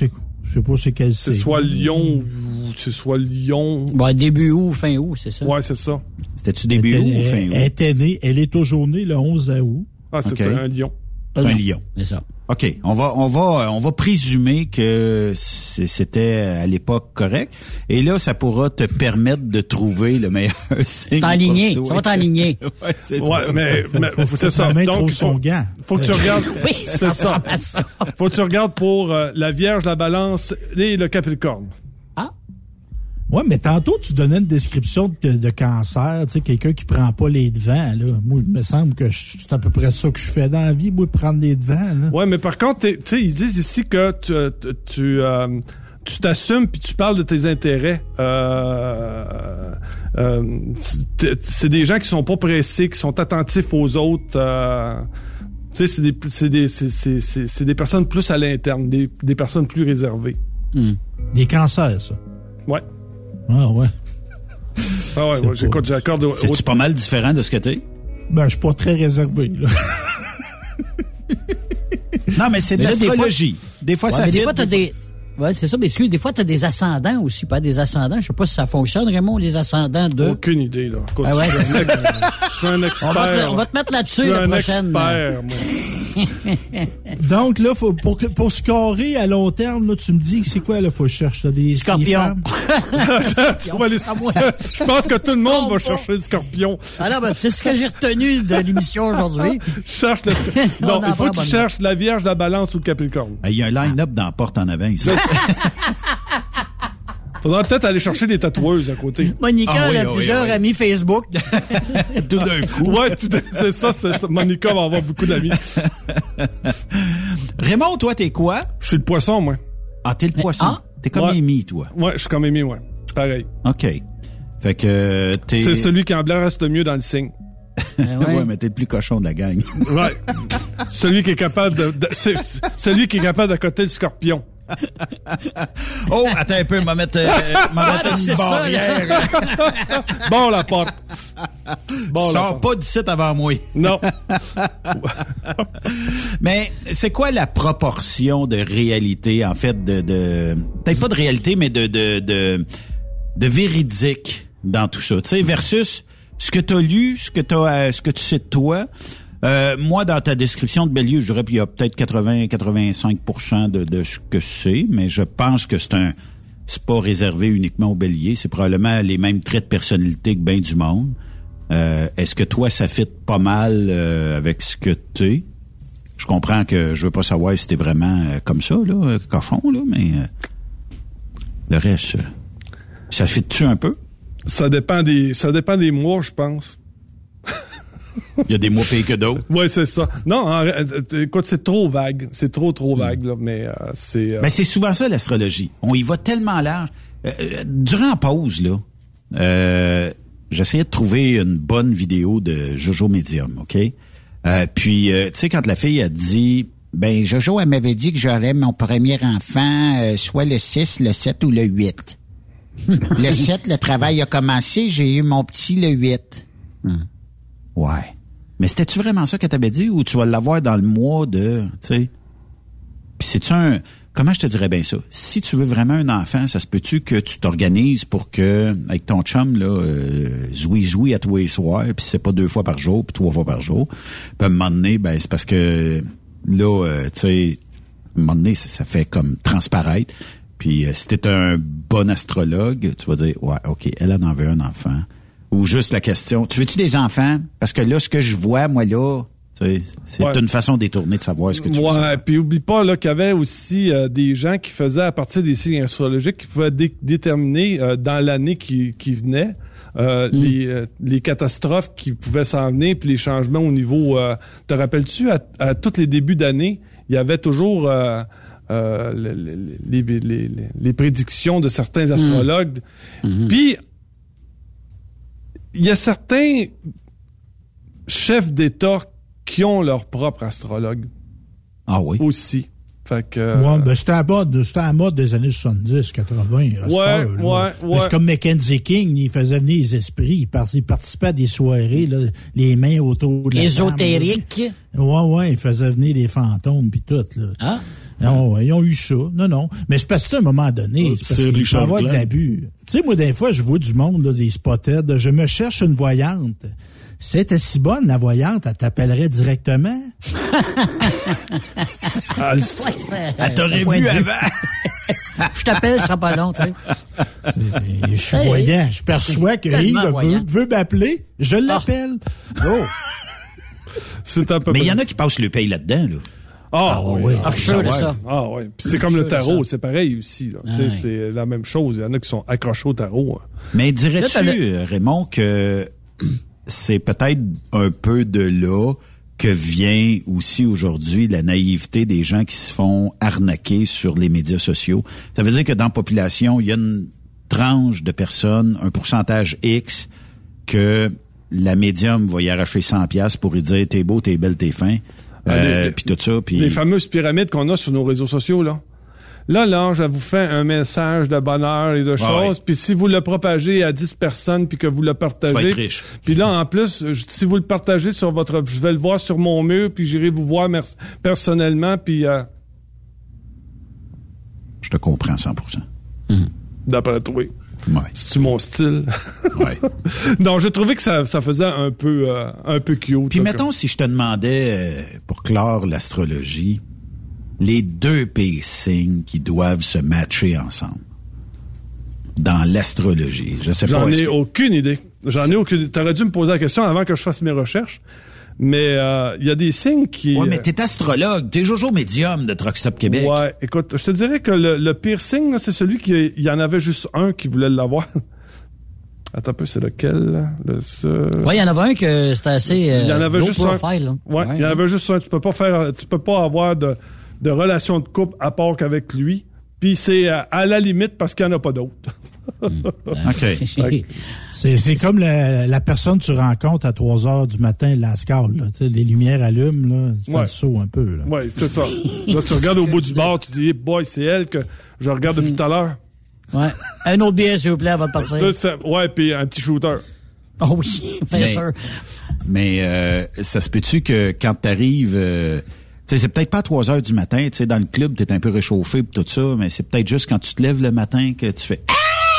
Je sais pas c'est quel c'est. C'est soit Lyon ou c'est soit Lyon. Bon, début août, fin août, c'est ça? Ouais, c'est ça. C'était-tu début août ou fin août? Elle était née, elle est toujours née le onze août. Ah, c'était okay. un lion. C'est un lion. C'est ça. OK. On va, on va, on va présumer que c'était à l'époque correct. Et là, ça pourra te permettre de trouver le meilleur signe. T'enligner. Ça va t'enligner. ouais, c'est ouais, ça. mais, mais c'est ça. Donc, son faut, gant. Faut que tu regardes. oui, c'est ça. ça. Faut que tu regardes pour euh, la Vierge, la Balance et le Capricorne. Ouais, mais tantôt, tu donnais une description de, de cancer, tu sais, quelqu'un qui prend pas les devants, là. Moi, il me semble que je, c'est à peu près ça que je fais dans la vie, moi, prendre les devants, là. Ouais, mais par contre, tu sais, ils disent ici que tu, tu, euh, tu t'assumes puis tu parles de tes intérêts. Euh, euh, c'est des gens qui sont pas pressés, qui sont attentifs aux autres, euh, tu sais, c'est des, c'est des, c'est, c'est, c'est, c'est des personnes plus à l'interne, des, des personnes plus réservées. Mm. Des cancers, ça. Ouais. Ah ouais. Ah ouais, ouais j'écoute, j'accorde. Au... C'est-tu pas mal différent de ce que t'es? Ben, je suis pas très réservé, là. Non, mais c'est de l'astrologie. Des fois, ouais, ça mais fit, des fois, t'as des... des... Ouais, c'est ça, mais excuse, des fois, t'as des ascendants aussi, pas des ascendants. Je sais pas si ça fonctionne, Raymond, les ascendants de... Aucune idée, là. Écoute, ah ouais, je, suis un, je suis un expert. On va te, on va te mettre là-dessus la prochaine. Expert, moi. Donc, là, faut, pour, pour scorer à long terme, là, tu me dis que c'est quoi, là? Faut que je cherche là, des scorpions. Je pense que tout le monde va chercher le scorpion. Alors, ben, c'est ce que j'ai retenu de l'émission aujourd'hui. Cherche le... Non, il faut que tu cherches la Vierge, la Balance ou le Capricorne. Il y a un line-up dans la porte en avant ici. Faudra peut-être aller chercher des tatoueuses à côté. Monica, ah, oui, elle a oui, plusieurs oui. amis Facebook. Tout d'un coup. Ouais, tout d'un... c'est ça, c'est ça. Monica va avoir beaucoup d'amis. Raymond, toi, t'es quoi? Je suis le poisson, moi. Ah, t'es le poisson. Ah? T'es comme ouais. Amy, toi. Ouais, je suis comme Amy, ouais. Pareil. OK. Fait que t'es... C'est celui qui en blanc reste le mieux dans le signe. Ben ouais. ouais, mais t'es le plus cochon de la gang. Ouais. Celui qui est capable de... de c'est, celui qui est capable d'accoter le scorpion. Oh, attends un peu, m'a mettre, euh, m'a mettre une barrière. Bon, la porte. Bon, sors pas d'ici avant moi. Non. Mais c'est quoi la proportion de réalité, en fait, de, de peut-être pas de réalité, mais de, de, de, de véridique dans tout ça, tu sais, versus ce que t'as lu, ce que t'as, ce que tu sais de toi. Euh, moi, dans ta description de Bélier, je dirais qu'il y a peut-être quatre-vingts à quatre-vingt-cinq pour cent de, de ce que c'est, mais je pense que c'est un, c'est pas réservé uniquement aux Béliers. C'est probablement les mêmes traits de personnalité que bien du monde. Euh, est-ce que toi, ça fit pas mal euh, avec ce que t'es? Je comprends que je veux pas savoir si t'es vraiment euh, comme ça, là, cochon, là, mais euh, le reste, euh, ça fit-tu un peu? Ça dépend des, ça dépend des mois, je pense. Il y a des mots pires que d'autres. Oui, c'est ça. Non, en, écoute, c'est trop vague. C'est trop, trop vague, là, mais euh, c'est... Euh... Ben, c'est souvent ça, l'astrologie. On y va tellement large. Euh, durant la pause, là, euh, j'essayais de trouver une bonne vidéo de Jojo Medium, OK? Euh, puis, euh, tu sais, quand la fille a dit... Ben, Jojo, elle m'avait dit que j'aurais mon premier enfant, euh, soit le six, le sept ou le huit. Le sept, le travail a commencé, j'ai eu mon petit le huit. Hum. Ouais. Mais c'était-tu vraiment ça qu'elle t'avait dit ou tu vas l'avoir dans le mois de, tu sais? Puis c'est-tu un... Comment je te dirais bien ça? Si tu veux vraiment un enfant, ça se peut-tu que tu t'organises pour que, avec ton chum, là, euh, zoui-zoui à tous les soirs, puis c'est pas deux fois par jour, puis trois fois par jour. Puis à un moment donné, ben c'est parce que, là, euh, tu sais, à un moment donné, ça, ça fait comme transparaître. Puis euh, si t'es un bon astrologue, tu vas dire, ouais, OK, elle en veut un enfant. Ou juste la question, tu veux-tu des enfants? Parce que là, ce que je vois, moi, là, c'est ouais. une façon détournée de savoir ce que tu veux. Ouais, puis oublie pas là, qu'il y avait aussi euh, des gens qui faisaient, à partir des signes astrologiques, qui pouvaient dé- déterminer euh, dans l'année qui, qui venait euh, mm. les, euh, les catastrophes qui pouvaient s'en venir, puis les changements au niveau... Euh, te rappelles-tu, à, à tous les débuts d'année, il y avait toujours... Euh, euh, les, les, les, les, les prédictions de certains astrologues. Mm. Puis... il y a certains chefs d'État qui ont leur propre astrologue. Ah oui? Aussi. Fait que... Ouais, ben c'était à mode, c'était à mode des années soixante-dix, quatre-vingts. À ouais, heure, ouais, ouais. C'est comme Mackenzie King, il faisait venir les esprits, il participait à des soirées, là, les mains autour de la ésotérique. Table, ouais, ouais, il faisait venir les fantômes puis tout, là. Ah? Non, ils ont eu ça. Non, non. Mais c'est parce que à un moment donné, c'est parce qu'il peut y avoir de l'abus. Tu sais, moi, des fois, je vois du monde, là, des spotted. Je me cherche une voyante. Si elle était si bonne, la voyante, elle t'appellerait directement. ah, ouais, elle t'aurait vu avant. Je t'appelle, ce sera pas long, tu sais. Je suis hey, voyant. Je perçois que Yves veut, veut m'appeler. Je l'appelle. Oh. C'est un peu Mais il y en a qui passent le paye là-dedans, là. Ah, ah oui. Ah, je suis sûr de ça. Ah oui. Puis c'est comme le tarot, c'est pareil aussi. Là. Ah, oui. C'est la même chose. Il y en a qui sont accrochés au tarot. Hein. Mais dirais-tu, là, Raymond, que c'est peut-être un peu de là que vient aussi aujourd'hui la naïveté des gens qui se font arnaquer sur les médias sociaux? Ça veut dire que dans la population, il y a une tranche de personnes, un pourcentage X, que la médium va y arracher cent piastres pour lui dire « t'es beau, t'es belle, t'es fin ». Euh, puis tout ça, puis les fameuses pyramides qu'on a sur nos réseaux sociaux, là. Là, l'ange, elle vous fait un message de bonheur et de choses, puis si vous le propagez à dix personnes, puis que vous le partagez, puis là, en plus, si vous le partagez sur votre... Je vais le voir sur mon mur, puis j'irai vous voir mer- personnellement, puis... Euh... Je te comprends cent pour cent. Mmh. D'après toi. Ouais. C'est-tu mon style? Ouais. Non, j'ai trouvé que ça, ça faisait un peu, euh, un peu cute. Puis mettons, comme... si je te demandais, euh, pour clore l'astrologie, les deux pays signes qui doivent se matcher ensemble dans l'astrologie. Je sais J'en pas. J'en ai que... aucune idée. J'en ai aucune. T'aurais dû me poser la question avant que je fasse mes recherches. Mais il euh, y a des signes qui... Ouais, mais t'es astrologue, t'es Jojo médium de Truck Stop Québec. Ouais, écoute, je te dirais que le, le pire signe, là, c'est celui qui... Il y en avait juste un qui voulait l'avoir. Attends un peu, c'est lequel? Le, ce... Ouais, il y en avait un que c'était assez euh, il y en avait low juste profile. Un. Ouais, il ouais, y en avait juste un. Tu peux pas faire... Tu peux pas avoir de, de relation de couple à part qu'avec lui. Puis c'est à, à la limite parce qu'il n'y en a pas d'autres. OK. C'est, c'est comme la, la personne que tu rencontres à trois heures du matin, Lascaux, là. Tu sais, les lumières allument, là. Tu fais ouais. le saut un peu, là. Oui, c'est ça. Là, tu regardes au bout du bar, tu dis, hey boy, c'est elle que je regarde depuis tout à l'heure. Ouais. Un autre billet, s'il vous plaît, avant de partir. Ouais, puis un petit shooter. Oh oui, bien sûr. Mais euh, ça se peut-tu que quand t'arrives... Euh, tu sais, c'est peut-être pas à trois heures du matin, tu sais, dans le club, t'es un peu réchauffé pis tout ça, mais c'est peut-être juste quand tu te lèves le matin que tu fais...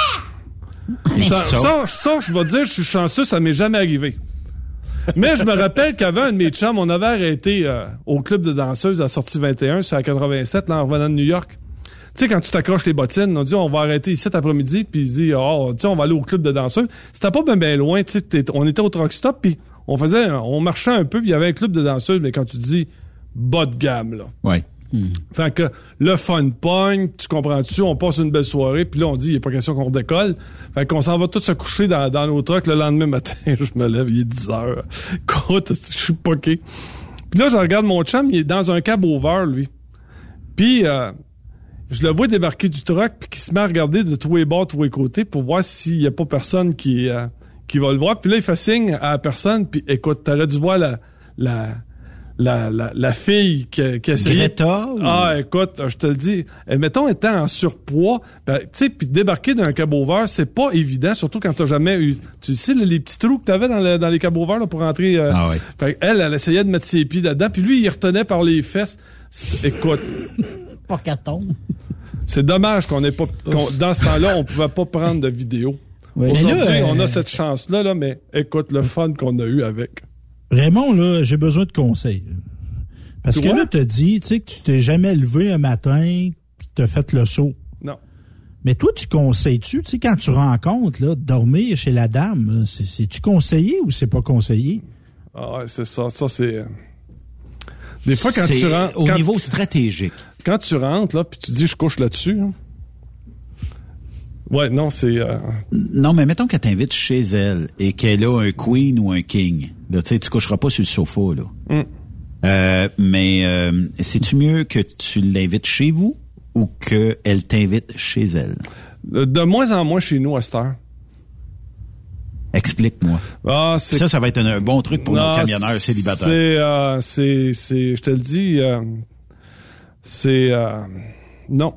Ça, ça, ça, je vais te dire, je suis chanceux, ça m'est jamais arrivé. Mais je me rappelle qu'avant, un de mes chums, on avait arrêté euh, au club de danseuses à Sortie vingt et un, c'est à quatre-vingt-sept, là, en revenant de New York. Tu sais, quand tu t'accroches les bottines, on dit, on va arrêter ici cet après-midi, puis il dit, oh, tu sais, on va aller au club de danseuses. C'était pas bien ben loin, tu sais, on était au truck stop, puis on faisait, on marchait un peu, puis il y avait un club de danseuses, mais quand tu dis bas de gamme, là. Ouais. Hmm. Fait que le fun pogne, tu comprends-tu, on passe une belle soirée, puis là on dit il n'est pas question qu'on redécolle. Fait qu'on s'en va tous se coucher dans, dans nos trucks le lendemain matin. Je me lève, il est dix heures. Écoute, je suis poqué. Puis là je regarde mon chum, il est dans un cab over, lui. Puis euh, je le vois débarquer du truck, puis qu'il se met à regarder de tous les bords, tous les côtés pour voir s'il n'y a pas personne qui, euh, qui va le voir. Puis là il fait signe à la personne, puis écoute, t'aurais dû voir la... la La, la, la fille qui, qui essayait... Greta? Ou... Ah, écoute, je te le dis. Mettons, étant en surpoids, ben, tu sais, puis débarquer d'un cab-over, c'est pas évident, surtout quand t'as jamais eu... Tu sais, les, les petits trous que t'avais dans, le, dans les cab-over là, pour rentrer... Euh, ah ouais. Fait elle, elle essayait de mettre ses pieds là-dedans, puis lui, il retenait par les fesses. C'est, écoute... Pas qu'à tombe. C'est dommage qu'on ait pas... Qu'on, dans ce temps-là, on pouvait pas prendre de vidéo. Ouais, Aujourd'hui, là, euh... on a cette chance-là, là, mais écoute, le fun qu'on a eu avec... Raymond, là, j'ai besoin de conseils. Parce tu que vois? Là, t'as dit, tu sais, que tu t'es jamais levé un matin pis t'as fait le saut. Non. Mais toi, tu conseilles-tu, tu sais, quand tu rencontres, là, dormir chez la dame, là, c'est, c'est-tu conseillé ou c'est pas conseillé? Ah ouais, c'est ça. Ça, c'est... Des fois, quand c'est tu rentres... au quand, niveau stratégique. Quand tu rentres, là, puis tu dis, je couche là-dessus, hein. Ouais, non, c'est... Euh... Non, mais mettons qu'elle t'invite chez elle et qu'elle a un queen ou un king. Là, tu sais, tu coucheras pas sur le sofa, là. Mm. Euh, mais euh, c'est-tu mieux que tu l'invites chez vous ou qu'elle t'invite chez elle? De, de moins en moins chez nous, à cette heure. Explique-moi. Ah, c'est... Ça, ça va être un, un bon truc pour non, nos camionneurs célibataires. C'est, euh, c'est, c'est, je te le dis, euh, c'est... Euh, non.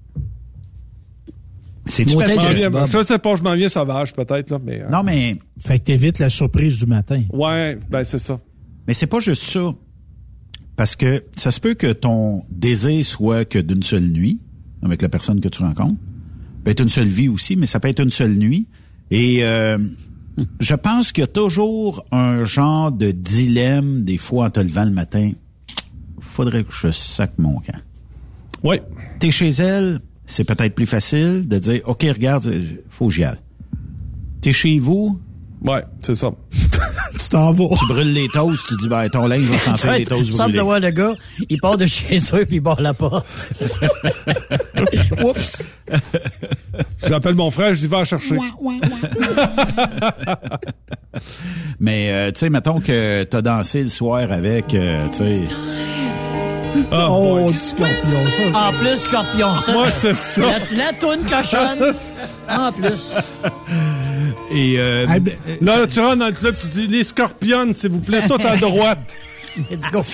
C'est-tu parce que viens, je sais pas, je m'en viens sauvage peut-être, là, mais... Euh... Non, mais... Fait que t'évites la surprise du matin. Ouais, ben c'est ça. Mais c'est pas juste ça. parce que ça se peut que ton désir soit que d'une seule nuit, avec la personne que tu rencontres. Ça peut être une seule vie aussi, mais ça peut être une seule nuit. Et euh, je pense qu'il y a toujours un genre de dilemme, des fois, en te levant le matin. Faudrait que je sac mon camp. Oui. T'es chez elle, c'est peut-être plus facile de dire, OK, regarde, faut que j'y aille. T'es chez vous. Ouais, c'est ça. Tu t'en vas. Tu brûles les toasts, tu dis, ben, ton linge va sentir les toasts brûlés. Tu sembles de voir le gars, il part de chez eux puis il barre la porte. Oups! J'appelle mon frère, je dis, va en chercher. Mais, euh, tu sais, mettons que t'as dansé le soir avec, euh, tu sais... Oh, oh du Scorpion, ça. En plus, Scorpion, ça. Moi, c'est ça. La, la toune cochonne. En plus. Et euh, ah, ben, là, là, tu rentres dans le club, tu dis les Scorpions, s'il vous plaît, tout à droite. Let's go.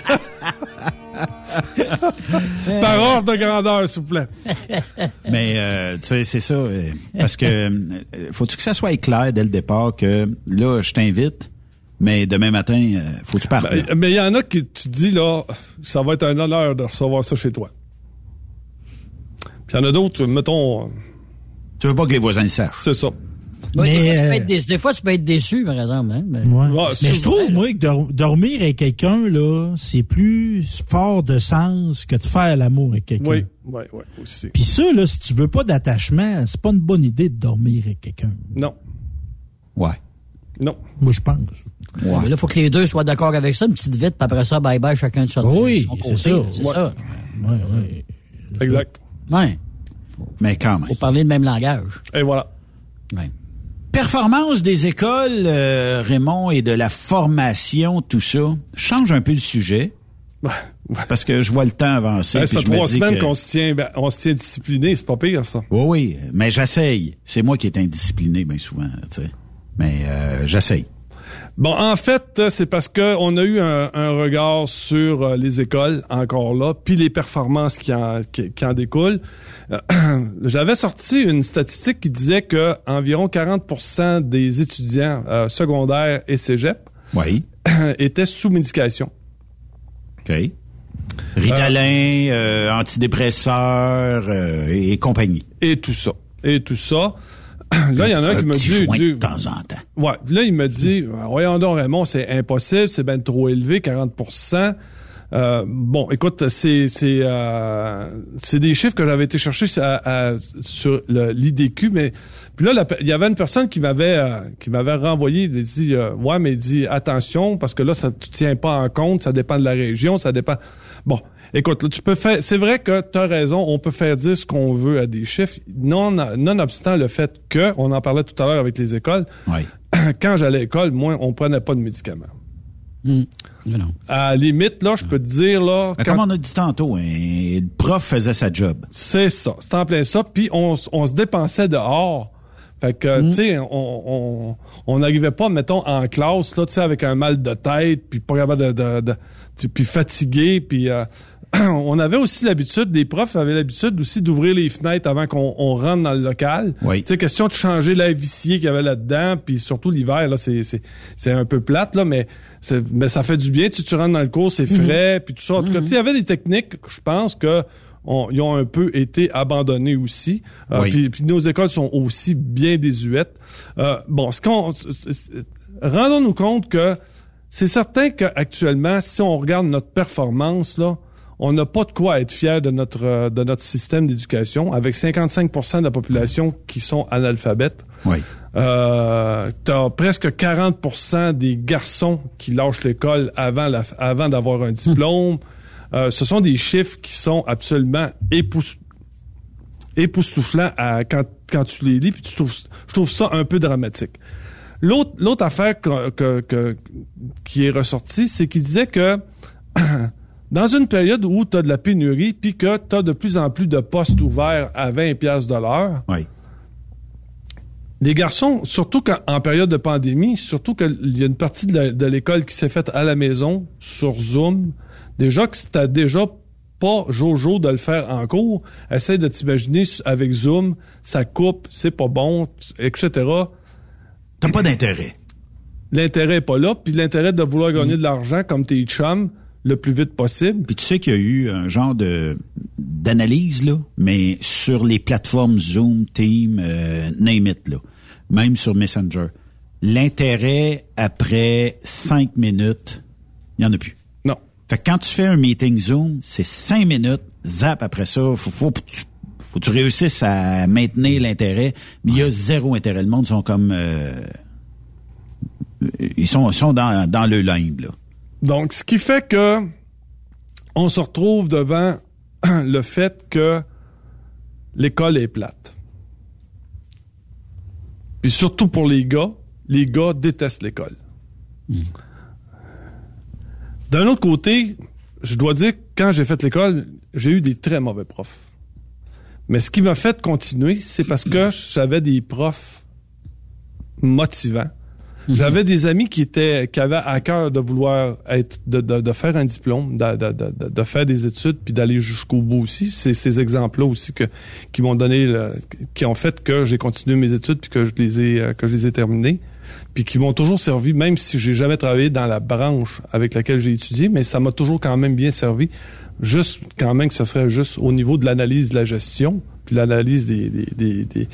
Par ordre de grandeur, s'il vous plaît. Mais, euh, tu sais, c'est ça. Euh, parce que, euh, faut-tu que ça soit clair dès le départ que, là, je t'invite, mais demain matin, euh, faut que tu partes. Ben, mais il y en a qui, tu dis, là, ça va être un honneur de recevoir ça chez toi. Puis il y en a d'autres, mettons... Tu veux pas que les voisins le sachent. C'est ça. Oui, mais, des, fois, euh, tu peux être déçu, des fois, tu peux être déçu, par exemple. Hein? Mais, ouais. Ouais, mais je trouve, moi, que dor- dormir avec quelqu'un, là, c'est plus fort de sens que de faire l'amour avec quelqu'un. Oui, oui, oui, aussi. Puis ça, là, si tu veux pas d'attachement, c'est pas une bonne idée de dormir avec quelqu'un. Non. Ouais. Non. Moi, je pense. Ouais. Mais là, il faut que les deux soient d'accord avec ça, une petite vite, puis après ça, bye-bye, chacun de son côté. Oui, c'est ça. C'est ouais. ça. Oui, oui. Exact. Ouais. Mais quand même. Faut parler le même langage. Et voilà. Ouais. Performance des écoles, euh, Raymond, et de la formation, tout ça. Change un peu le sujet. Ouais, ouais. Parce que je vois le temps avancer. Ben, ça fait trois semaines que... qu'on se tient, ben, on se tient discipliné, c'est pas pire, ça. Oui, oui, mais j'essaye. C'est moi qui est indiscipliné, bien souvent, tu sais. Mais euh, j'essaye. Bon, en fait, c'est parce que on a eu un, un regard sur euh, les écoles, encore là, puis les performances qui en, qui, qui en découlent. Euh, j'avais sorti une statistique qui disait que environ quarante pour cent des étudiants euh, secondaires et cégep oui. étaient sous médication. OK. Ritalin, euh, euh, antidépresseurs euh, et, et compagnie. Et tout ça. Et tout ça. Là, il y en a un qui me dit... de temps en temps. Ouais. Là, il me dit, voyons donc, Raymond, c'est impossible, c'est bien trop élevé, quarante pour cent. Euh, bon, écoute, c'est c'est euh, c'est des chiffres que j'avais été chercher à, à, sur le, l'I D Q, mais puis là, il y avait une personne qui m'avait euh, qui m'avait renvoyé, il dit euh, ouais, mais il dit attention parce que là, ça tu tiens pas en compte, ça dépend de la région, ça dépend. Bon, écoute, là, tu peux faire. C'est vrai que tu as raison, on peut faire dire ce qu'on veut à des chiffres, non nonobstant le fait que, on en parlait tout à l'heure avec les écoles. Oui. Quand j'allais à l'école, moi, on prenait pas de médicaments. Mmh. Non. À la limite, là, je peux te dire, là... Quand... Comme on a dit tantôt, hein, le prof faisait sa job. C'est ça, c'est en plein ça, puis on, on se dépensait dehors. Fait que, mmh. tu sais, on on n'arrivait pas, mettons, en classe, là, tu sais, avec un mal de tête, puis pas capable de... de, de, de puis fatigué, puis... Euh, on avait aussi l'habitude, des profs avaient l'habitude aussi d'ouvrir les fenêtres avant qu'on on rentre dans le local. Oui. Tu sais, question de changer l'air vicié qu'il y avait là-dedans, puis surtout l'hiver, là, c'est c'est c'est un peu plate, là, mais c'est, mais ça fait du bien. Tu, tu rentres dans le cours, c'est frais, mm-hmm. puis tout ça. En tout cas, tu sais, il y avait des techniques, je pense que on, ils ont un peu été abandonnés aussi. Euh, oui. puis, puis nos écoles sont aussi bien désuètes. Euh, bon, ce qu'on rendons-nous compte que c'est certain qu'actuellement, si on regarde notre performance, là, on n'a pas de quoi être fier de notre de notre système d'éducation, avec cinquante-cinq pour cent de la population qui sont analphabètes. Oui. Euh, t'as presque quarante pour cent des garçons qui lâchent l'école avant la, avant d'avoir un diplôme. Hum. Euh, ce sont des chiffres qui sont absolument épous, époustouflants à, quand, quand tu les lis, puis tu trouves, je trouve ça un peu dramatique. L'autre, l'autre affaire que, que, que, qui est ressortie, c'est qu'il disait que dans une période où tu as de la pénurie puis que tu as de plus en plus de postes ouverts à vingt piastres de l'heure, oui. les garçons, surtout quand, en période de pandémie, surtout qu'il y a une partie de, la, de l'école qui s'est faite à la maison, sur Zoom, déjà que t'as déjà pas jojo de le faire en cours, essaye de t'imaginer avec Zoom, ça coupe, c'est pas bon, et cetera. T'as pas d'intérêt. L'intérêt est pas là, puis l'intérêt de vouloir gagner mmh. de l'argent comme tes chums, le plus vite possible. Puis tu sais qu'il y a eu un genre de d'analyse, là, mais sur les plateformes Zoom, Team, euh, name it, là, même sur Messenger. L'intérêt, après cinq minutes, il n'y en a plus. Non. Fait que quand tu fais un meeting Zoom, c'est cinq minutes, zap, après ça, faut, faut, faut, faut que tu réussisses à maintenir l'intérêt. Mais il y a zéro intérêt. Le monde sont comme... Euh, ils sont, sont dans, dans le limbe, là. Donc, ce qui fait que on se retrouve devant le fait que l'école est plate. Puis surtout pour les gars, les gars détestent l'école. Mm. D'un autre côté, je dois dire que quand j'ai fait l'école, j'ai eu des très mauvais profs. Mais ce qui m'a fait continuer, c'est parce que j'avais des profs motivants. Mm-hmm. J'avais des amis qui étaient qui avaient à cœur de vouloir être de, de, de faire un diplôme, de, de, de, de faire des études, puis d'aller jusqu'au bout aussi. C'est ces exemples-là aussi que qui m'ont donné, le, qui ont fait que j'ai continué mes études puis que je les ai que je les ai terminées, puis qui m'ont toujours servi, même si j'ai jamais travaillé dans la branche avec laquelle j'ai étudié, mais ça m'a toujours quand même bien servi. Juste quand même que ce serait juste au niveau de l'analyse de la gestion, puis l'analyse des, des, des, des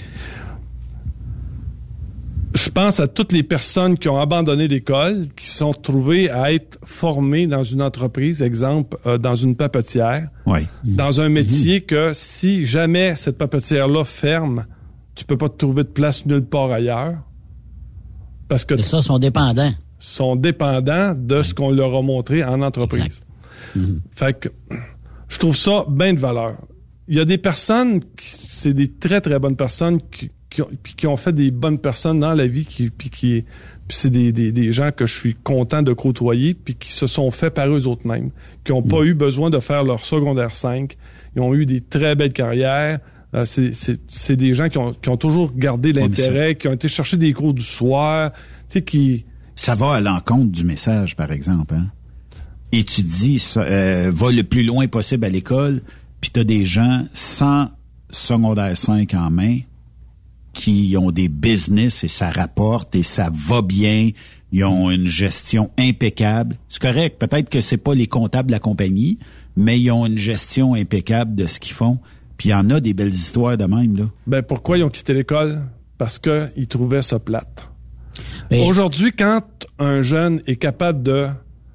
je pense à toutes les personnes qui ont abandonné l'école, qui se sont trouvées à être formées dans une entreprise, exemple, euh, dans une papetière, oui. dans un métier mmh. que si jamais cette papetière-là ferme, tu peux pas te trouver de place nulle part ailleurs. Parce que... Et ça, sont dépendants. Sont dépendants de oui. ce qu'on leur a montré en entreprise. Mmh. Fait que je trouve ça bien de valeur. Il y a des personnes, qui, c'est des très, très bonnes personnes qui Qui ont, puis qui ont fait des bonnes personnes dans la vie, qui, puis qui, puis c'est des, des, des gens que je suis content de côtoyer, puis qui se sont faits par eux autres mêmes, qui n'ont mmh. pas eu besoin de faire leur secondaire cinq, ils ont eu des très belles carrières. Euh, c'est, c'est, c'est des gens qui ont, qui ont toujours gardé l'intérêt, ouais, qui ont été chercher des cours du soir, tu sais, qui... Ça va à l'encontre du message, par exemple, hein? Étudie, euh, va le plus loin possible à l'école, puis t'as des gens sans secondaire cinq en main, qui ont des business et ça rapporte et ça va bien, ils ont une gestion impeccable. C'est correct, peut-être que c'est pas les comptables de la compagnie, mais ils ont une gestion impeccable de ce qu'ils font. Puis il y en a des belles histoires de même, là. Ben pourquoi ils ont quitté l'école? Parce que ils trouvaient ça plate. Mais... Aujourd'hui, quand un jeune est capable de...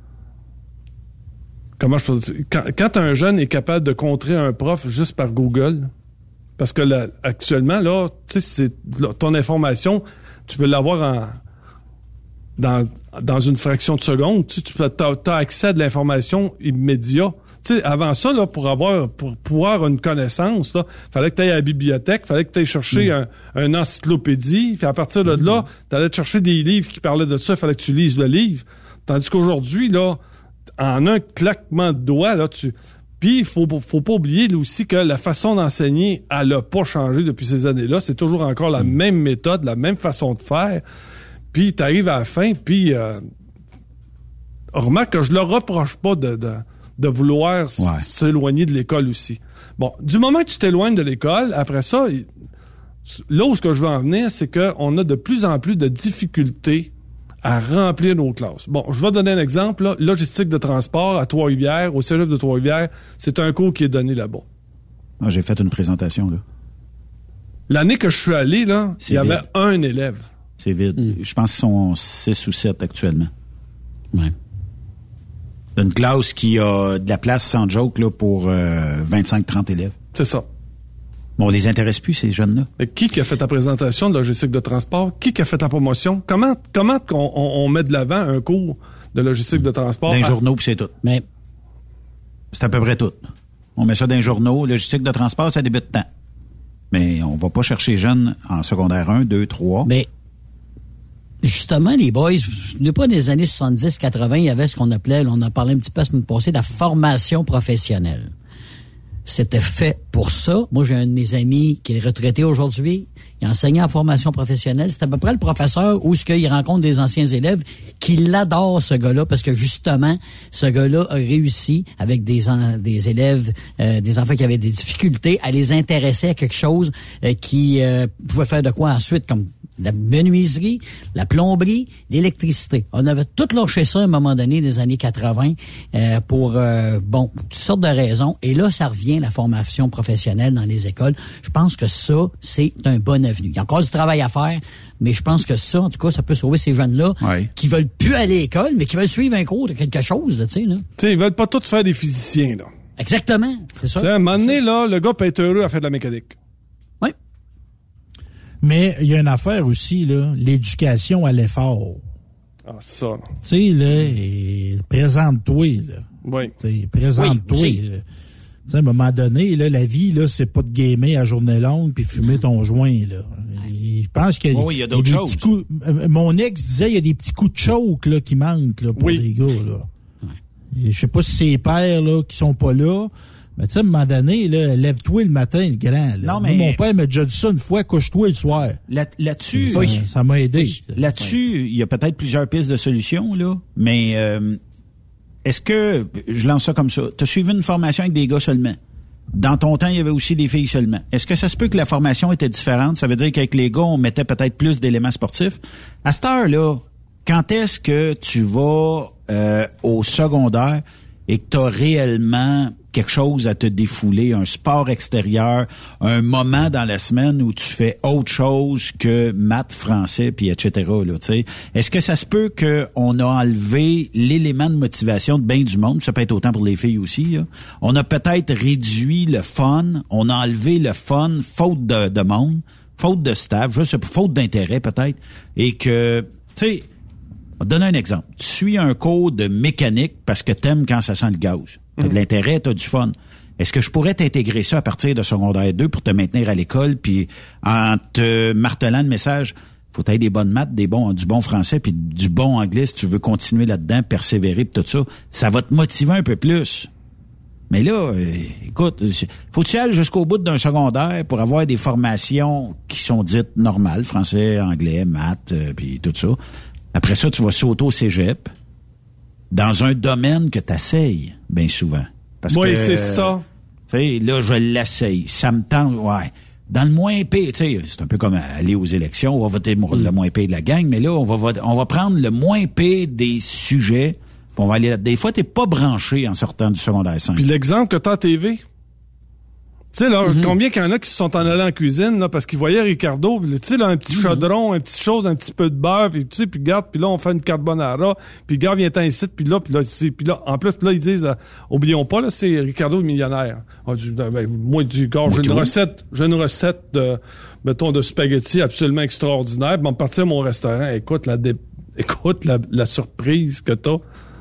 Comment je peux dire? Quand, quand un jeune est capable de contrer un prof juste par Google... Parce que là, actuellement, là, tu sais, c'est là, ton information, tu peux l'avoir en dans dans une fraction de seconde. Tu sais, tu as accès à de l'information immédiat. Tu sais, avant ça, là, pour avoir pour pouvoir une connaissance, là, fallait que tu ailles à la bibliothèque, fallait que tu ailles chercher mmh. un, un encyclopédie, puis à partir de mmh. là, tu allais te chercher des livres qui parlaient de ça, il fallait que tu lises le livre. Tandis qu'aujourd'hui, là, en un claquement de doigts, là, tu Puis, il faut, faut pas oublier là, aussi que la façon d'enseigner, elle n'a pas changé depuis ces années-là. C'est toujours encore la mmh. même méthode, la même façon de faire. Puis, tu arrives à la fin, puis... Euh, remarque que je leur reproche pas de, de, de vouloir ouais. s'éloigner de l'école aussi. Bon, du moment que tu t'éloignes de l'école, après ça, là où ce que je veux en venir, c'est qu'on a de plus en plus de difficultés à remplir nos classes. Bon, je vais donner un exemple, là. Logistique de transport à Trois-Rivières, au cégep de Trois-Rivières, c'est un cours qui est donné là-bas. Ah, j'ai fait une présentation, là. L'année que je suis allé, là, c'est il y vide. avait un élève. C'est vide. Mm. Je pense qu'ils sont six ou sept actuellement. Ouais. Une classe qui a de la place, sans joke, là, pour euh, vingt-cinq trente élèves. C'est ça. Bon, on les intéresse plus, ces jeunes-là. Mais qui qui a fait ta présentation de logistique de transport? Qui qui a fait ta promotion? Comment comment on, on, on met de l'avant un cours de logistique de transport? Dans les à... journaux, puis c'est tout. Mais... C'est à peu près tout. On met ça dans les journaux. Logistique de transport, ça débute temps. Mais on va pas chercher jeunes en secondaire un, deux, trois. Mais justement, les boys, vous vous souvenez pas des années soixante-dix quatre-vingts, il y avait ce qu'on appelait, on a parlé un petit peu la semaine passée, la formation professionnelle. C'était fait pour ça. Moi, j'ai un de mes amis qui est retraité aujourd'hui. Il enseignait en formation professionnelle. C'est à peu près le professeur où ce qu'il rencontre des anciens élèves. qui l'adore, ce gars-là, parce que justement, ce gars-là a réussi avec des en, des élèves, euh, des enfants qui avaient des difficultés, à les intéresser à quelque chose euh, qui euh, pouvait faire de quoi ensuite, comme la menuiserie, la plomberie, l'électricité. On avait tout lâché ça à un moment donné des années quatre-vingts euh, pour, euh, bon, toutes sortes de raisons. Et là, ça revient, la formation professionnelle dans les écoles. Je pense que ça, c'est un bon avenue. Il y a encore du travail à faire, mais je pense que ça, en tout cas, ça peut sauver ces jeunes-là ouais. qui veulent plus aller à l'école, mais qui veulent suivre un cours de quelque chose, tu sais, là. Tu sais, ils veulent pas tous faire des physiciens, là. Exactement, c'est ça. T'sais, à un moment donné, là, le gars peut être heureux à faire de la mécanique. Oui. Mais il y a une affaire aussi, là, l'éducation à l'effort. Ah, ça. Tu sais, là, et présente-toi, là. Oui. T'sais, présente-toi. Oui, là. Tu sais, à un moment donné, là, la vie, là, c'est pas de gamer à journée longue puis fumer ton joint, là. Et je pense qu'il y a, oh, il y a d'autres il y a choses. Des petits coups, mon ex disait il y a des petits coups de choke, là, qui manquent, là, pour oui. les gars, là. Ouais. Je sais pas si c'est les pères, là, qui sont pas là. Mais tu sais, à un moment donné, là, lève-toi le matin, le grand. Là. Non, mais... Moi, mon père m'a déjà dit ça une fois, couche-toi le soir. Là, là-dessus, ça, oui. ça m'a aidé. Oui. Là-dessus, il y a peut-être plusieurs pistes de solutions, là. Mais euh, est-ce que, je lance ça comme ça, tu as suivi une formation avec des gars seulement? Dans ton temps, il y avait aussi des filles seulement. Est-ce que ça se peut que la formation était différente? Ça veut dire qu'avec les gars, on mettait peut-être plus d'éléments sportifs. À cette heure-là, quand est-ce que tu vas euh, au secondaire et que tu as réellement quelque chose à te défouler, un sport extérieur, un moment dans la semaine où tu fais autre chose que maths, français, puis et cetera. Là, tu sais, est-ce que ça se peut qu'on a enlevé l'élément de motivation de bien du monde? Ça peut être autant pour les filles aussi. Là. On a peut-être réduit le fun, on a enlevé le fun, faute de, de monde, faute de staff, je sais pas, faute d'intérêt peut-être, et que, tu sais, on va te donner un exemple. Tu suis un cours de mécanique parce que t'aimes quand ça sent le gaz. T'as mmh. de l'intérêt, t'as du fun. Est-ce que je pourrais t'intégrer ça à partir de secondaire deux pour te maintenir à l'école, puis en te martelant le message, faut t'aider des bonnes maths, des bons, du bon français, puis du bon anglais si tu veux continuer là-dedans, persévérer, puis tout ça. Ça va te motiver un peu plus. Mais là, euh, écoute, faut que tu ailles jusqu'au bout d'un secondaire pour avoir des formations qui sont dites normales, français, anglais, maths, euh, puis tout ça. Après ça, tu vas sauter au cégep dans un domaine que tu essayes bien souvent. Parce oui, que, c'est ça. Tu sais, là, je l'essaye. Ça me tente, ouais. Dans le moins pire, tu sais, c'est un peu comme aller aux élections. On va voter pour mm. le moins pire de la gang, mais là, on va, on va prendre le moins pire des sujets. On va aller là. Des fois, t'es pas branché en sortant du secondaire cinq. Puis l'exemple que t'as à T V. Tu sais, là, mm-hmm. combien qu'il y en a qui se sont en allés en cuisine, là, parce qu'ils voyaient Ricardo, tu sais, là, un petit mm-hmm. chaudron, un petit chose, un petit peu de beurre, puis tu sais, puis regarde, puis là, on fait une carbonara, puis regarde, vient ici, puis là, puis là, puis là, en plus, là, ils disent, euh, oublions pas, là, c'est Ricardo le millionnaire. Ah, du, ben, moi, du gars, j'ai une recette, j'ai une recette de, mettons, de spaghettis absolument extraordinaire, puis on me partir à mon restaurant, écoute, la, dé, écoute, la, la surprise que t'as,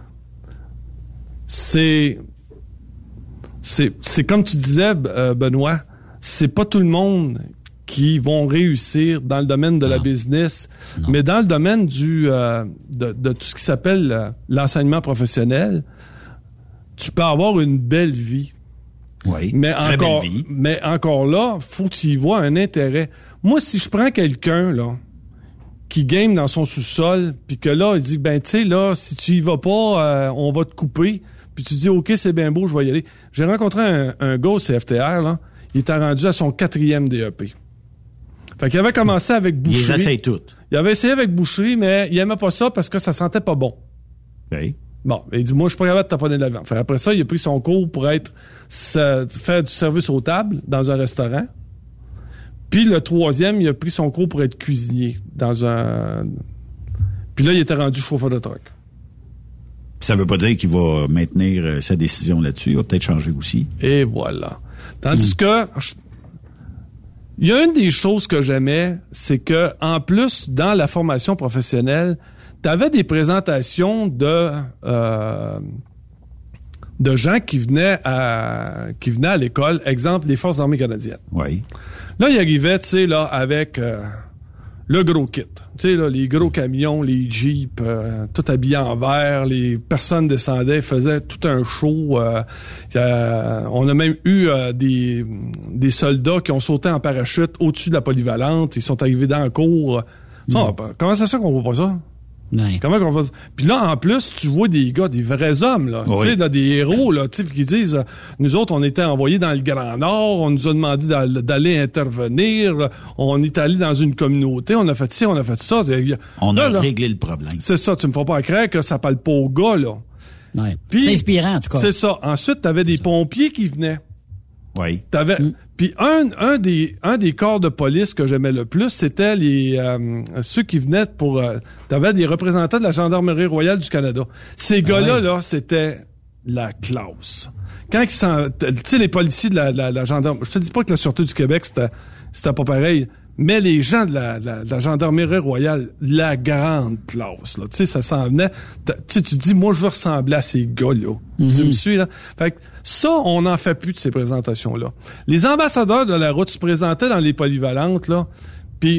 c'est... C'est, c'est comme tu disais, euh, Benoît, c'est pas tout le monde qui vont réussir dans le domaine de non. la business, non. mais dans le domaine du euh, de, de tout ce qui s'appelle euh, l'enseignement professionnel, tu peux avoir une belle vie. Oui, mais très encore, belle vie. Mais encore là, faut que tu y vois un intérêt. Moi, si je prends quelqu'un là qui game dans son sous-sol, puis que là, il dit, ben tu sais, là, si tu y vas pas, euh, on va te couper. Puis tu dis, OK, c'est bien beau, je vais y aller. J'ai rencontré un, un gars au C F T R, là. Il était rendu à son quatrième D E P. Fait qu'il avait commencé avec boucherie. Il les essaye toutes. Il avait essayé avec boucherie, mais il aimait pas ça parce que ça sentait pas bon. Oui. Bon, il dit, moi, je suis pas capable de taponner de la viande. Fait après ça, il a pris son cours pour être, ça, faire du service aux tables dans un restaurant. Puis le troisième, il a pris son cours pour être cuisinier dans un... Puis là, il était rendu chauffeur de truck. Ça veut pas dire qu'il va maintenir euh, sa décision là-dessus. Il va peut-être changer aussi. Et voilà. Tandis mmh. que, il y a une des choses que j'aimais, c'est que en plus, dans la formation professionnelle, tu avais des présentations de euh, de gens qui venaient à qui venaient à l'école. Exemple, les Forces armées canadiennes. Oui. Là, ils arrivaient, tu sais, là, avec... Euh, le gros kit. Tu sais, là, les gros camions, les jeeps, euh, tout habillé en vert, les personnes descendaient, faisaient tout un show. Euh, euh, on a même eu euh, des, des soldats qui ont sauté en parachute au-dessus de la polyvalente. Ils sont arrivés dans le cours. Mmh. Ça, comment ça se fait qu'on voit pas ça? Ouais. Comment qu'on va... Puis là, en plus, tu vois des gars, des vrais hommes, là, oui. tu sais, là, des héros, là, tu sais, qui disent, euh, nous autres, on était envoyés dans le Grand Nord, on nous a demandé d'aller, d'aller intervenir, là, on est allé dans une communauté, on a fait ci, on a fait ça. On là, a là, réglé le problème. C'est ça, tu me feras pas croire que ça parle pas aux gars, là. Ouais. Puis, c'est inspirant, en tout cas. C'est ça. Ensuite, t'avais des pompiers qui venaient. Oui. T'avais, Mm. Puis un, un, des, un des corps de police que j'aimais le plus, c'était les euh, ceux qui venaient pour... Euh, t'avais des représentants de la Gendarmerie royale du Canada. Ces Ah gars-là, ouais. là, c'était la classe. Quand ils s'en... Tu sais, les policiers de la, la, la Gendarmerie... Je te dis pas que la Sûreté du Québec, c'était, c'était pas pareil, mais les gens de la, la, de la Gendarmerie royale, la grande classe, là. Tu sais, ça s'en venait... Tu sais, tu dis, moi, je veux ressembler à ces gars-là. Mm-hmm. Tu me suis, là? Fait que ça, on n'en fait plus de ces présentations-là. Les ambassadeurs de la route se présentaient dans les polyvalentes, là, puis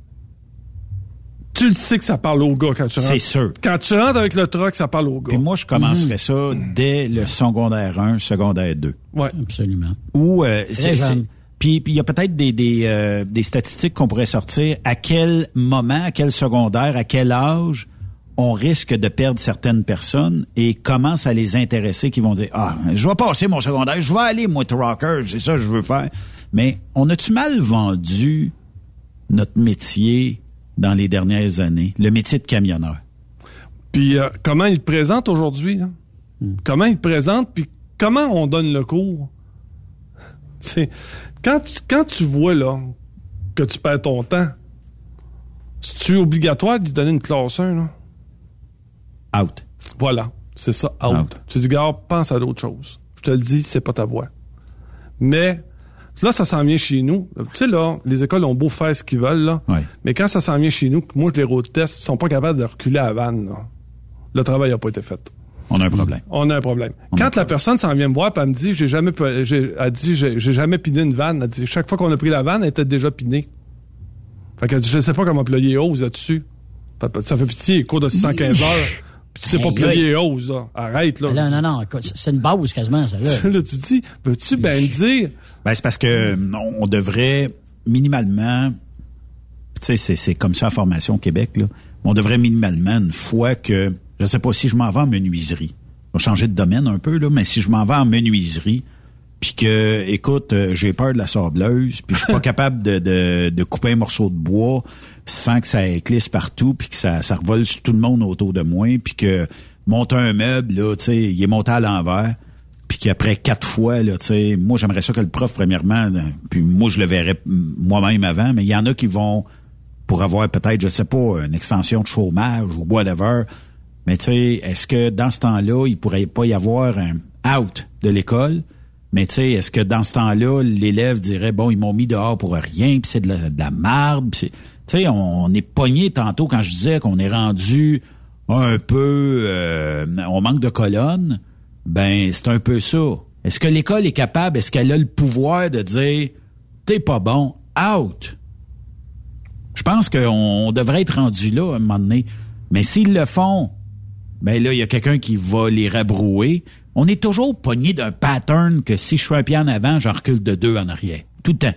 tu le sais que ça parle aux gars quand tu rentres. C'est sûr. Quand tu rentres avec le truck, ça parle aux gars. Puis moi, je commencerais ça dès le secondaire un, secondaire deux. Ouais. Absolument. Ou euh, c'est, jeune. c'est- puis puis il y a peut-être des des, euh, des statistiques qu'on pourrait sortir. À quel moment, à quel secondaire, à quel âge on risque de perdre certaines personnes et comment ça les intéresser qui vont dire ah je vais passer mon secondaire, je vais aller moi rocker, c'est ça que je veux faire. Mais on a-tu mal vendu notre métier dans les dernières années, le métier de camionneur? Puis euh, comment ils te présentent aujourd'hui, là? Mm. Comment ils te présentent, puis comment on donne le cours? C'est quand tu, quand tu vois là que tu perds ton temps, c'est-tu obligatoire d'y donner une classe un, là? Out. Voilà, c'est ça, out. Out. Tu dis, gars, pense à d'autres choses. Je te le dis, c'est pas ta voie. Mais là, ça s'en vient chez nous. Tu sais, là, les écoles ont beau faire ce qu'ils veulent, là. Ouais. Mais quand ça s'en vient chez nous, que moi, je les road test, ils sont pas capables de reculer à la vanne, là. Le travail n'a pas été fait. On a un problème. On a un problème. On Quand la personne s'en vient me voir, puis elle me dit, j'ai jamais, j'ai, elle dit, j'ai, j'ai jamais piné une vanne. Elle dit, chaque fois qu'on a pris la vanne, elle était déjà pinée. Fait qu'elle dit, je sais pas comment ployer hausse là-dessus. Ça fait pitié, cours de six cent quinze heures. Puis tu sais pas Hey, ployer hausse, là. Arrête, là. Là, non, non, écoute, c'est une base quasiment, ça. Là, là tu dis, peux-tu ben me dire? Ben, c'est parce que on, on devrait minimalement, tu sais, c'est, c'est comme ça en formation au Québec, là. On devrait minimalement, une fois que, je sais pas si je m'en vais en menuiserie, je vais changer de domaine un peu, là, mais si je m'en vais en menuiserie, puis que, écoute, euh, j'ai peur de la sableuse, puis je suis pas capable de, de, de couper un morceau de bois sans que ça éclisse partout, puis que ça, ça revole sur tout le monde autour de moi, puis que monter un meuble, là, tu sais, il est monté à l'envers, puis qu'après quatre fois, là, tu sais, moi, j'aimerais ça que le prof, premièrement, puis moi, je le verrais moi-même avant, mais il y en a qui vont, pour avoir peut-être, je sais pas, une extension de chômage ou whatever, mais tu sais, est-ce que dans ce temps-là, il pourrait pas y avoir un out de l'école? Mais tu sais, est-ce que dans ce temps-là, l'élève dirait, bon, ils m'ont mis dehors pour rien, puis c'est de la, de la marde, puis c'est... Tu sais, on, on est pogné tantôt quand je disais qu'on est rendu un peu... Euh, on manque de colonnes. Ben, c'est un peu ça. Est-ce que l'école est capable, est-ce qu'elle a le pouvoir de dire « T'es pas bon, out ». Je pense qu'on on devrait être rendu là à un moment donné. Mais s'ils le font, ben là, il y a quelqu'un qui va les rabrouer. On est toujours pogné d'un pattern que si je fais un pied en avant, j'en recule de deux en arrière. Tout le temps.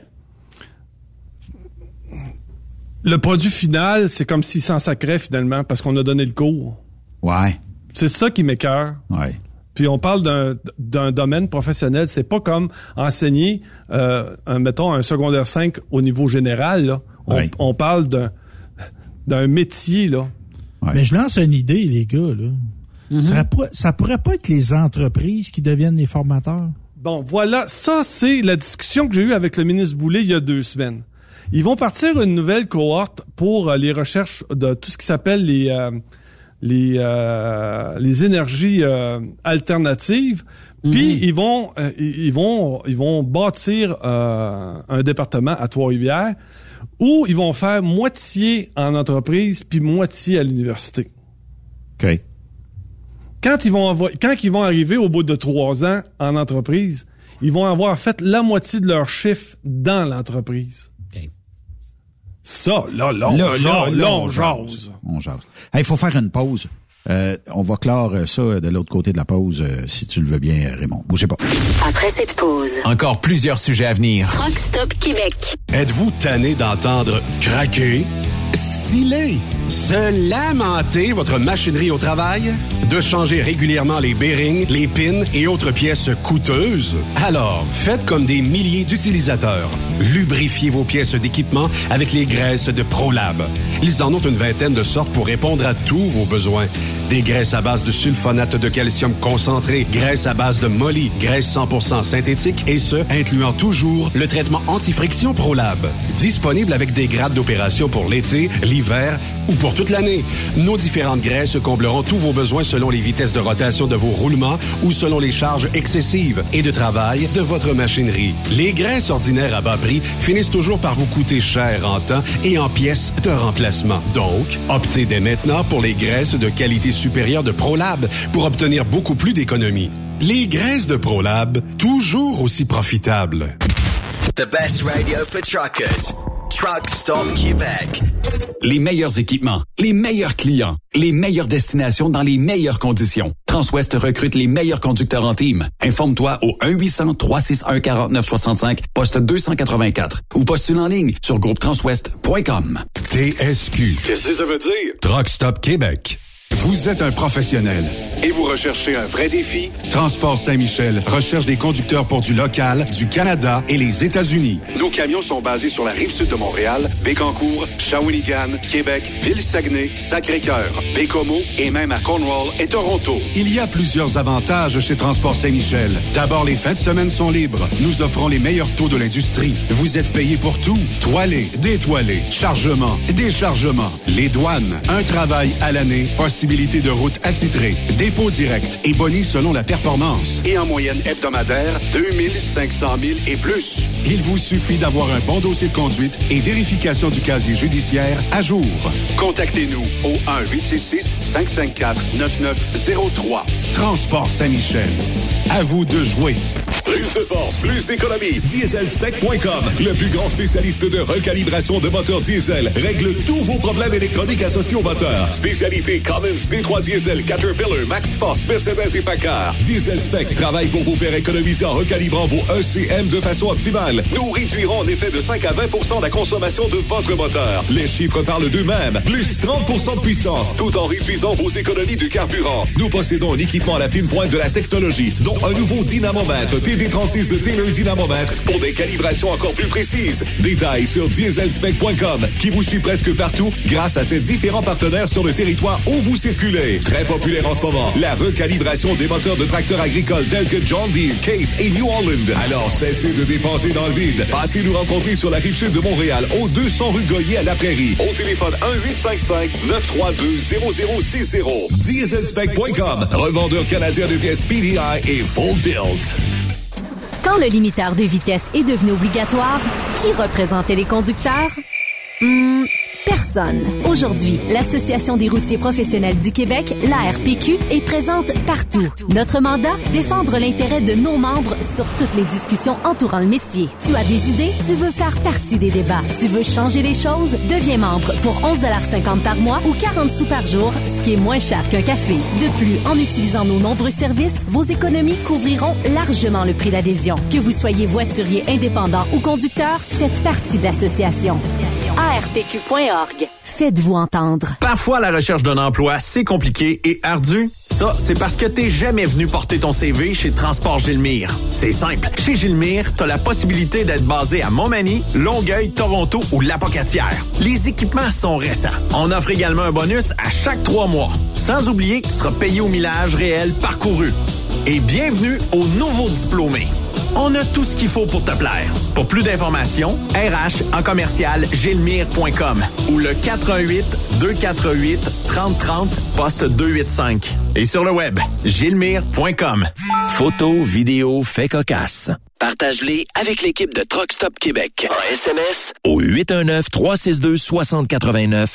Le produit final, c'est comme s'il s'en sacrait finalement parce qu'on a donné le cours. Ouais. C'est ça qui m'écoeure. Ouais. Puis on parle d'un, d'un domaine professionnel. C'est pas comme enseigner, euh, un, mettons, un secondaire cinq au niveau général. Là. On, ouais. on parle d'un, d'un métier. Là. Ouais. Mais je lance une idée, les gars. Là. Mm-hmm. Ça, pourrait, ça pourrait pas être les entreprises qui deviennent les formateurs? Bon, voilà. Ça, c'est la discussion que j'ai eue avec le ministre Boulay il y a deux semaines. Ils vont partir une nouvelle cohorte pour euh, les recherches de tout ce qui s'appelle les euh, les euh, les énergies euh, alternatives. Mm-hmm. Puis ils vont euh, ils vont ils vont bâtir euh, un département à Trois-Rivières où ils vont faire moitié en entreprise puis moitié à l'université. OK. Quand ils vont avoir, quand ils vont arriver au bout de trois ans en entreprise, ils vont avoir fait la moitié de leur chiffre dans l'entreprise. Okay. Ça, là, là, là, on, là, là, là, on on jase. jase. On jase. Il hey, faut faire une pause. Euh, on va clore ça de l'autre côté de la pause, euh, si tu le veux bien, Raymond. Bougez pas. Après cette pause, encore plusieurs sujets à venir. Truck Stop Québec. Êtes-vous tanné d'entendre craquer, Sciller, se lamenter votre machinerie au travail, de changer régulièrement les bearings, les pins et autres pièces coûteuses. Alors, faites comme des milliers d'utilisateurs. Lubrifiez vos pièces d'équipement avec les graisses de ProLab. Ils en ont une vingtaine de sortes pour répondre à tous vos besoins. Des graisses à base de sulfonate de calcium concentré, graisses à base de molly, graisse cent pour cent synthétique et ce, incluant toujours le traitement anti-friction ProLab. Disponible avec des grades d'opération pour l'été, l'hiver ou pour toute l'année. Nos différentes graisses combleront tous vos besoins selon les vitesses de rotation de vos roulements ou selon les charges excessives et de travail de votre machinerie. Les graisses ordinaires à bas prix finissent toujours par vous coûter cher en temps et en pièces de remplacement. Donc, optez dès maintenant pour les graisses de qualité supérieure de ProLab pour obtenir beaucoup plus d'économies. Les graisses de ProLab, toujours aussi profitables. The best radio for truckers. Truck Stop Québec. Les meilleurs équipements, les meilleurs clients, les meilleures destinations dans les meilleures conditions. Transwest recrute les meilleurs conducteurs en team. Informe-toi au un huit cents, trois six un, quatre neuf six cinq, poste deux cent quatre-vingt-quatre ou postule en ligne sur groupe transwest point com. T S Q. Qu'est-ce que ça veut dire? Truck Stop Québec. Vous êtes un professionnel et vous recherchez un vrai défi? Transport Saint-Michel recherche des conducteurs pour du local, du Canada et les États-Unis. Nos camions sont basés sur la rive-sud de Montréal, Bécancour, Shawinigan, Québec, Ville-Saguenay, Sacré-Cœur, Bécomo et même à Cornwall et Toronto. Il y a plusieurs avantages chez Transport Saint-Michel. D'abord, les fins de semaine sont libres. Nous offrons les meilleurs taux de l'industrie. Vous êtes payé pour tout. Toilé, détoilé, chargement, déchargement, les douanes, un travail à l'année, possibilité de route attitrée, dépôt direct et boni selon la performance. Et en moyenne hebdomadaire, deux mille cinq cents milles et plus. Il vous suffit d'avoir un bon dossier de conduite et vérification du casier judiciaire à jour. Contactez-nous au un huit six six, cinq cinq quatre, neuf neuf zéro trois. Transport Saint-Michel. À vous de jouer. Plus de force, plus d'économie. diesel spec point com, le plus grand spécialiste de recalibration de moteurs diesel, règle tous vos problèmes électroniques associés au moteur. Spécialité Cummins, D trois Diesel, Caterpillar, MaxForce, Mercedes et Packard. Diesel Spec travaille pour vous faire économiser en recalibrant vos E C M de façon optimale. Nous réduirons en effet de cinq à vingt pour cent la consommation de votre moteur. Les chiffres parlent d'eux-mêmes. Plus trente pour cent de puissance, tout en réduisant vos économies de carburant. Nous possédons un équipement à la fine pointe de la technologie, dont un nouveau dynamomètre T D trente-six de Taylor Dynamomètre pour des calibrations encore plus précises. Détails sur diesel spec point com qui vous suit presque partout grâce à ses différents partenaires sur le territoire où vous circulez. Très populaire en ce moment, la recalibration des moteurs de tracteurs agricoles tels que John Deere, Case et New Holland. Alors cessez de dépenser dans le vide. Passez nous rencontrer sur la rive sud de Montréal, au deux cents rue Goyer à La Prairie. Au téléphone un huit cinq cinq, neuf trois deux, zéro zéro six zéro. diesel spec point com, revendeur canadien de pièces P D I et Full Tilt. Quand le limiteur de vitesse est devenu obligatoire, qui représentait les conducteurs? Hmm, personne. Aujourd'hui, l'Association des routiers professionnels du Québec, l'A R P Q, est présente partout. Notre mandat, défendre l'intérêt de nos membres sur toutes les discussions entourant le métier. Tu as des idées? Tu veux faire partie des débats? Tu veux changer les choses? Deviens membre pour onze cinquante par mois ou quarante sous par jour, ce qui est moins cher qu'un café. De plus, en utilisant nos nombreux services, vos économies couvriront largement le prix d'adhésion. Que vous soyez voiturier indépendant ou conducteur, faites partie de l'association. A R P Q point org. Faites-vous entendre. Parfois, la recherche d'un emploi, c'est compliqué et ardu. Ça, c'est parce que t'es jamais venu porter ton C V chez Transport Gilmire. C'est simple. Chez Gilmire, t'as la possibilité d'être basé à Montmagny, Longueuil, Toronto ou Lapocatière. Les équipements sont récents. On offre également un bonus à chaque trois mois. Sans oublier que tu seras payé au millage réel parcouru. Et bienvenue aux nouveaux diplômés. On a tout ce qu'il faut pour te plaire. Pour plus d'informations, R H en commercial gilmire point com ou le quatre un huit, deux quatre huit, trente trente, poste deux huit cinq. Et sur le web, gilmire point com. Photos, vidéos, faits cocasses. Partage-les avec l'équipe de Truck Stop Québec. En S M S au huit un neuf, trois six deux, six zéro huit neuf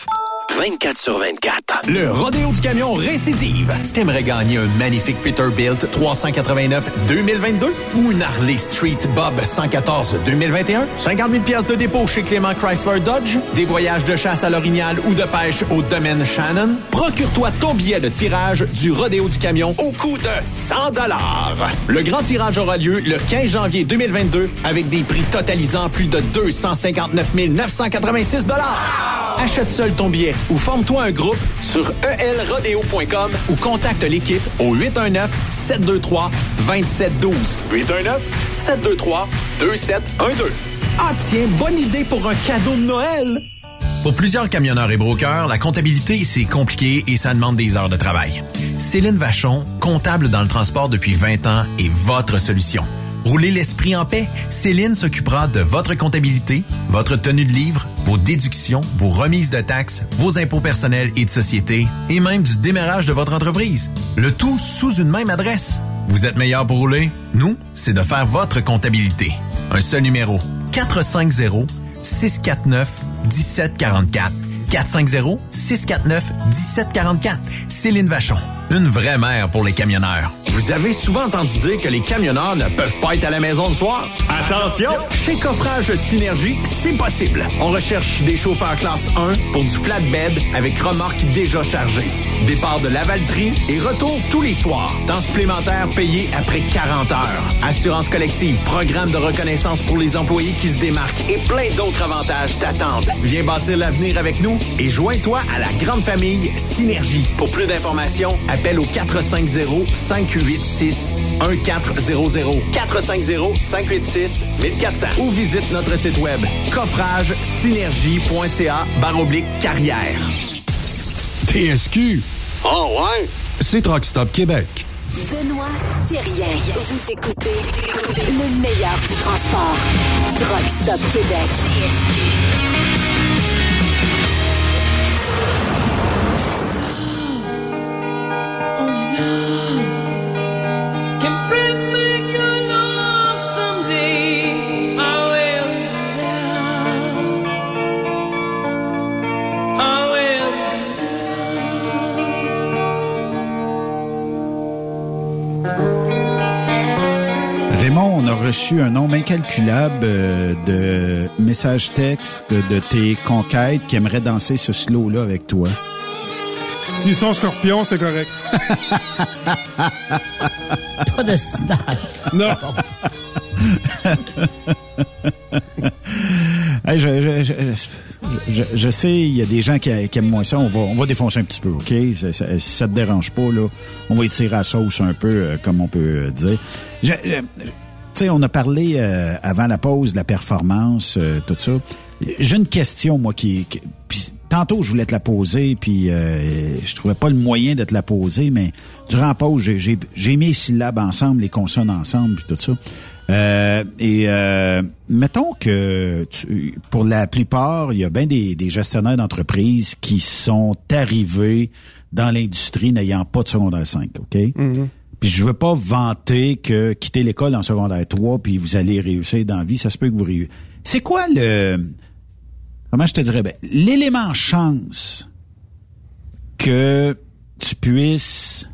vingt-quatre sur vingt-quatre. Le Rodéo du Camion récidive. T'aimerais gagner un magnifique Peterbilt trois cent quatre-vingt-neuf deux mille vingt-deux ou une Harley Street Bob cent quatorze deux mille vingt et un? cinquante mille pièces de dépôt chez Clément Chrysler Dodge? Des voyages de chasse à l'Orignal ou de pêche au domaine Shannon? Procure-toi ton billet de tirage du Rodéo du Camion au coût de cent dollars. Le grand tirage aura lieu le quinze janvier deux mille vingt-deux avec des prix totalisant plus de deux cent cinquante-neuf mille neuf cent quatre-vingt-six dollars. Achète seul ton billet ou forme-toi un groupe sur e l rodeo point com ou contacte l'équipe au huit un neuf, sept deux trois, deux sept un deux. huit un neuf, sept deux trois, deux sept un deux. Ah tiens, bonne idée pour un cadeau de Noël! Pour plusieurs camionneurs et brokers, la comptabilité, c'est compliqué et ça demande des heures de travail. Céline Vachon, comptable dans le transport depuis vingt ans, est votre solution. Roulez l'esprit en paix. Céline s'occupera de votre comptabilité, votre tenue de livre, vos déductions, vos remises de taxes, vos impôts personnels et de société, et même du démarrage de votre entreprise. Le tout sous une même adresse. Vous êtes meilleur pour rouler? Nous, c'est de faire votre comptabilité. Un seul numéro. quatre cinq zéro, six quatre neuf, un sept quatre quatre. quatre cinq zéro, six quatre neuf, un sept quatre quatre. Céline Vachon. Une vraie mère pour les camionneurs. Vous avez souvent entendu dire que les camionneurs ne peuvent pas être à la maison le soir? Attention! Chez Coffrage Synergie, c'est possible. On recherche des chauffeurs classe un pour du flatbed avec remorque déjà chargée. Départ de Lavaltrie et retour tous les soirs. Temps supplémentaire payé après quarante heures. Assurance collective, programme de reconnaissance pour les employés qui se démarquent et plein d'autres avantages t'attendent. Viens bâtir l'avenir avec nous et joins-toi à la grande famille Synergie. Pour plus d'informations, appelle au quatre cinq zéro, cinq huit six, un quatre zéro zéro. quatre cinq zéro, cinq huit six, mille quatre cents ou visite notre site web coffrage synergie point c a barre oblique carrière. T S Q. Oh ouais? C'est Truck Stop Québec. Benoît Thérien. Vous écoutez le meilleur du transport. Truck Stop Québec. T S Q. Raymond, on a reçu un nombre incalculable euh, de messages textes de tes conquêtes qui aimeraient danser ce slow-là avec toi. S'ils sont scorpions, c'est correct. Pas de stinage. Non. Hey, je, je, je, je, je sais, il y a des gens qui, qui aiment moins ça. On va, on va défoncer un petit peu, OK? Ça, ça, si ça te dérange pas, là, on va étirer à la sauce un peu, euh, comme on peut dire. Je, je, tu sais, on a parlé euh, avant la pause de la performance, euh, tout ça. J'ai une question, moi, qui... qui pis, tantôt, je voulais te la poser, puis euh, je trouvais pas le moyen de te la poser, mais durant la pause, j'ai, j'ai, j'ai mis les syllabes ensemble, les consonnes ensemble, puis tout ça. Euh, et euh, mettons que tu, pour la plupart, il y a bien des, des gestionnaires d'entreprises qui sont arrivés dans l'industrie n'ayant pas de secondaire cinq, OK? Mm-hmm. Puis je veux pas vanter que quitter l'école en secondaire trois puis vous allez réussir dans la vie, ça se peut que vous réussissiez. C'est quoi le... Comment je te dirais? Ben, l'élément chance que tu puisses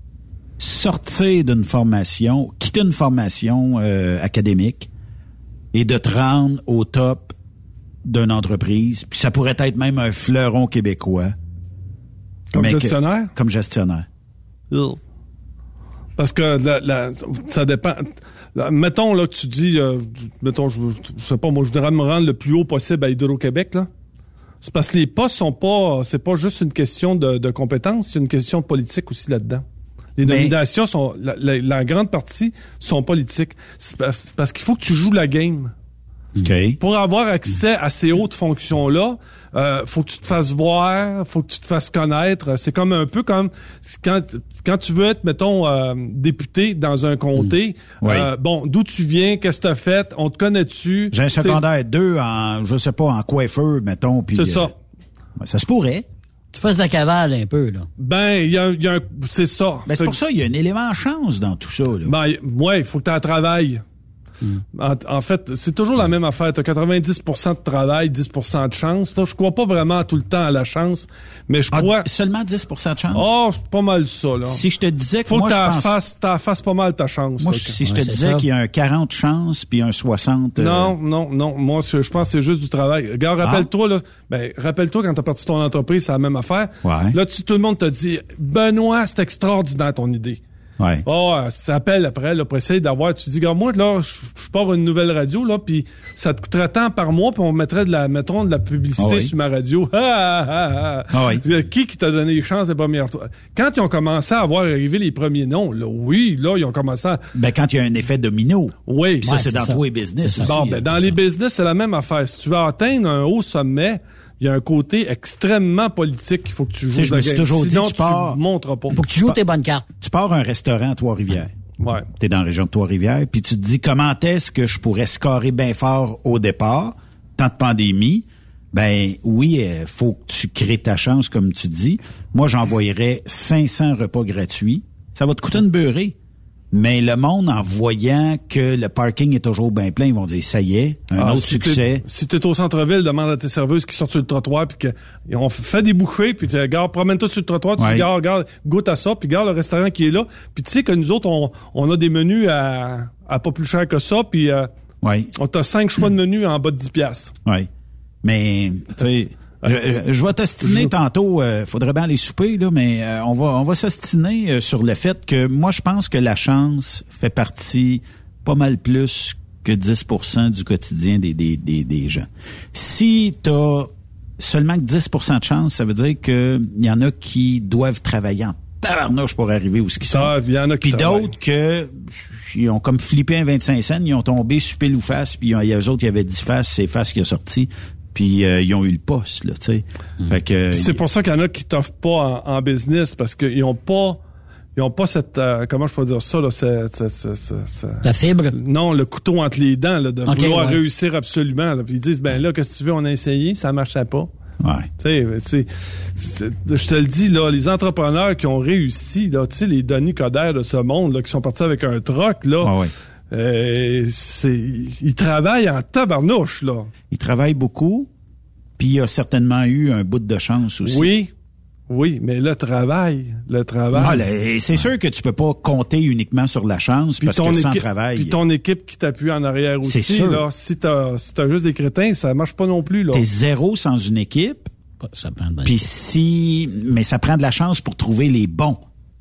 sortir d'une formation, quitter une formation euh, académique et de te rendre au top d'une entreprise, puis ça pourrait être même un fleuron québécois. Comme gestionnaire? Que, comme gestionnaire. Ugh. Parce que la, la, ça dépend. La, mettons là que tu dis, euh, mettons, je, je sais pas, moi je voudrais me rendre le plus haut possible à Hydro-Québec, là. C'est parce que les postes sont pas, c'est pas juste une question de, de compétences, c'est une question politique aussi là-dedans. Les nominations Mais... sont, la, la, la grande partie sont politiques. C'est parce, c'est parce qu'il faut que tu joues la game. Okay. Pour avoir accès à ces hautes fonctions-là, euh, faut que tu te fasses voir, faut que tu te fasses connaître. C'est comme un peu comme quand quand tu veux être, mettons, euh, député dans un comté. Mmh. Oui. Euh, bon, d'où tu viens, qu'est-ce que t'as fait, on te connaît-tu? J'ai un secondaire deux en, je sais pas, en coiffeur, mettons. Pis, c'est ça. Euh, ça se pourrait. Tu fasses la cavale un peu, là. Ben, il y a, y a un, c'est ça. Ben, c'est, c'est pour ça, il y a un élément chance dans tout ça, là. Ben, ouais, il faut que tu travailles. Mm. En, en fait, c'est toujours la même affaire. Tu as quatre-vingt-dix pour cent de travail, dix pour cent de chance. Là, je crois pas vraiment tout le temps à la chance, mais je crois... Ah, seulement dix pour cent de chance? Oh, c'est pas mal ça, là. Si je te disais que Faut moi, que je tu pense... fasses, fasses pas mal ta chance. Moi, là, je, si je ouais, te disais ça. Qu'il y a un quarante chances puis un soixante... Euh... Non, non, non. Moi, je pense que c'est juste du travail. Regarde, rappelle-toi, ah. là, ben, rappelle-toi quand t'as parti ton entreprise, c'est la même affaire. Ouais. Là, tu, tout le monde te dit, Benoît, c'est extraordinaire ton idée. Ouais. Oh, ça s'appelle après, là, pour essayer d'avoir, tu dis, regarde, moi, là, je, je pars une nouvelle radio, là, puis ça te coûterait tant par mois, puis on mettrait de la, mettons, de la publicité oh oui. sur ma radio. Ah, ah, ah, ah. Oh oui. Qui qui t'a donné les chances des premières fois? Quand ils ont commencé à voir arriver les premiers noms, là, oui, là, ils ont commencé à... Ben, quand il y a un effet domino. Oui. Ça, ouais, c'est, c'est dans ça. Tous les business aussi. Bon, ben, dans les business, c'est la même affaire. Si tu veux atteindre un haut sommet, il y a un côté extrêmement politique qu'il faut que tu joues. Je me suis toujours Sinon, dit, tu pars... tu montres pas. Il faut que tu joues tes bonnes cartes. Tu pars à un restaurant à Trois-Rivières. Ouais. T'es dans la région de Trois-Rivières, puis tu te dis, comment est-ce que je pourrais scorer bien fort au départ, tant de pandémie? Ben oui, il faut que tu crées ta chance, comme tu dis. Moi, j'envoyerais cinq cents repas gratuits. Ça va te coûter une beurrée. Mais le monde, en voyant que le parking est toujours bien plein, ils vont dire, ça y est, un ah, autre si succès. T'es, si t'es au centre-ville, demande à tes serveuses qui sortent sur le trottoir, puis qu'ils ont fait des bouchées, puis tu regardes, promène-toi sur le trottoir, tu ouais. regardes, regarde, goûte à ça, puis regarde le restaurant qui est là. Puis tu sais que nous autres, on, on a des menus à, à pas plus cher que ça, puis euh, ouais. on t'a cinq choix de menus en bas de dix piastres. Oui. Mais, tu sais... Je, je vais t'ostiner tantôt, euh, faudrait bien aller souper, là, mais euh, on va on va s'ostiner euh, sur le fait que moi, je pense que la chance fait partie pas mal plus que dix pour cent du quotidien des, des, des, des gens. Si tu as seulement que dix pour cent de chance, ça veut dire qu'il y en a qui doivent travailler en tabarnouche pour arriver où ce qu'ils sont. Ah, il y en a qui Puis d'autres que ils ont comme flippé un vingt-cinq cents, ils ont tombé sur pile ou face, puis il y a eux autres, il y avait dix faces, c'est face qui a sorti. Puis euh, ils ont eu le poste, là, tu sais. Mmh. Fait que c'est y... pour ça qu'il y en a qui t'offrent pas en, en business parce qu'ils ont pas, ils ont pas cette, euh, comment je peux dire ça là, cette, cette, cette, cette, ta fibre. Non, le couteau entre les dents là, de okay, vouloir ouais. réussir absolument. Là. Puis ils disent ben là, qu'est-ce que tu veux, on a essayé, ça marchait pas. Ouais. Tu sais, c'est, c'est, je te le dis là, les entrepreneurs qui ont réussi, là, tu sais, les Denis Coderre de ce monde là, qui sont partis avec un troc là. Ah ouais. Euh, c'est, ils travaillent en tabarnouche, là. Ils travaillent beaucoup, puis il y a certainement eu un bout de chance aussi. Oui, oui, mais le travail, le travail... Ah, là, c'est sûr que tu peux pas compter uniquement sur la chance, puis parce que sans équipe, travail... Puis ton équipe qui t'appuie en arrière aussi, c'est sûr. Là, si t'as, si t'as juste des crétins, ça marche pas non plus, là. T'es zéro sans une équipe, ça prend de puis si... Mais ça prend de la chance pour trouver les bons.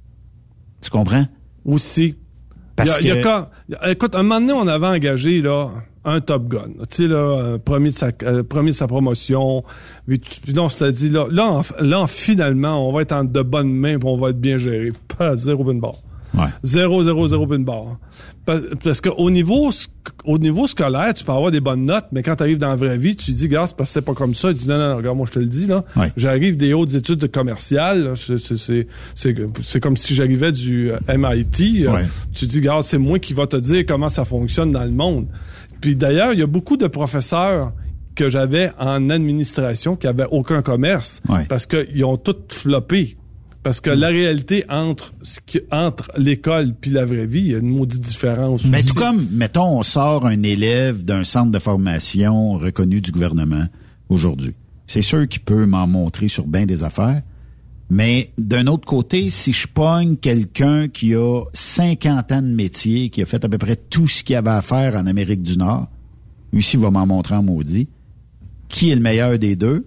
Tu comprends? Aussi. Parce il y a, que... il y a quand, écoute, un moment donné, on avait engagé là un Top Gun. Tu sais, là, premier de sa, euh, premier de sa promotion. Puis, puis là, on s'était dit, là, là, en, là, finalement, on va être en de bonnes mains puis on va être bien géré. Pas zéro pin barre. Ouais. Zéro, zéro, zéro pin barre. Parce qu'au niveau, au niveau scolaire, tu peux avoir des bonnes notes, mais quand tu arrives dans la vraie vie, tu te dis, gars, c'est parce que c'est pas comme ça. Tu dis, non, non, regarde, moi, je te le dis, là. Ouais. J'arrive des hautes études de commercial, là. C'est, c'est, c'est, c'est, c'est comme si j'arrivais du M I T. Ouais. Tu te dis, gars, c'est moi qui va te dire comment ça fonctionne dans le monde. Puis d'ailleurs, il y a beaucoup de professeurs que j'avais en administration qui avaient aucun commerce. Ouais. Parce qu'ils ont tout floppé. Parce que mmh. la réalité entre ce qui, entre l'école puis la vraie vie, il y a une maudite différence. Mais aussi. tout comme, mettons, on sort un élève d'un centre de formation reconnu du gouvernement aujourd'hui. C'est sûr qu'il peut m'en montrer sur bien des affaires. Mais d'un autre côté, si je pogne quelqu'un qui a cinquante ans de métier, qui a fait à peu près tout ce qu'il avait à faire en Amérique du Nord, lui aussi va m'en montrer en maudit. Qui est le meilleur des deux?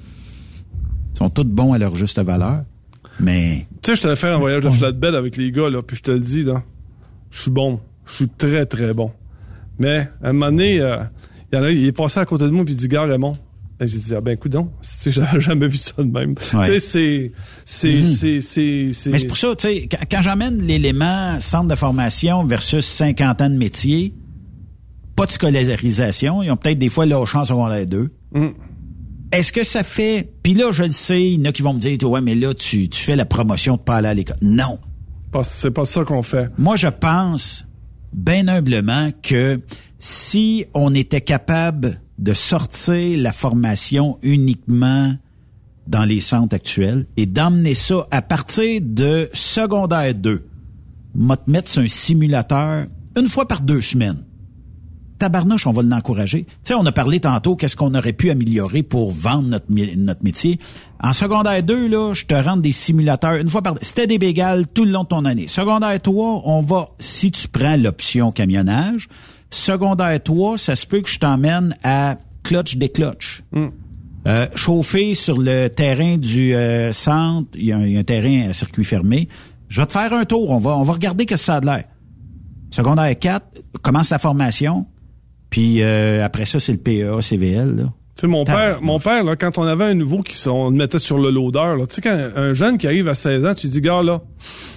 Ils sont tous bons à leur juste valeur. Mais... Tu sais, je t'allais faire un voyage de flatbed avec les gars, là, puis je te le dis, là, je suis bon. Je suis très, très bon. Mais, à un moment donné, euh, il y en a, il est passé à côté de moi, puis il dit, gars, Raymond. Et j'ai dit, ah ben, écoute donc, j'avais jamais vu ça de même. Ouais. Tu sais, c'est, c'est, mmh. c'est, c'est, c'est... Mais c'est pour ça, tu sais, quand, quand j'emmène l'élément centre de formation versus cinquante ans de métier, pas de scolarisation, ils ont peut-être des fois lâché en secondaire deux. Mmh. Est-ce que ça fait... Puis là, je le sais, il y en a qui vont me dire, ouais, mais là, tu, tu fais la promotion de pas aller à l'école. Non. C'est pas ça qu'on fait. Moi, je pense, bien humblement, que si on était capable de sortir la formation uniquement dans les centres actuels et d'emmener ça à partir de secondaire deux, m'a te mettre sur un simulateur une fois par deux semaines. tabarnouche, on va l'encourager. Tu sais, on a parlé tantôt qu'est-ce qu'on aurait pu améliorer pour vendre notre, notre métier. En secondaire deux, là, je te rends des simulateurs une fois par... C'était des bégales tout le long de ton année. Secondaire trois, on va, si tu prends l'option camionnage, secondaire trois, ça se peut que je t'emmène à clutch-déclutch. Mm. Euh, chauffer sur le terrain du euh, centre, il y, a un, il y a un terrain à circuit fermé. Je vais te faire un tour, on va, on va regarder qu'est-ce que ça a de l'air. Secondaire quatre, commence la formation. Puis euh, après ça, c'est le P E A, C V L. Là. Tu sais, mon père, mon père, là, quand on avait un nouveau qui on le mettait sur le loader, tu sais, quand un jeune qui arrive à seize ans, tu dis, gars, là,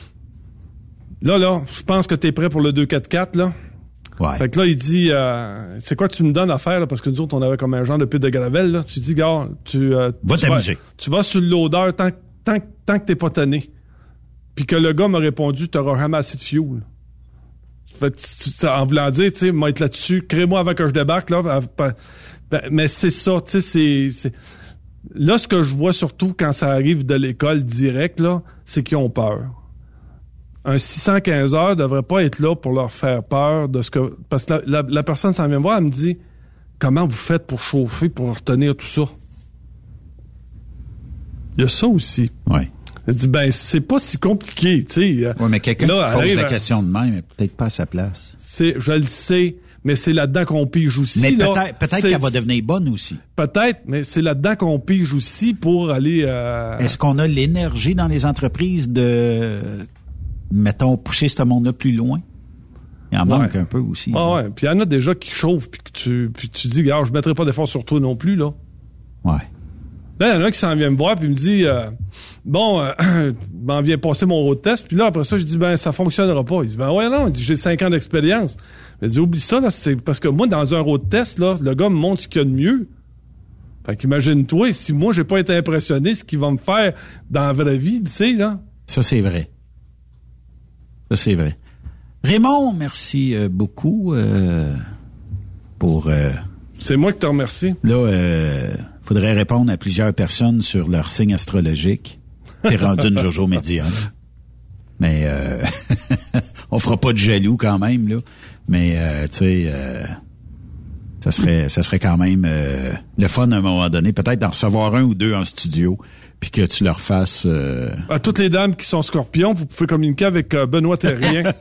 là, là, je pense que t'es prêt pour le deux quatre quatre, là. Ouais. Fait que là, il dit, euh, c'est quoi tu me donnes à faire, là, parce que nous autres, on avait comme un genre de pile de gravel, là. Tu dis, gars, tu, euh, va tu t'amuser. Vas, tu vas sur le loader tant, tant, tant que t'es pas tanné. Puis que le gars m'a répondu, t'auras jamais assez de fuel. Fait que, en voulant dire, tu sais, moi être là-dessus, crée-moi avant que je débarque, là. Ben, mais c'est ça, tu sais, c'est, c'est... Là, ce que je vois surtout quand ça arrive de l'école direct, là, c'est qu'ils ont peur. Un six cent quinze heures devrait pas être là pour leur faire peur de ce que... Parce que la, la, la personne s'en vient me voir, elle me dit, comment vous faites pour chauffer, pour retenir tout ça? Il y a ça aussi. Oui. Elle dit, ben, c'est pas si compliqué, tu sais. Oui, mais quelqu'un là, qui pose la à... question de même est peut-être pas à sa place. C'est, je le sais, mais c'est là-dedans qu'on pige aussi. Mais là. peut-être, peut-être qu'elle va devenir bonne aussi. Peut-être, mais c'est là-dedans qu'on pige aussi pour aller... Euh... Est-ce qu'on a l'énergie dans les entreprises de, mettons, pousser ce monde-là plus loin? Il en manque ouais. un peu aussi. Ah ouais, puis il y en a déjà qui chauffent, puis que tu, puis tu dis, gars, je mettrai pas d'effort sur toi non plus, là. Ouais. Là, il y en a un qui s'en vient me voir puis me dit euh, bon, euh, m'en vient passer mon road test. Puis là, après ça, je dis ben ça fonctionnera pas. Il dit ben ouais non, il dit, j'ai cinq ans d'expérience. Il dit oublie ça là, c'est parce que moi dans un road test là, le gars me montre ce qu'il y a de mieux. Fait qu'imagine-toi si moi j'ai pas été impressionné, ce qu'il va me faire dans la vraie vie, tu sais là. Ça c'est vrai. Ça c'est vrai. Raymond, merci euh, beaucoup euh, pour. Euh, c'est moi qui te remercie. Là. Euh, faudrait répondre à plusieurs personnes sur leur signe astrologique. T'es rendu une Jojo médiane. Mais euh, on fera pas de jaloux quand même, là. Mais euh, tu sais, euh, ça serait ça serait quand même euh, le fun à un moment donné, peut-être d'en recevoir un ou deux en studio, puis que tu leur fasses... Euh... À toutes les dames qui sont scorpions, vous pouvez communiquer avec euh, Benoît Terrien.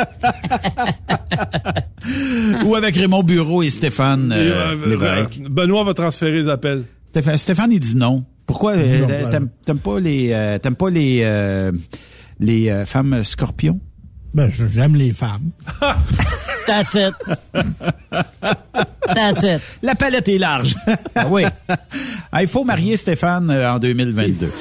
Ou avec Raymond Bureau et Stéphane euh, et, euh, Benoît va transférer les appels. Stéphane, Stéphane, il dit non. Pourquoi? Non, euh, t'aimes, t'aimes pas les, euh, t'aimes pas les, euh, les euh, femmes scorpions? Ben, j'aime les femmes. That's it. That's it. La palette est large. Ah oui. Ah, il faut marier Stéphane euh, en deux mille vingt-deux.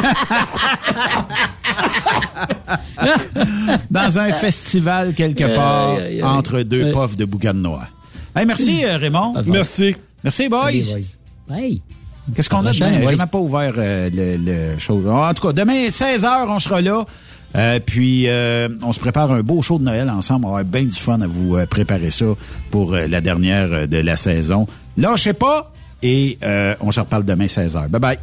Dans un festival quelque part, euh, euh, euh, entre deux euh, puffs de boucan noir. Hey, merci euh, Raymond. Merci. Merci boys. Hey, boys. Hey. Qu'est-ce qu'on a demain? J'ai même pas ouvert euh, le, le show. En tout cas, demain, seize heures, on sera là. Euh, puis, euh, on se prépare un beau show de Noël ensemble. On va avoir bien du fun à vous euh, préparer ça pour euh, la dernière euh, de la saison. Lâchez pas et euh, on se reparle demain, seize heures. Bye-bye.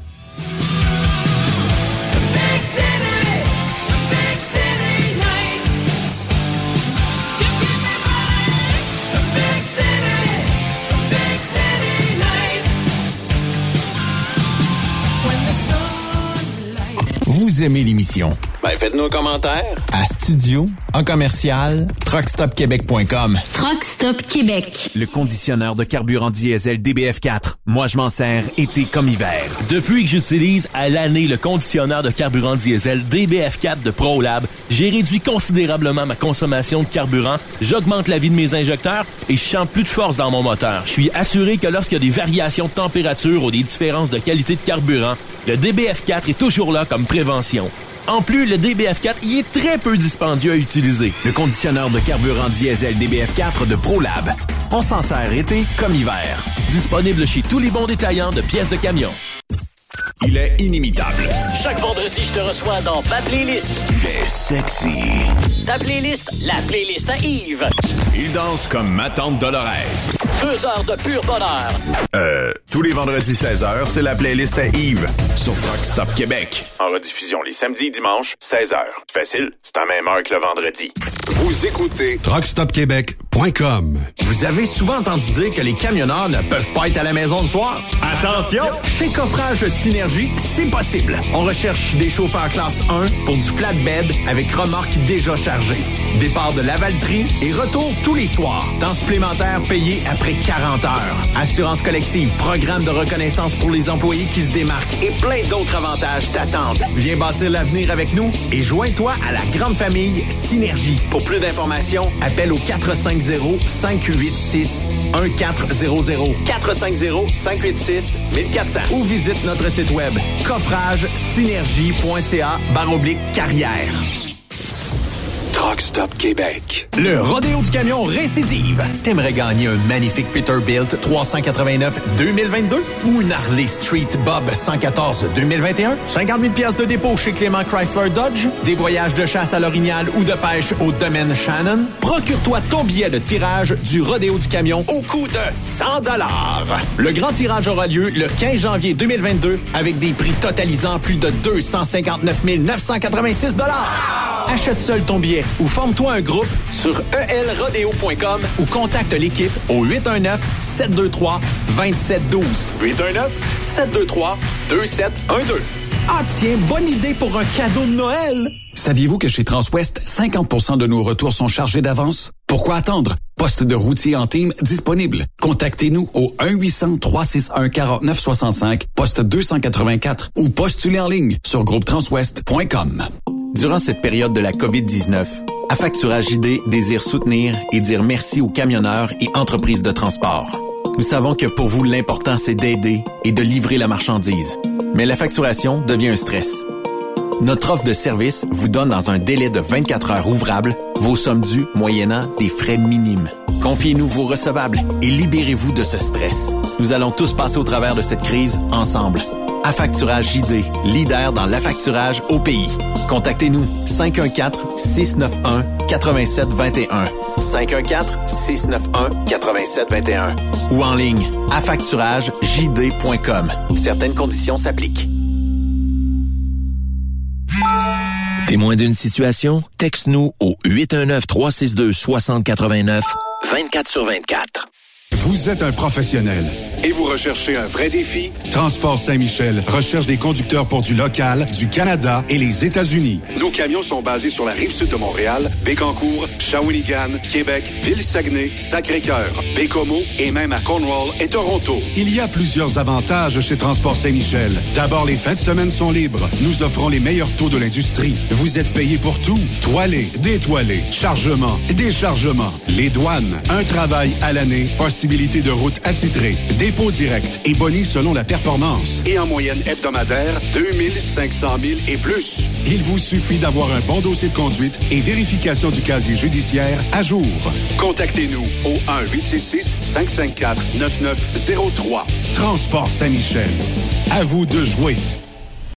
Vous aimez l'émission? Ben, faites-nous un commentaire. À studio, en commercial, truck stop québec point com. Truck Stop Québec. Le conditionneur de carburant diesel D B F quatre. Moi, je m'en sers été comme hiver. Depuis que j'utilise à l'année le conditionneur de carburant diesel D B F quatre de ProLab, j'ai réduit considérablement ma consommation de carburant, j'augmente la vie de mes injecteurs et je sens plus de force dans mon moteur. Je suis assuré que lorsqu'il y a des variations de température ou des différences de qualité de carburant, le D B F quatre est toujours là comme prévention. En plus, le D B F quatre y est très peu dispendieux à utiliser. Le conditionneur de carburant diesel D B F quatre de ProLab. On s'en sert été comme hiver. Disponible chez tous les bons détaillants de pièces de camion. Il est inimitable. Chaque vendredi, je te reçois dans ma playlist. Il est sexy. Ta playlist, la playlist à Yves. Il danse comme ma tante Dolores. Deux heures de pur bonheur. Euh, tous les vendredis seize heures, c'est la playlist à Yves sur Truck Stop Québec. En rediffusion les samedis et dimanches, seize heures. Facile, c'est à même heure que le vendredi. Vous écoutez truck stop québec point com. Vous avez souvent entendu dire que les camionneurs ne peuvent pas être à la maison le soir? Attention! Chez Coffrage Synergie, c'est possible. On recherche des chauffeurs classe un pour du flatbed avec remorque déjà chargée. Départ de Lavaltrie et retour tous les soirs. Temps supplémentaire payé après quarante heures. Assurance collective, programme de reconnaissance pour les employés qui se démarquent et plein d'autres avantages t'attendent. Viens bâtir l'avenir avec nous et joins-toi à la grande famille Synergie. Pour plus d'informations, appelle au quatre cinq zéro, cinq huit six, un quatre zéro zéro, quatre cinq zéro, cinq huit six, mille quatre cents ou visite notre site web coffrage synergie point c a barre oblique carrière. Truck Stop Québec. Le rodéo du camion récidive. T'aimerais gagner un magnifique Peterbilt trois cent quatre-vingt-neuf deux mille vingt-deux ou une Harley Street Bob cent quatorze deux mille vingt et un? cinquante mille piastres de dépôt chez Clément Chrysler Dodge? Des voyages de chasse à l'Orignal ou de pêche au domaine Shannon? Procure-toi ton billet de tirage du rodéo du camion au coût de cent dollars. Le grand tirage aura lieu le quinze janvier deux mille vingt-deux avec des prix totalisant plus de deux cent cinquante-neuf mille neuf cent quatre-vingt-six dollars. Achète seul ton billet ou forme-toi un groupe sur e l rodeo point com ou contacte l'équipe au huit un neuf, sept deux trois, deux sept un deux. huit un neuf, sept deux trois, deux sept un deux. Ah tiens, bonne idée pour un cadeau de Noël! Saviez-vous que chez Transwest, cinquante pour cent de nos retours sont chargés d'avance? Pourquoi attendre? Poste de routier en team disponible. Contactez-nous au un huit cents, trois six un, quatre neuf six cinq, poste deux cent quatre-vingt-quatre ou postulez en ligne sur groupe transwest point com. Durant cette période de la covid dix-neuf, Affacturage J D désire soutenir et dire merci aux camionneurs et entreprises de transport. Nous savons que pour vous, l'important, c'est d'aider et de livrer la marchandise. Mais la facturation devient un stress. Notre offre de service vous donne dans un délai de vingt-quatre heures ouvrables vos sommes dues moyennant des frais minimes. Confiez-nous vos recevables et libérez-vous de ce stress. Nous allons tous passer au travers de cette crise ensemble. Affacturage J D, leader dans l'affacturage au pays. Contactez-nous cinq un quatre, six neuf un, huit sept deux un, cinq un quatre, six neuf un, huit sept deux un ou en ligne affacturage j d point com. Certaines conditions s'appliquent. Témoin d'une situation? Texte-nous au huit un neuf, trois six deux, six zéro huit neuf, vingt-quatre sur vingt-quatre. Vous êtes un professionnel et vous recherchez un vrai défi? Transport Saint-Michel recherche des conducteurs pour du local, du Canada et les États-Unis. Nos camions sont basés sur la rive sud de Montréal, Bécancour, Shawinigan, Québec, Ville-Saguenay, Sacré-Cœur, Bécomo et même à Cornwall et Toronto. Il y a plusieurs avantages chez Transport Saint-Michel. D'abord, les fins de semaine sont libres. Nous offrons les meilleurs taux de l'industrie. Vous êtes payé pour tout. Toilé, détoilé, chargement, déchargement, les douanes, un travail à l'année, possibilité de route attitrée, dépôt direct et boni selon la performance. Et en moyenne hebdomadaire, deux mille cinq cents milles et plus. Il vous suffit d'avoir un bon dossier de conduite et vérification du casier judiciaire à jour. Contactez-nous au un huit six six, cinq cinq quatre, neuf neuf zéro trois. Transport Saint-Michel. À vous de jouer.